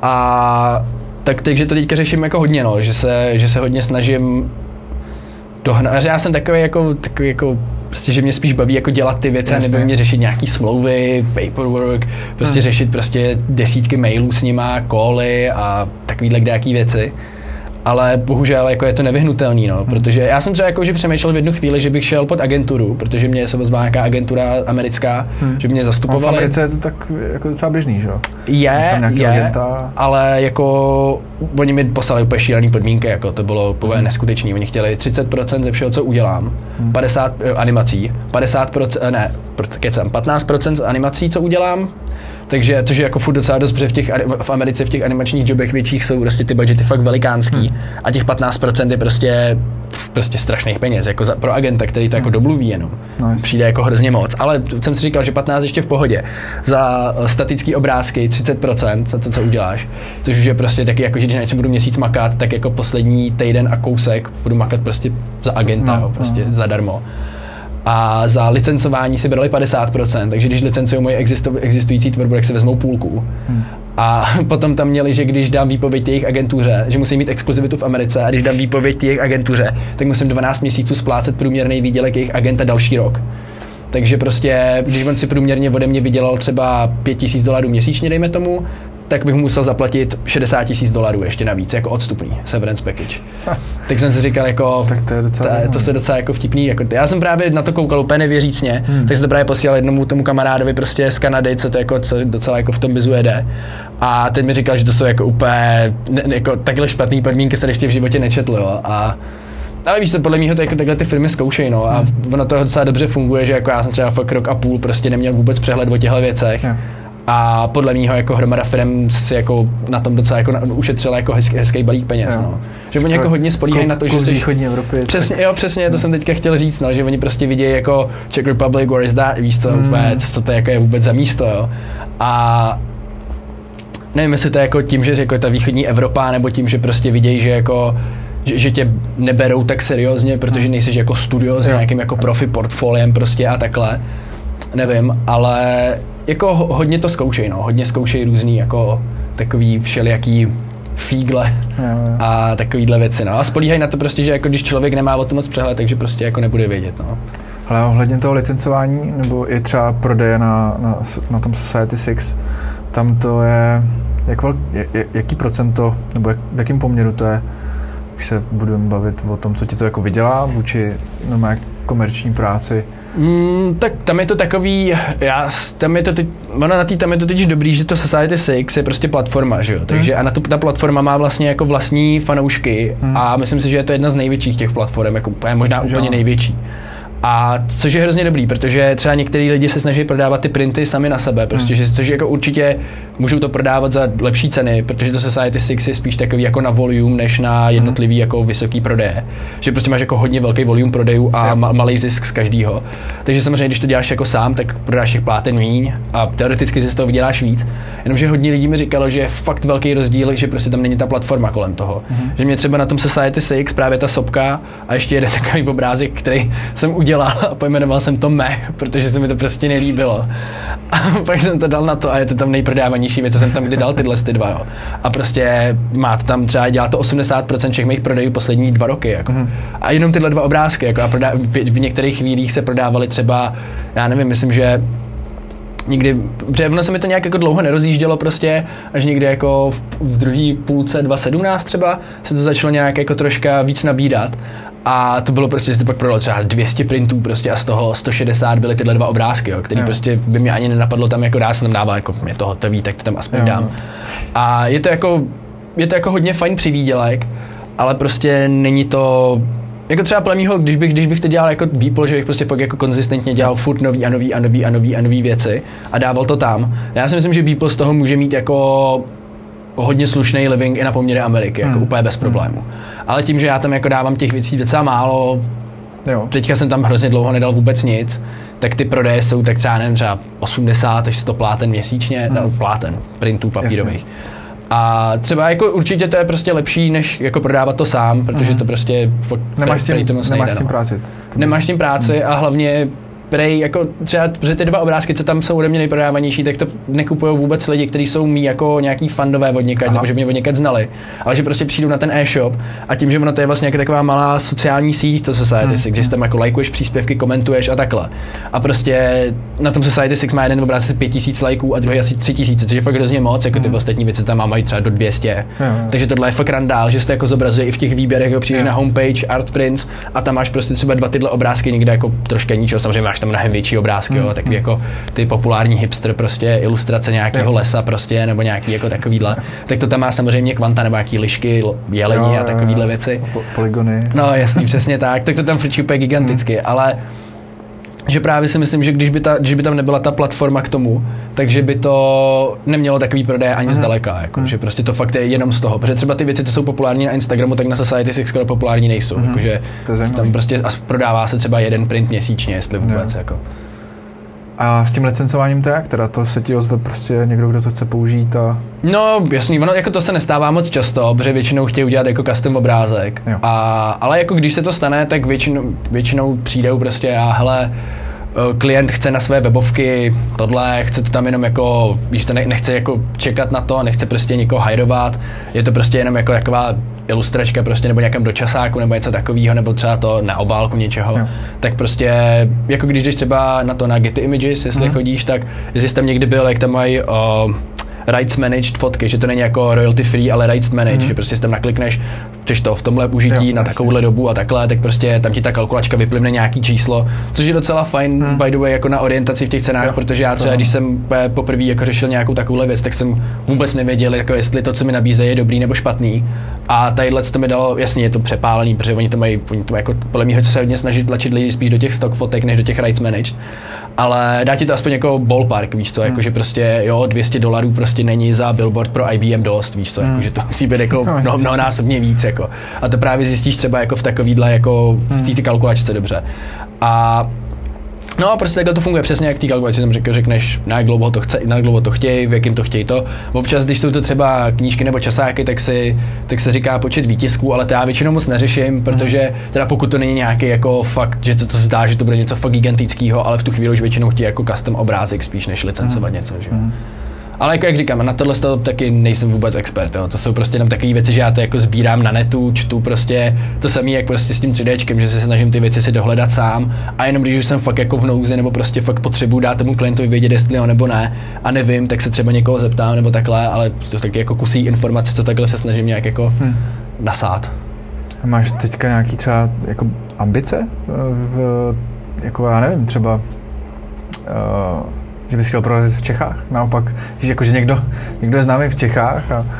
A tak takže to teďka řeším jako hodně, no, že se, že se hodně snažím dohnat. Já jsem takový jako, takový jako prostě, že mě spíš baví jako dělat ty věci, Jasně. a nebaví mě řešit nějaký smlouvy, paperwork, prostě hmm. řešit prostě desítky mailů s nima, cally a takovýhle kdejaký věci. Ale bohužel jako je to nevyhnutelný, no, hmm. protože já jsem třeba jako, že přemýšlel v jednu chvíli, že bych šel pod agenturu, protože mě se ozvala nějaká agentura americká, hmm. že mě zastupovali. V Americe je to tak jako docela běžný, že jo? Je, je, agenta. Ale jako oni mi poslali úplně šílený podmínky, jako to bylo úplně hmm. neskutečný. Oni chtěli třicet procent ze všeho, co udělám, hmm. padesát eh, animací, padesát procent, ne, kecám, patnáct procent z animací, co udělám, Takže to, že jako furt docela dost, protože v, těch, v Americe v těch animačních jobech větších jsou prostě ty budgety fakt velikánský hmm. a těch patnáct procent je prostě, prostě strašných peněz, jako za, pro agenta, který to hmm. jako domluví jenom. Nice. Přijde jako hrozně moc, ale jsem si říkal, že patnáct ještě v pohodě. Za statický obrázky třicet procent za to, co uděláš, což už je prostě taky jako, že když na něčem budu měsíc makat, tak jako poslední týden a kousek budu makat prostě za agenta, no, jo, prostě no. zadarmo. A za licencování si brali padesát procent, takže když licencují moji existu, existující tvorbu, tak si vezmou půlku. Hmm. A potom tam měli, že když dám výpověď jejich agentuře, že musí mít exkluzivitu v Americe, a když dám výpověď jejich agentuře, tak musím dvanáct měsíců splácet průměrný výdělek jejich agenta další rok. Takže prostě, když on si průměrně ode mě vydělal třeba pět tisíc dolarů měsíčně, dejme tomu, tak bych mu musel zaplatit šedesát tisíc dolarů ještě navíc, jako odstupný, severance package. Ha. Tak jsem si říkal, jako, tak to, je docela ta, to se docela jako vtipný. Jako, já jsem právě na to koukal úplně nevěřícně, hmm. tak jsem to právě posílal jednomu tomu kamarádovi prostě z Kanady, co to jako, co docela jako v tom bizu jede. A ten mi říkal, že to jsou jako úplně, ne, jako takhle špatný podmínky jsem ještě v životě nečetl, jo. A ale víš se, podle mýho to jako takhle ty firmy zkoušejí, no, a hmm. ono to docela dobře funguje, že jako já jsem třeba fakt rok a půl prostě neměl vůbec přehled o těchto věcech. Yeah. A podle mýho jako hromada firm si jako na tom docela jako ušetřila jako hezký, hezký balík peněz, jo. No. Že oni jako hodně spolíhají na to, že si východní Evropy. Přesně, tak. jo, přesně, to jsem teďka chtěl říct, no, že oni prostě vidějí jako Czech Republic, where is that, víš co, hmm. vůbec, co to jako je vůbec za místo, jo. A nevím, jestli to je jako tím, že jako ta východní Evropa, nebo tím, že prostě vidějí, že jako Že, že tě neberou tak seriózně, protože nejsi jako studio s nějakým jako profi portfoliem prostě a takhle. Nevím, ale jako hodně to zkoušej, no, hodně zkoušej různý jako takový všelijaký fígle a takovýhle věci, no. A spolíhají na to prostě, že jako když člověk nemá o tom moc přehled, takže prostě jako nebude vědět, no. Ale ohledně toho licencování, nebo i třeba prodeje na, na, na tom Society six, tam to je, jak vel, je, jaký procento, nebo jak, v jakém poměru to je, když se budeme bavit o tom, co ti to jako vydělá vůči normálně komerční práci? Mm, tak tam je to takový, já, tam je to teď, ono na tý, tam je to totiž dobrý, že to Society six je prostě platforma, že jo, takže hmm. a na tu, ta platforma má vlastně jako vlastní fanoušky hmm. a myslím si, že je to jedna z největších těch platform, jako možná úplně největší. A což je hrozně dobrý, protože třeba některý lidi se snaží prodávat ty printy sami na sebe, prostě, hmm. že, což jako určitě můžou to prodávat za lepší ceny, protože to Society six je spíš takový jako na volume, než na jednotlivý jako vysoký prodeje. Že prostě máš jako hodně velký volume prodejů a ma- malý zisk z každého. Takže samozřejmě, když to děláš jako sám, tak prodáš těch pláten míň a teoreticky si z toho vyděláš víc. Jenomže hodně lidí mi říkalo, že je fakt velký rozdíl, že prostě tam není ta platforma kolem toho. Hmm. Že mě třeba na tom Society six právě ta sopka a ještě jeden takový obrázek, který jsem udělal a pojmenoval jsem to mech, protože se mi to prostě nelíbilo. A pak jsem to dal na to a je to tam nejprodávanější věc, co jsem tam kdy dal tyhle ty dva, jo. A prostě má to tam třeba, dělá to osmdesát procent všech mých prodejů poslední dva roky, jako. Mm. A jenom tyhle dva obrázky, jako a prodá, v, v některých chvílích se prodávaly třeba, já nevím, myslím, že někdy, protože ono se mi to nějak jako dlouho nerozjíždělo prostě, až někdy jako v, v druhé půlce dva tisíce sedmnáct třeba se to začalo nějak jako troška víc nabídat. A to bylo prostě, že to pak prodalo třeba dvě stě printů prostě a z toho sto šedesát byly tyhle dva obrázky, jo, který jo. prostě by mě ani nenapadlo tam jako dá se tam dává, jako mě to hotový, tak to tam aspoň jo. dám. A je to jako, je to jako hodně fajn přivýdělek, ale prostě není to, jako třeba podle mýho, když bych, když bych to dělal jako Beeple, že bych prostě fakt jako konzistentně dělal furt nový a nový a nový a nový a nový věci a dával to tam. Já si myslím, že Beeple z toho může mít jako hodně slušný living i na poměry Ameriky, jako hmm. úplně bez problému. Hmm. Ale tím, že já tam jako dávám těch věcí docela málo, jo. teďka jsem tam hrozně dlouho nedal vůbec nic, tak ty prodeje jsou tak třeba, nevím, třeba osmdesát až sto pláten měsíčně, hmm. no, pláten, printů papírových. Jasně. A třeba jako určitě to je prostě lepší, než jako prodávat to sám, protože hmm. to prostě fakt nemáš tím, to moc nemáš nejde, tím no. práci. Nemáš tím práci hmm. a hlavně prej, jako třeba, že ty dva obrázky, co tam jsou ode mě nejprodávanější, tak to nekupujou vůbec lidi, kteří jsou mý jako nějaký fandové od někať, nebo že mě od někať znali, ale že prostě přijdou na ten e-shop a tím, že ono to je vlastně taková malá sociální síť, to Society six, hmm. že tam jako lajkuješ příspěvky, komentuješ a takhle. A prostě na tom Society six má jeden obrázek pět tisíc lajků a druhý asi tři tisíce, což je fakt hrozně moc, jako ty hmm. ostatní věci tam mají třeba do dvě stě. Hmm. Takže tohle je fakt randál, že se to jako zobrazuje i v těch výběrech, jako přijdeš hmm. na homepage, art prints a tam máš prostě třeba dva tyhle obrázky někde jako troška ničeho, samozřejmě máš tam mnohem větší obrázky, mm, jo, takový mm. jako ty populární hipster prostě ilustrace nějakého lesa prostě, nebo nějaký jako takovýhle, tak to tam má samozřejmě kvanta nebo nějaký lišky, jeleni jo, a takovýhle věci. Po, polygony. No jasný, přesně tak, tak to tam frčí úplně giganticky, mm. ale že právě si myslím, že když by, ta, když by tam nebyla ta platforma k tomu, takže by to nemělo takový prodej ani mm. zdaleka, jako, mm. že prostě to fakt je jenom z toho, protože třeba ty věci, co jsou populární na Instagramu, tak na Society Six skoro populární nejsou, mm. jakože tam prostě a prodává se třeba jeden print měsíčně, jestli vůbec, jako. A s tím licencováním to jak? Teda to se ti ozve prostě někdo, kdo to chce použít a... No jasný, ono jako to se nestává moc často, protože většinou chtějí udělat jako custom obrázek. A, ale jako když se to stane, tak většinou, většinou přijdou prostě a hele, klient chce na své webovky tohle, chce to tam jenom jako, víš to, nechce jako čekat na to, nechce prostě někoho hajrovat, je to prostě jenom jako taková ilustračka prostě nebo nějakém do časáku nebo něco takového, nebo třeba to na obálku něčeho, jo. Tak prostě jako když jdeš třeba na to na Getty Images, jestli mm. chodíš, tak jestli jsi tam někdy byl, jak tam mají uh, rights managed fotky, že to není jako royalty free, ale rights managed, mm. že prostě si tam naklikneš, chceš to v tomhle užití jo, na takovouhle dobu a takhle, tak prostě tam ti ta kalkulačka vyplivne nějaký číslo, což je docela fajn, mm. by the way, jako na orientaci v těch cenách, jo, protože já třeba, když jsem poprvé jako řešil nějakou takovouhle věc, tak jsem vůbec nevěděl, jako jestli to, co mi nabízejí, je dobrý nebo špatný. A tadyhle to mi dalo, jasně, je to přepálený, protože oni to mají, oni to jako podle mě se hodně snaží tlačit lidi spíš do těch stock fotek, než do těch rights managed. Ale dá ti to aspoň jako ballpark, víš co, hmm. jako že prostě jo, dvě stě dolarů prostě není za billboard pro I B M dost, víš co, hmm. jako že to musí být jako mnoho, mnohonásobně víc, jako. A to právě zjistíš třeba jako v takovýhle, jako v té kalkulačce dobře. A no a prostě takhle to funguje přesně jak ty kalkulaci, tam řek, řekneš, na jak dlouho to chce, na jak dlouho to chtějí, v jakým to chtějí to. Občas, když jsou to třeba knížky nebo časáky, tak, si, tak se říká počet výtisků, ale to já většinou moc neřeším, protože teda pokud to není nějaký jako fakt, že to, to zdá, že to bude něco fakt gigantického, ale v tu chvíli už většinou chtějí jako custom obrázek spíš než licencovat mm. něco, že jo. Mm. Ale jako jak říkám, na tohle to taky nejsem vůbec expert, jo. To jsou prostě jenom takové věci, že já to jako sbírám na netu, čtu prostě to samé jak prostě s tím tři déčkem, že se snažím ty věci si dohledat sám a jenom když už jsem fakt jako v nouzi nebo prostě fakt potřebuji dát tomu klientovi vědět, jestli jo nebo ne a nevím, tak se třeba někoho zeptám nebo takhle, ale to taky jako kusí informace, co takhle se snažím nějak jako hmm. nasát. Máš teďka nějaký třeba jako ambice v, jako já nevím, třeba uh... že bys chtěl prorazit v Čechách, naopak, že, jako, že někdo, někdo je známý v Čechách a,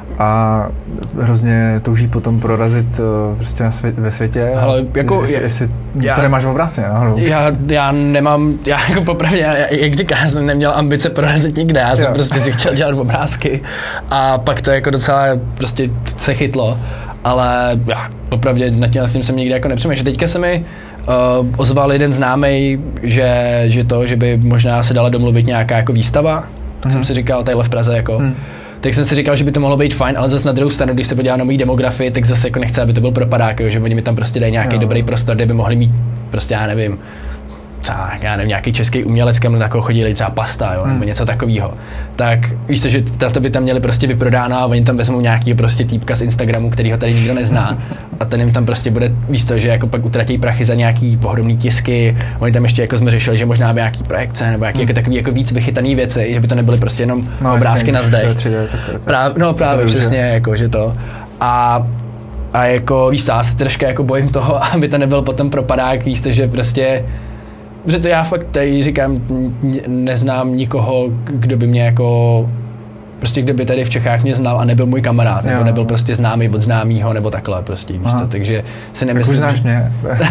a hrozně touží potom prorazit uh, prostě na svě- ve světě. Ale jako, jestli, jestli já, to nemáš v obráceně náhodou. Já, já nemám, já jako popravdě, já, jak říkám, já jsem neměl ambice prorazit nikde, já jsem jo. prostě si chtěl dělat obrázky a pak to jako docela prostě se chytlo, ale já popravdě nad tím, nad tím jsem nikdy jako nepřemýšlel. Teďka se mi Uh, ozval jeden známej, že, že to, že by možná se dala domluvit nějaká jako výstava, tak mm. jsem si říkal, tadyhle v Praze jako, mm. tak jsem si říkal, že by to mohlo být fajn, ale zase na druhou stranu, když se podívám na moji demografii, tak zase jako nechci, aby to byl propadák, jo, že oni mi tam prostě dají nějaký jo. dobrý prostor, kde by mohli mít prostě, já nevím, třeba, já nevím, nějaký český umělec, kam na koho chodili třeba Pasta, jo, nebo něco takového. Tak víš co, že to by tam měli prostě vyprodáno a oni tam vezmou nějaký prostě týpka z Instagramu, který ho tady nikdo nezná a ten jim tam prostě bude, víš co, že jako pak utratí prachy za nějaký ohromný tisky, oni tam ještě jako jsme řešili, že možná by nějaký projekce nebo nějaký hmm. jako takový jako víc vychytaný věci, že by to nebyly prostě jenom no, obrázky na zdech. Práv, no právě přesně, jako, že to. A a jako víš co, já se trošku jako bojím toho, aby to nebyl potom propadák, víš to, že prostě protože to já fakt tady říkám, neznám nikoho, kdo by mě jako, prostě kdo by tady v Čechách mě znal a nebyl můj kamarád, jo, nebo nebyl jo. prostě známý od známýho, nebo takhle prostě, víš co, takže si nemyslím. Tak už znáš mě,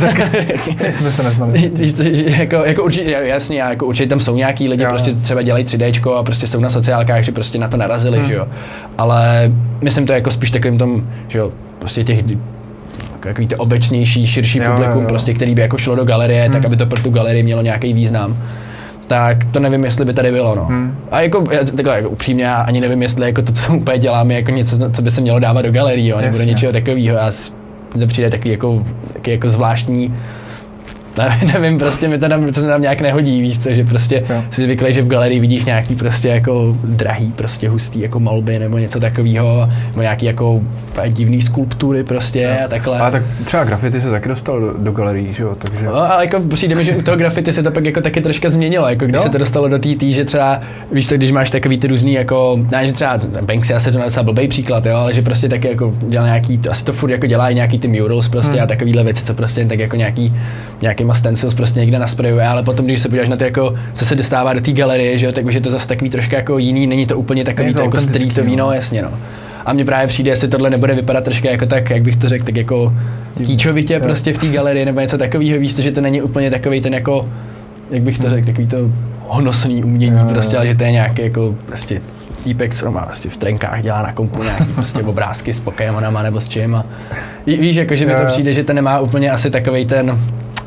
tak jsme se neznali. jako, jako určitě, jasně, jako určitě tam jsou nějaký lidi, jo. prostě třeba dělají tři déčko a prostě jsou na sociálkách, že prostě na to narazili, hmm. že jo, ale myslím to jako spíš takovým tom, že jo, prostě těch takový to obecnější, širší jo, publikum, jo. prostě, který by jako šlo do galerie, hmm. tak aby to pro tu galerii mělo nějaký význam. Tak to nevím, jestli by tady bylo, no. Hmm. A jako, takhle, jako upřímně, já ani nevím, jestli jako to, co úplně děláme, jako něco, co by se mělo dávat do galerii, jo, nebo do něčeho takového. Já to přijde takový jako, takový jako zvláštní, nevím, nevím, prostě mi to tam, to se tam nějak nehodí, víš co, že prostě jo. jsi zvyklý, že v galerii vidíš nějaký prostě jako drahý, prostě hustý jako malby nebo něco takového, nebo nějaký jako divný skulptury prostě jo. a takhle. A tak třeba graffiti se taky dostalo do, do galerií, že jo, takže. No a jako přijde mi, že u toho graffiti se to pak jako taky troška změnilo, jako když jo? se to dostalo do té tý, že třeba, víš co, když máš takový ty různý jako, ne, že třeba Banksy asi to docela blbej příklad, jo, ale že prostě taky jako dělá nějaký, asi to furt jako dělá i nějaký ty murals prostě hmm. a takovýhle věci, co prostě tak jako nějaký, nějaký stencils prostě někde nasprejuje, ale potom, když se podíváš na to, jako, co se dostává do té galerie, že jo, tak už je to zase takový troška jako jiný, není to úplně takový to, to jako streetový, no jasně, no. A mně právě přijde, jestli tohle nebude vypadat troška jako tak, jak bych to řekl, tak jako kýčovitě prostě v té galerii nebo něco takového, víš to, že to není úplně takový ten jako jak bych to řekl, takový to honosný umění, jo, prostě, ale že to je nějaký jako prostě týpek, co má prostě v trenkách, dělá na kompu nějaký prostě obrázky s Pokémonama nebo s čím a víš, jako, že mi to přijde, že to nemá úplně asi takovej ten,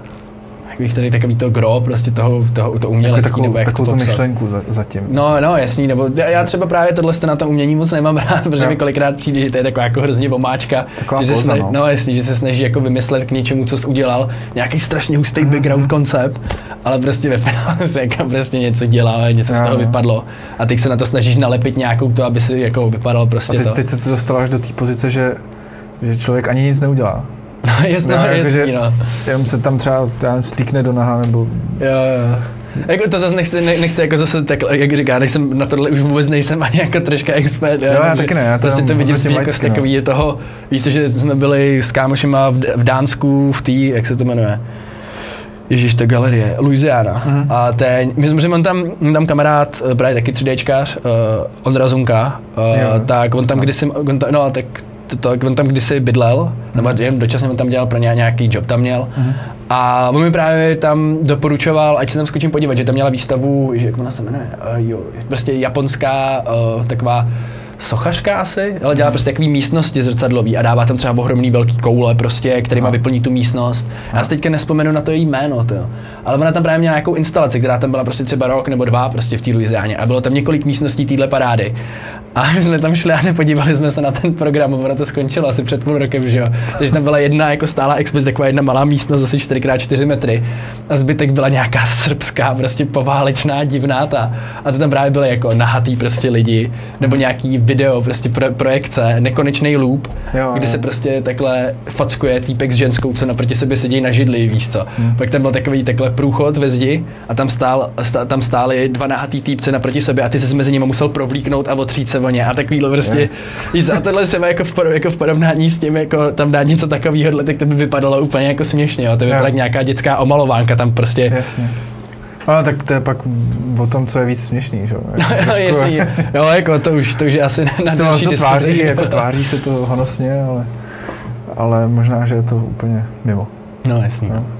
jak bych tady takový to gro, prostě toho, toho to umělecký, takovou, nebo jak takovou to popsat. myšlenku za, zatím. No, no, jasný, nebo já třeba právě tohle na to umění moc nemám rád, protože no. mi kolikrát přijde, že to je taková jako hrozně omáčka, taková že se poza, snaží, no. no jasný, že se snaží jako vymyslet k něčemu, co jsi udělal, nějaký strašně hustý mm-hmm. background koncept, ale prostě ve finále se jako prostě něco dělá, něco no. z toho vypadlo a teď se na to snažíš nalepit nějakou to, aby si jako vypadalo prostě a teď, to. teď se to dostáváš do té pozice, že, že člověk ani nic neudělá. No jasně, no, jasný, no. Jenom se tam třeba slíkne do naha, nebo... Jo, jo. Jako to zase nechci, ne, nechci jako zase tak, jak říká, nejsem na tohle už vůbec nejsem ani jako troška expert. Jo, já taky ne, já to prostě to vidím spíš jako z takový no. toho, víš to, že jsme byli s kámošema v, v Dánsku v té, jak se to jmenuje? Ježíš, to galerie, Louisiana. Mm-hmm. A ten, myslím, že mám tam, mám tam kamarád, právě taky tři déčkař, uh, Ondra Zunka, uh, tak on tam kdysi, on tam, no tak to, to, on tam kdysi bydlel, nebo jen dočasně on tam dělal pro ně, nějaký job tam měl. Mm-hmm. A on mi právě tam doporučoval, ať se tam skočím podívat, že tam měla výstavu, že jak ona se jmenuje, uh, jo, prostě japonská uh, taková sochařka asi, ale dělá prostě takový místnosti zrcadlový a dává tam třeba ohromný velký koule prostě, kterýma vyplní tu místnost. Já si teďka nespomenu na to její jméno, tyjo. Ale ona tam právě měla nějakou instalaci, která tam byla prostě třeba rok nebo dva prostě v té Louisianě a bylo tam několik místností téhle parády. A my jsme tam šli a nepodívali jsme se na ten program, ono to skončilo asi před půl rokem, že jo. Takže tam byla jedna jako stálá expozice, taková jedna malá místnost, asi čtyři krát čtyři metry. A zbytek byla nějaká srbská, prostě poválečná divná ta. A to tam právě byly jako nahatý prostě lidi, nebo nějaký video, prostě pro, projekce, nekonečný loop, jo, kdy jo. se prostě takhle fackuje týpek s ženskou, co naproti sebe sedí na židli, víš co. Hmm. Pak tam byl takový takhle průchod ve zdi a tam, stál, stá, tam stáli dva nahatý týpci naproti sobě a ty se mezi nimi musel provlíknout a otřít se o ně a takovýhle prostě. Yeah. A tohle třeba jako v, jako v porovnání s tím, jako tam dát něco takového, tak to by vypadalo úplně jako směšně, jo. To by yeah. byla nějaká dětská omalovánka tam prostě. Jasně. Ale tak to je pak o tom, co je víc směšný, že jo? No, jasný, jo, jako to už, to už je asi na další to diskuzi. Tváří, jako tváří se to honosně, ale, ale možná, že je to úplně mimo. No, jasný. No.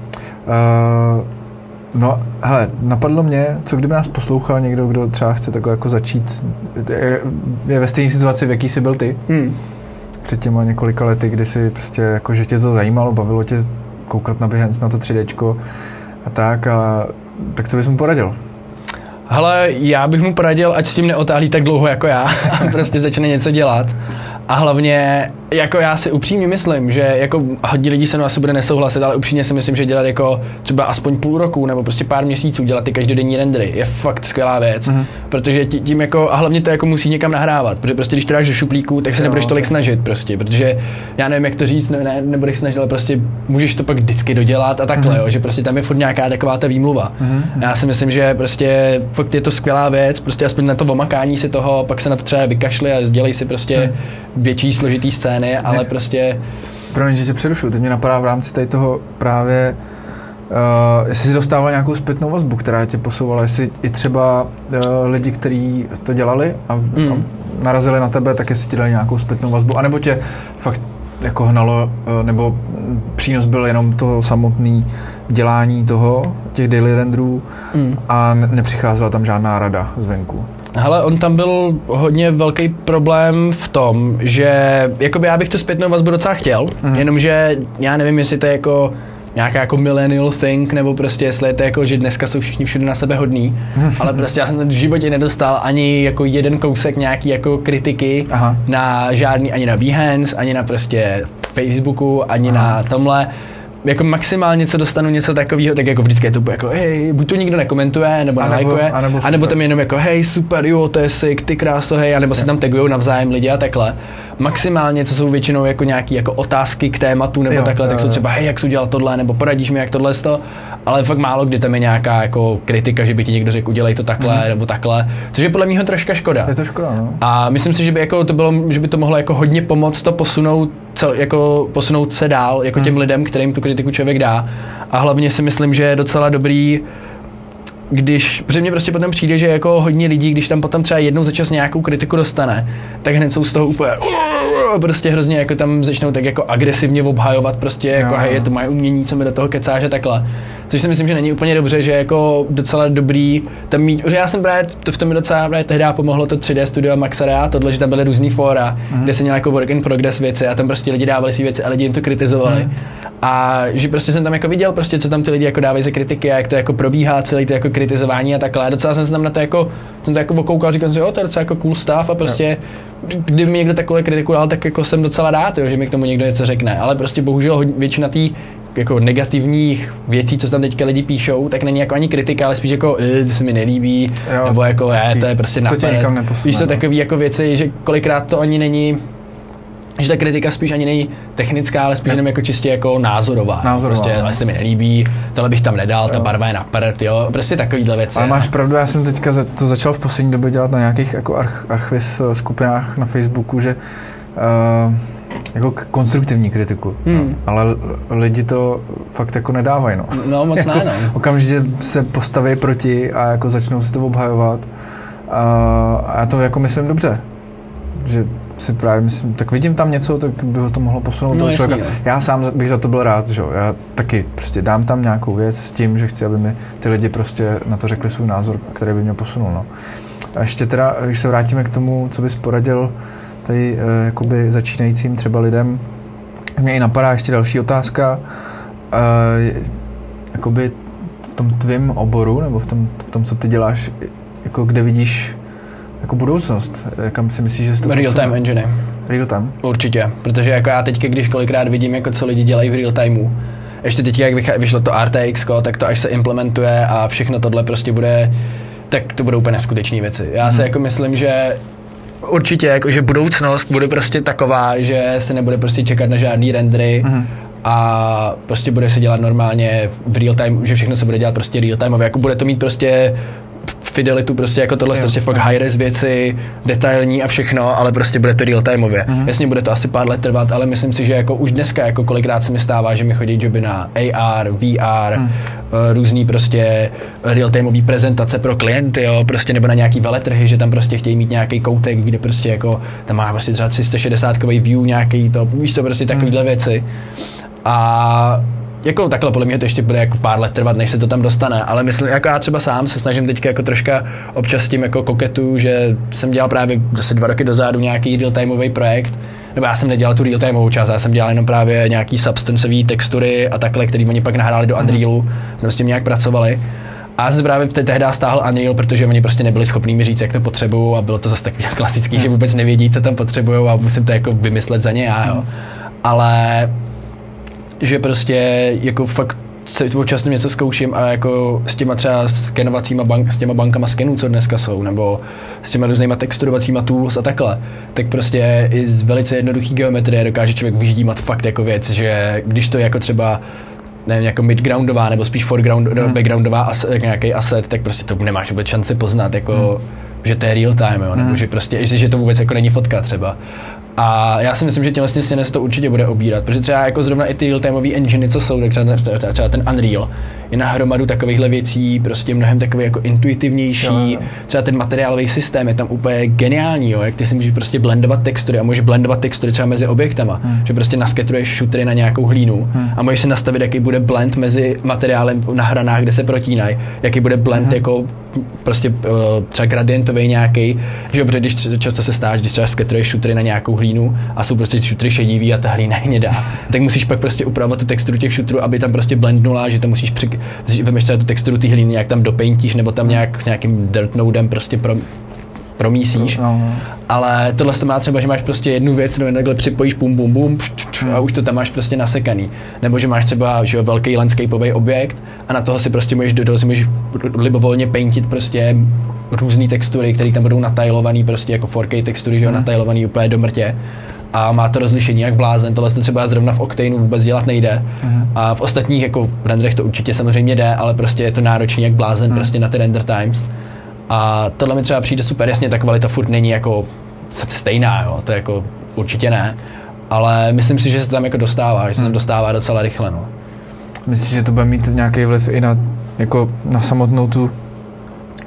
Uh, no, hele, napadlo mě, co kdyby nás poslouchal někdo, kdo třeba chce takhle jako začít, je, je ve stejné situaci, v jaký jsi byl ty, hmm. před těma několika lety, kdy si prostě, jako, že tě to zajímalo, bavilo tě koukat na Behance, na to tři déčko a tak, a tak co bys mu poradil? Hele, já bych mu poradil, ať s tím neotálí tak dlouho jako já a prostě začne něco dělat. A hlavně, jako já si upřímně myslím, že jako hodně lidí se mnou asi bude nesouhlasit, ale upřímně si myslím, že dělat jako třeba aspoň půl roku nebo prostě pár měsíců dělat ty každodenní rendery je fakt skvělá věc, mm-hmm. protože tím jako, a hlavně to jako musí někam nahrávat, protože prostě když to dáš do šuplíku, tak se jo, nebudeš tolik jasný. snažit prostě, protože já nevím, jak to říct, ne, ne, nebudeš snažit, ale prostě můžeš to pak vždycky dodělat a takhle, mm-hmm. jo, že prostě tam je furt nějaká taková ta výmluva. Mm-hmm. Já si myslím, že prostě fakt je to skvělá věc, prostě aspoň na to omakání si toho, pak se na to třeba vykašli a dělej si prostě mm. větší složitý scény, ale ne. prostě... Promiň, že tě přerušu, teď mě napadá v rámci tady toho právě, uh, jestli jsi dostával nějakou zpětnou vazbu, která tě posouvala, jestli i třeba uh, lidi, kteří to dělali a, mm. a narazili na tebe, tak jestli ti dali nějakou zpětnou vazbu, anebo tě fakt jako hnalo, uh, nebo přínos byl jenom to samotné dělání toho, těch daily renderů mm. a ne- nepřicházela tam žádná rada zvenku. Hele, on tam byl hodně velký problém v tom, že jakoby já bych tu zpětnou vazbu docela chtěl, mm. jenomže já nevím, jestli to je jako nějaká jako millennial thing, nebo prostě jestli je to jako, že dneska jsou všichni všude na sebe hodní, mm. ale prostě já jsem v životě nedostal ani jako jeden kousek nějaký jako kritiky Aha. na žádný, ani na Behance, ani na prostě Facebooku, ani Aha. na tomhle. Jako maximálně, co dostanu něco takového, tak jako vždycky je to jako hej, buď to nikdo nekomentuje, nebo nelajkuje, anebo, anebo tam jenom jako hej, super, jo, to je sick, ty kráso, hej, anebo se tam tagujou navzájem lidi a takhle. Maximálně, co jsou většinou jako nějaký jako otázky k tématu, nebo jo, takhle, jo, tak jsou třeba hej, jak jsi udělal tohle, nebo poradíš mi, jak tohle je to, ale fakt málo kdy tam je nějaká jako kritika, že by ti někdo řekl, udělej to takhle, mm. nebo takhle, což je podle mě troška škoda. Je to škoda, no. A myslím si, že by jako to bylo, že by to mohlo jako hodně pomoct to posunout, cel, jako posunout se dál, jako těm mm. lidem, kterým tu kritiku člověk dá. A hlavně si myslím, že je docela dobrý když, protože mně prostě potom přijde, že jako hodně lidí, když tam potom třeba jednou za čas nějakou kritiku dostane, tak hned jsou z toho úplně prostě hrozně jako tam začnou tak jako agresivně obhajovat prostě jako hej, je to moje umění, co mi do toho kecáš a takhle. Což si myslím, že není úplně dobře, že jako docela dobrý tam mít, že já jsem právě to v tom docela právě tehdy pomohlo to tři dé studio Maxarea, tohle, že tam byly různý fóra, mm. kde se měl jako work in progress věci a tam prostě lidi dávali si věci a lidi jim to kritizovali. Mm. A že prostě jsem tam jako viděl prostě, co tam ty lidi jako dávají za kritiky a jak to jako probíhá celý to jako kritizování a takhle. A docela jsem se tam na to jako, jsem to jako okoukal, říkal si, jo, to je docela jako cool stuff a prostě no. Kdyby mi někdo takovou kritiku dal, tak jako jsem docela rád, jo, že mi k tomu někdo něco řekne, ale prostě bohužel většina té jako negativních věcí, co tam teďka lidi píšou, tak není jako ani kritika, ale spíš jako, to se mi nelíbí, jo, nebo jako, je, to je prostě napadet. Víš, jsou takové jako věci, že kolikrát to ani není, že ta kritika spíš ani není technická, ale spíš jenom jako čistě jako názorová. názorová prostě, ale se mi nelíbí, tohle bych tam nedal, jo. Ta barva je na prd, jo, prostě takovýhle věci. Ale máš pravdu, já jsem teďka to začal v poslední době dělat na nějakých jako arch, archviz skupinách na Facebooku, že uh, jako konstruktivní kritiku, hmm. no, ale lidi to fakt jako nedávají, no. No, moc jako, ne, no. Okamžitě se postaví proti a jako začnou si to obhajovat a, a já to jako myslím dobře, že si právě myslím, tak vidím tam něco, tak by ho to mohlo posunout no, toho člověka. Jasný, já sám bych za to byl rád, že jo, já taky prostě dám tam nějakou věc s tím, že chci, aby mi ty lidi prostě na to řekli svůj názor, který by mě posunul, no. A ještě teda, když se vrátíme k tomu, co bys poradil tady eh, jakoby začínajícím třeba lidem, mě i napadá ještě další otázka, eh, jakoby v tom tvém oboru, nebo v tom, v tom, co ty děláš, jako kde vidíš jako budoucnost, kam si myslíš, že jsi to real time engine. Real time? Určitě, protože jako já teďka, když kolikrát vidím, jako co lidi dělají v real timeu, ještě teďka, jak vyšlo to R T X, tak to až se implementuje a všechno tohle prostě bude, tak to budou úplně neskutečné věci. Já hmm. si jako myslím, že určitě, jako, že budoucnost bude prostě taková, že se nebude prostě čekat na žádný rendery hmm. a prostě bude se dělat normálně v real time, že všechno se bude dělat prostě real timeově, jako bude to mít prostě fidelitu, prostě jako tohle, prostě fakt high res věci, detailní a všechno, ale prostě bude to real timeově. Mm-hmm. Jasně, bude to asi pár let trvat, ale myslím si, že jako už dneska, jako kolikrát se mi stává, že mi chodí joby na A R, V R, mm. různý prostě real timeový prezentace pro klienty, jo, prostě nebo na nějaký veletrhy, že tam prostě chtějí mít nějaký koutek, kde prostě jako tam má prostě třeba tři sta šedesátkový view nějaký to, víš to, prostě takovýhle mm. věci. A jako takhle podle mě to ještě bude jako pár let trvat, než se to tam dostane, ale myslím, jako já třeba sám se snažím teďka jako troška občas tím jako koketu, že jsem dělal právě zase dva roky dozadu nějaký real-timeový projekt, nebo já jsem nedělal tu real-timeovou část, já jsem dělal jenom právě nějaký substanceový textury a takhle, který oni pak nahráli do Unrealu, no s tím nějak pracovali. A já jsem právě v té tehdy stáhl Unreal, protože oni prostě nebyli schopní mi říct, jak to potřebuju a bylo to zase takový klasický, mm. že vůbec nevědí, co tam potřebujou a musím to jako vymyslet za ně já, jo. Ale že prostě jako fakt se občas něco zkouším a jako s těma třeba skenovacíma bank, s těma bankama skenů, co dneska jsou, nebo s těma různýma texturovacíma tools a takhle, tak prostě i z velice jednoduchý geometrie dokáže člověk vyždímat fakt jako věc, že když to je jako třeba nevím, jako midgroundová nebo spíš foreground, hmm. backgroundová as, nějaký asset, tak prostě to nemáš vůbec šanci poznat, jako, hmm. že to je real time, jo, nebo hmm. že prostě, že to vůbec jako není fotka třeba. A já si myslím, že těmhle směrem se to určitě bude obírat, protože třeba jako zrovna i ty real-timeový engine, co jsou, tak třeba, třeba ten Unreal je na hromadu takovýchhle věcí prostě mnohem takový jako intuitivnější, jo, jo. Třeba ten materiálový systém je tam úplně geniální, jo, jak ty si můžeš prostě blendovat textury a můžeš blendovat textury třeba mezi objektama, hmm. že prostě nasketruješ shootery na nějakou hlínu hmm. a můžeš si nastavit, jaký bude blend mezi materiálem na hranách, kde se protínají, jaký bude blend hmm. jako prostě třeba gradientový nějaký, že protože když často se stáš, když třeba sketruješ shootery na nějakou hlínu a jsou prostě shootery šedivý a ta hlína je hnědá, tak musíš pak prostě upravovat tu texturu těch shooterů, aby tam prostě blendnula, že to musíš při vemeš třeba tu texturu té hlíny, nějak tam dopaintíš, nebo tam nějak nějakým dirt nodem prostě pro, promísíš. No, no. Ale tohle to má třeba, že máš prostě jednu věc, nebo takhle připojíš bum bum bum a už to tam máš prostě nasekaný. Nebo že máš třeba že jo, velký landscapeový objekt a na toho si prostě můžeš do toho si můžeš libovolně paintit prostě různé textury, které tam budou natajlovaný prostě jako four K textury, že jo, natajlovaný úplně do mrtě. A má to rozlišení jak blázen, tohle to třeba zrovna v Octaneu vůbec dělat nejde. Uh-huh. A v ostatních jako renderech to určitě samozřejmě jde, ale prostě je to náročný jak blázen uh-huh. prostě na ty render times. A tohle mi třeba přijde super, jasně ta kvalita furt není jako stejná, jo, to jako určitě ne, ale myslím si, že se tam jako dostává, že se tam dostává docela rychle, no. Myslíš, že to bude mít nějaký vliv i na, jako na samotnou tu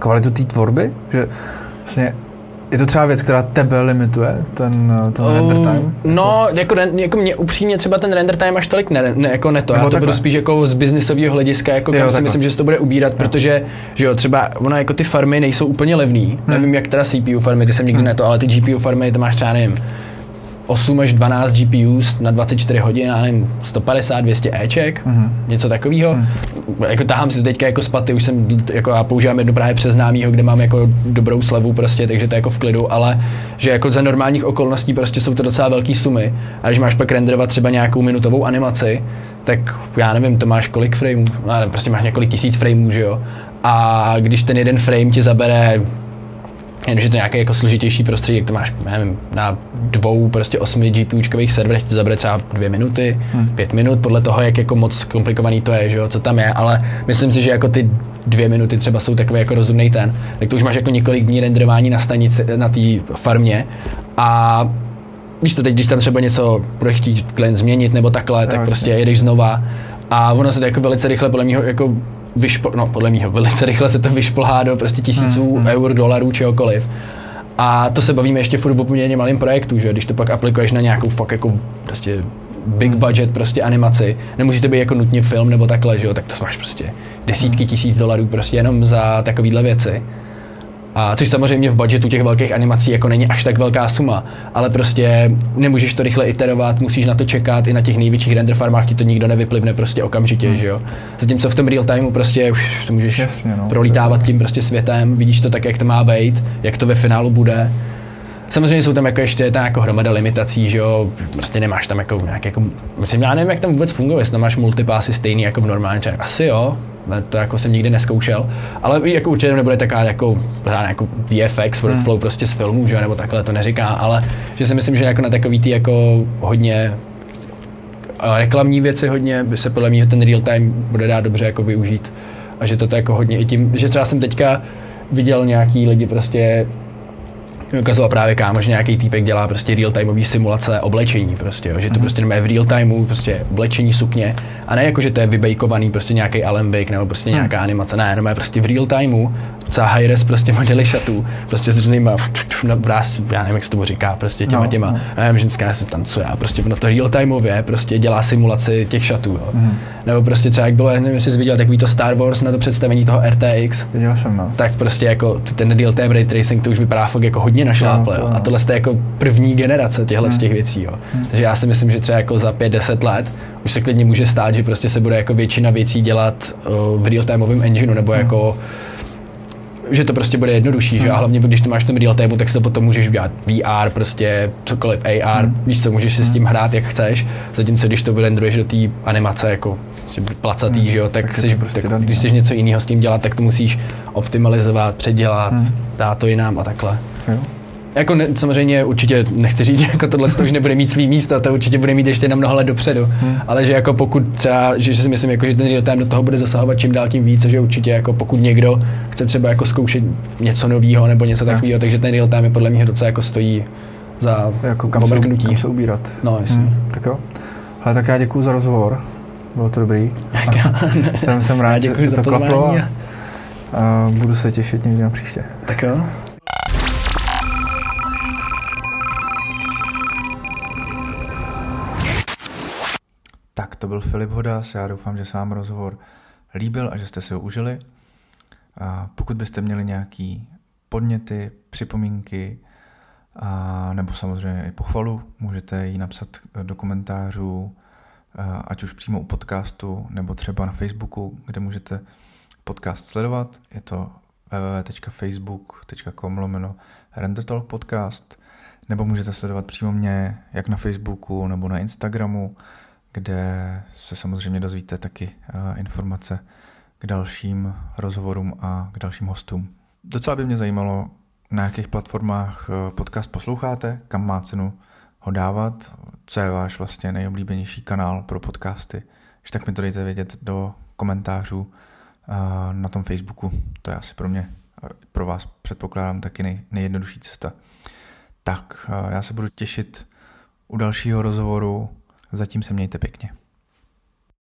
kvalitu té tvorby? Že vlastně je to třeba věc, která tebe limituje, ten, ten uh, render time? No, jako, jako mě upřímně třeba ten render time až tolik ne, ne, jako ne to. Já to budu spíš jako z biznisového hlediska, jako kam si myslím, že se to bude ubírat, jo. Protože, že jo, třeba ono jako ty farmy nejsou úplně levný. Hmm. Nevím, jak teda C P U farmy, ty jsem nikdy hmm. ne to, ale ty G P U farmy, to máš třeba, nevím, osm až dvanáct G P Us na dvacet čtyři hodin, já nevím, sto padesát dvě stě Eček, mm-hmm. něco takového. Mm. Jako tahám si to teďka jako spaty, už jsem, jako já používám jedno právě přes známýho, kde mám jako dobrou slevu prostě, takže to je jako v klidu, ale že jako za normálních okolností prostě jsou to docela velký sumy. A když máš pak renderovat třeba nějakou minutovou animaci, tak já nevím, to máš kolik frameů, já nevím, prostě máš několik tisíc frameů, že jo. A když ten jeden frame ti zabere, jenže to nějaké jako složitější prostředí, jak to máš, nevím, na dvou prostě osmi GPUčkových serverech to zabere třeba dvě minuty, hmm. pět minut, podle toho, jak jako moc komplikovaný to je, že jo, co tam je, ale myslím si, že jako ty dvě minuty třeba jsou takový jako rozumnej ten, tak to už máš jako několik dní renderování na stanici, na té farmě a víš to teď, když tam třeba něco bude chtít klient změnit nebo takhle, tak prostě jedeš znova a ono se to jako velice rychle podle mýho jako Vyšpo, no podle mýho velice rychle se to vyšplhá do prostě tisíců hmm. eur, dolarů, čehokoliv. A to se bavíme ještě furt o poměrně malým projektu, že když to pak aplikuješ na nějakou fakt jako prostě big budget prostě animaci, nemusí to být jako nutně film nebo takhle, že jo, tak to máš prostě desítky tisíc dolarů prostě jenom za takovýhle věci. A což samozřejmě v budgetu těch velkých animací jako není až tak velká suma, ale prostě nemůžeš to rychle iterovat, musíš na to čekat, i na těch největších render farmách ti to nikdo nevyplivne prostě okamžitě, hmm. že jo. Zatímco v tom real timeu prostě už to můžeš Jasně, no, prolítávat tím prostě světem, vidíš to tak, jak to má být, jak to ve finálu bude. Samozřejmě jsou tam jako ještě ta jako hromada limitací, že jo, prostě nemáš tam jako nějak jako, myslím, já nevím, jak tam vůbec funguje, jestli tam máš multipásy stejný jako v normálním čas. Asi jo, to jako jsem nikdy neskoušel, ale jako určitě nebude taková jako, jako V F X workflow hmm. prostě z filmů, že jo, nebo takhle, to neříká, ale že si myslím, že jako na takový ty jako hodně reklamní věci hodně by se podle mě ten real time bude dát dobře jako využít a že to jako hodně i tím, že třeba jsem teďka viděl nějaký lidi prostě ukazoval právě kámo, že nějaký týpek dělá prostě real-timeový simulace oblečení prostě, jo, že to mm. prostě nemá v real-timeu prostě oblečení sukně a ne jako, že to je vybejkovaný prostě nějaký alembik nebo prostě mm. nějaká animace, ne, no má prostě v real-timeu docela high-res prostě modely šatů, prostě s různýma vrás, já nevím, jak se tomu říká, prostě těma těma, no, no. nevím, ženská se tancuje a prostě na to real-timeově prostě dělá simulaci těch šatů, jo. Mm. Nebo prostě třeba jak bylo, nevím, jestli jsi viděl takový to Star Wars na to představení toho R T X, viděl jsem, no. Tak prostě jako ten real-time ray tracing to už vypadá fakt jako hodně našláple, no, to, no. A tohle je jako první generace těchhle z hmm. těch věcí, jo. Hmm. Takže já si myslím, že třeba jako za pět deset let už se klidně může stát, že prostě se bude jako většina věcí dělat uh, v real-timeovém engineu, nebo hmm. jako že to prostě bude jednodušší, hmm. že? A hlavně když to máš v tom real-timeu, tak si to potom můžeš dělat V R, prostě cokoliv A R, hmm. víš co, můžeš si s tím hrát, jak chceš, zatímco když to renderuješ do té animace jako placatý, hmm. že jo, tak, tak, si, prostě tak daný, když chceš něco jiného s tím dělat, tak to musíš optimalizovat, předělat, hmm. dát to jinam a takhle. Jo. Jako ne, samozřejmě určitě nechci říct, že jako tohle to už nebude mít svý místo, to určitě bude mít ještě na mnoho let dopředu, hmm. ale že jako pokud třeba, že, že si myslím, jako, že ten real time do toho bude zasahovat čím dál tím víc, že určitě jako pokud někdo chce třeba jako zkoušet něco nového nebo něco takového, takže ten real time je podle mě docela jako stojí za jako kam se, kam se ubírat. No, jasně. Hmm. Tak jo. Ale tak já děkuju za rozhovor, bylo to dobrý. jsem, jsem rád, že to klaplo a, a budu se těšit někdy na příště. Tak jo. Tak to byl Filip Hodas, já doufám, že se vám rozhovor líbil a že jste si ho užili. A pokud byste měli nějaký podněty, připomínky a nebo samozřejmě i pochvalu, můžete ji napsat do komentářů, ať už přímo u podcastu nebo třeba na Facebooku, kde můžete podcast sledovat. Je to w w w tečka facebook tečka com lomeno rendertalk podcast, nebo můžete sledovat přímo mě jak na Facebooku nebo na Instagramu, kde se samozřejmě dozvíte taky uh, informace k dalším rozhovorům a k dalším hostům. Docela by mě zajímalo, na jakých platformách uh, podcast posloucháte, kam má cenu ho dávat, co je váš vlastně nejoblíbenější kanál pro podcasty. Když tak mi to dejte vědět do komentářů uh, na tom Facebooku. To je asi pro mě, uh, pro vás předpokládám taky nej, nejjednodušší cesta. Tak uh, já se budu těšit u dalšího rozhovoru. Zatím se mějte pěkně.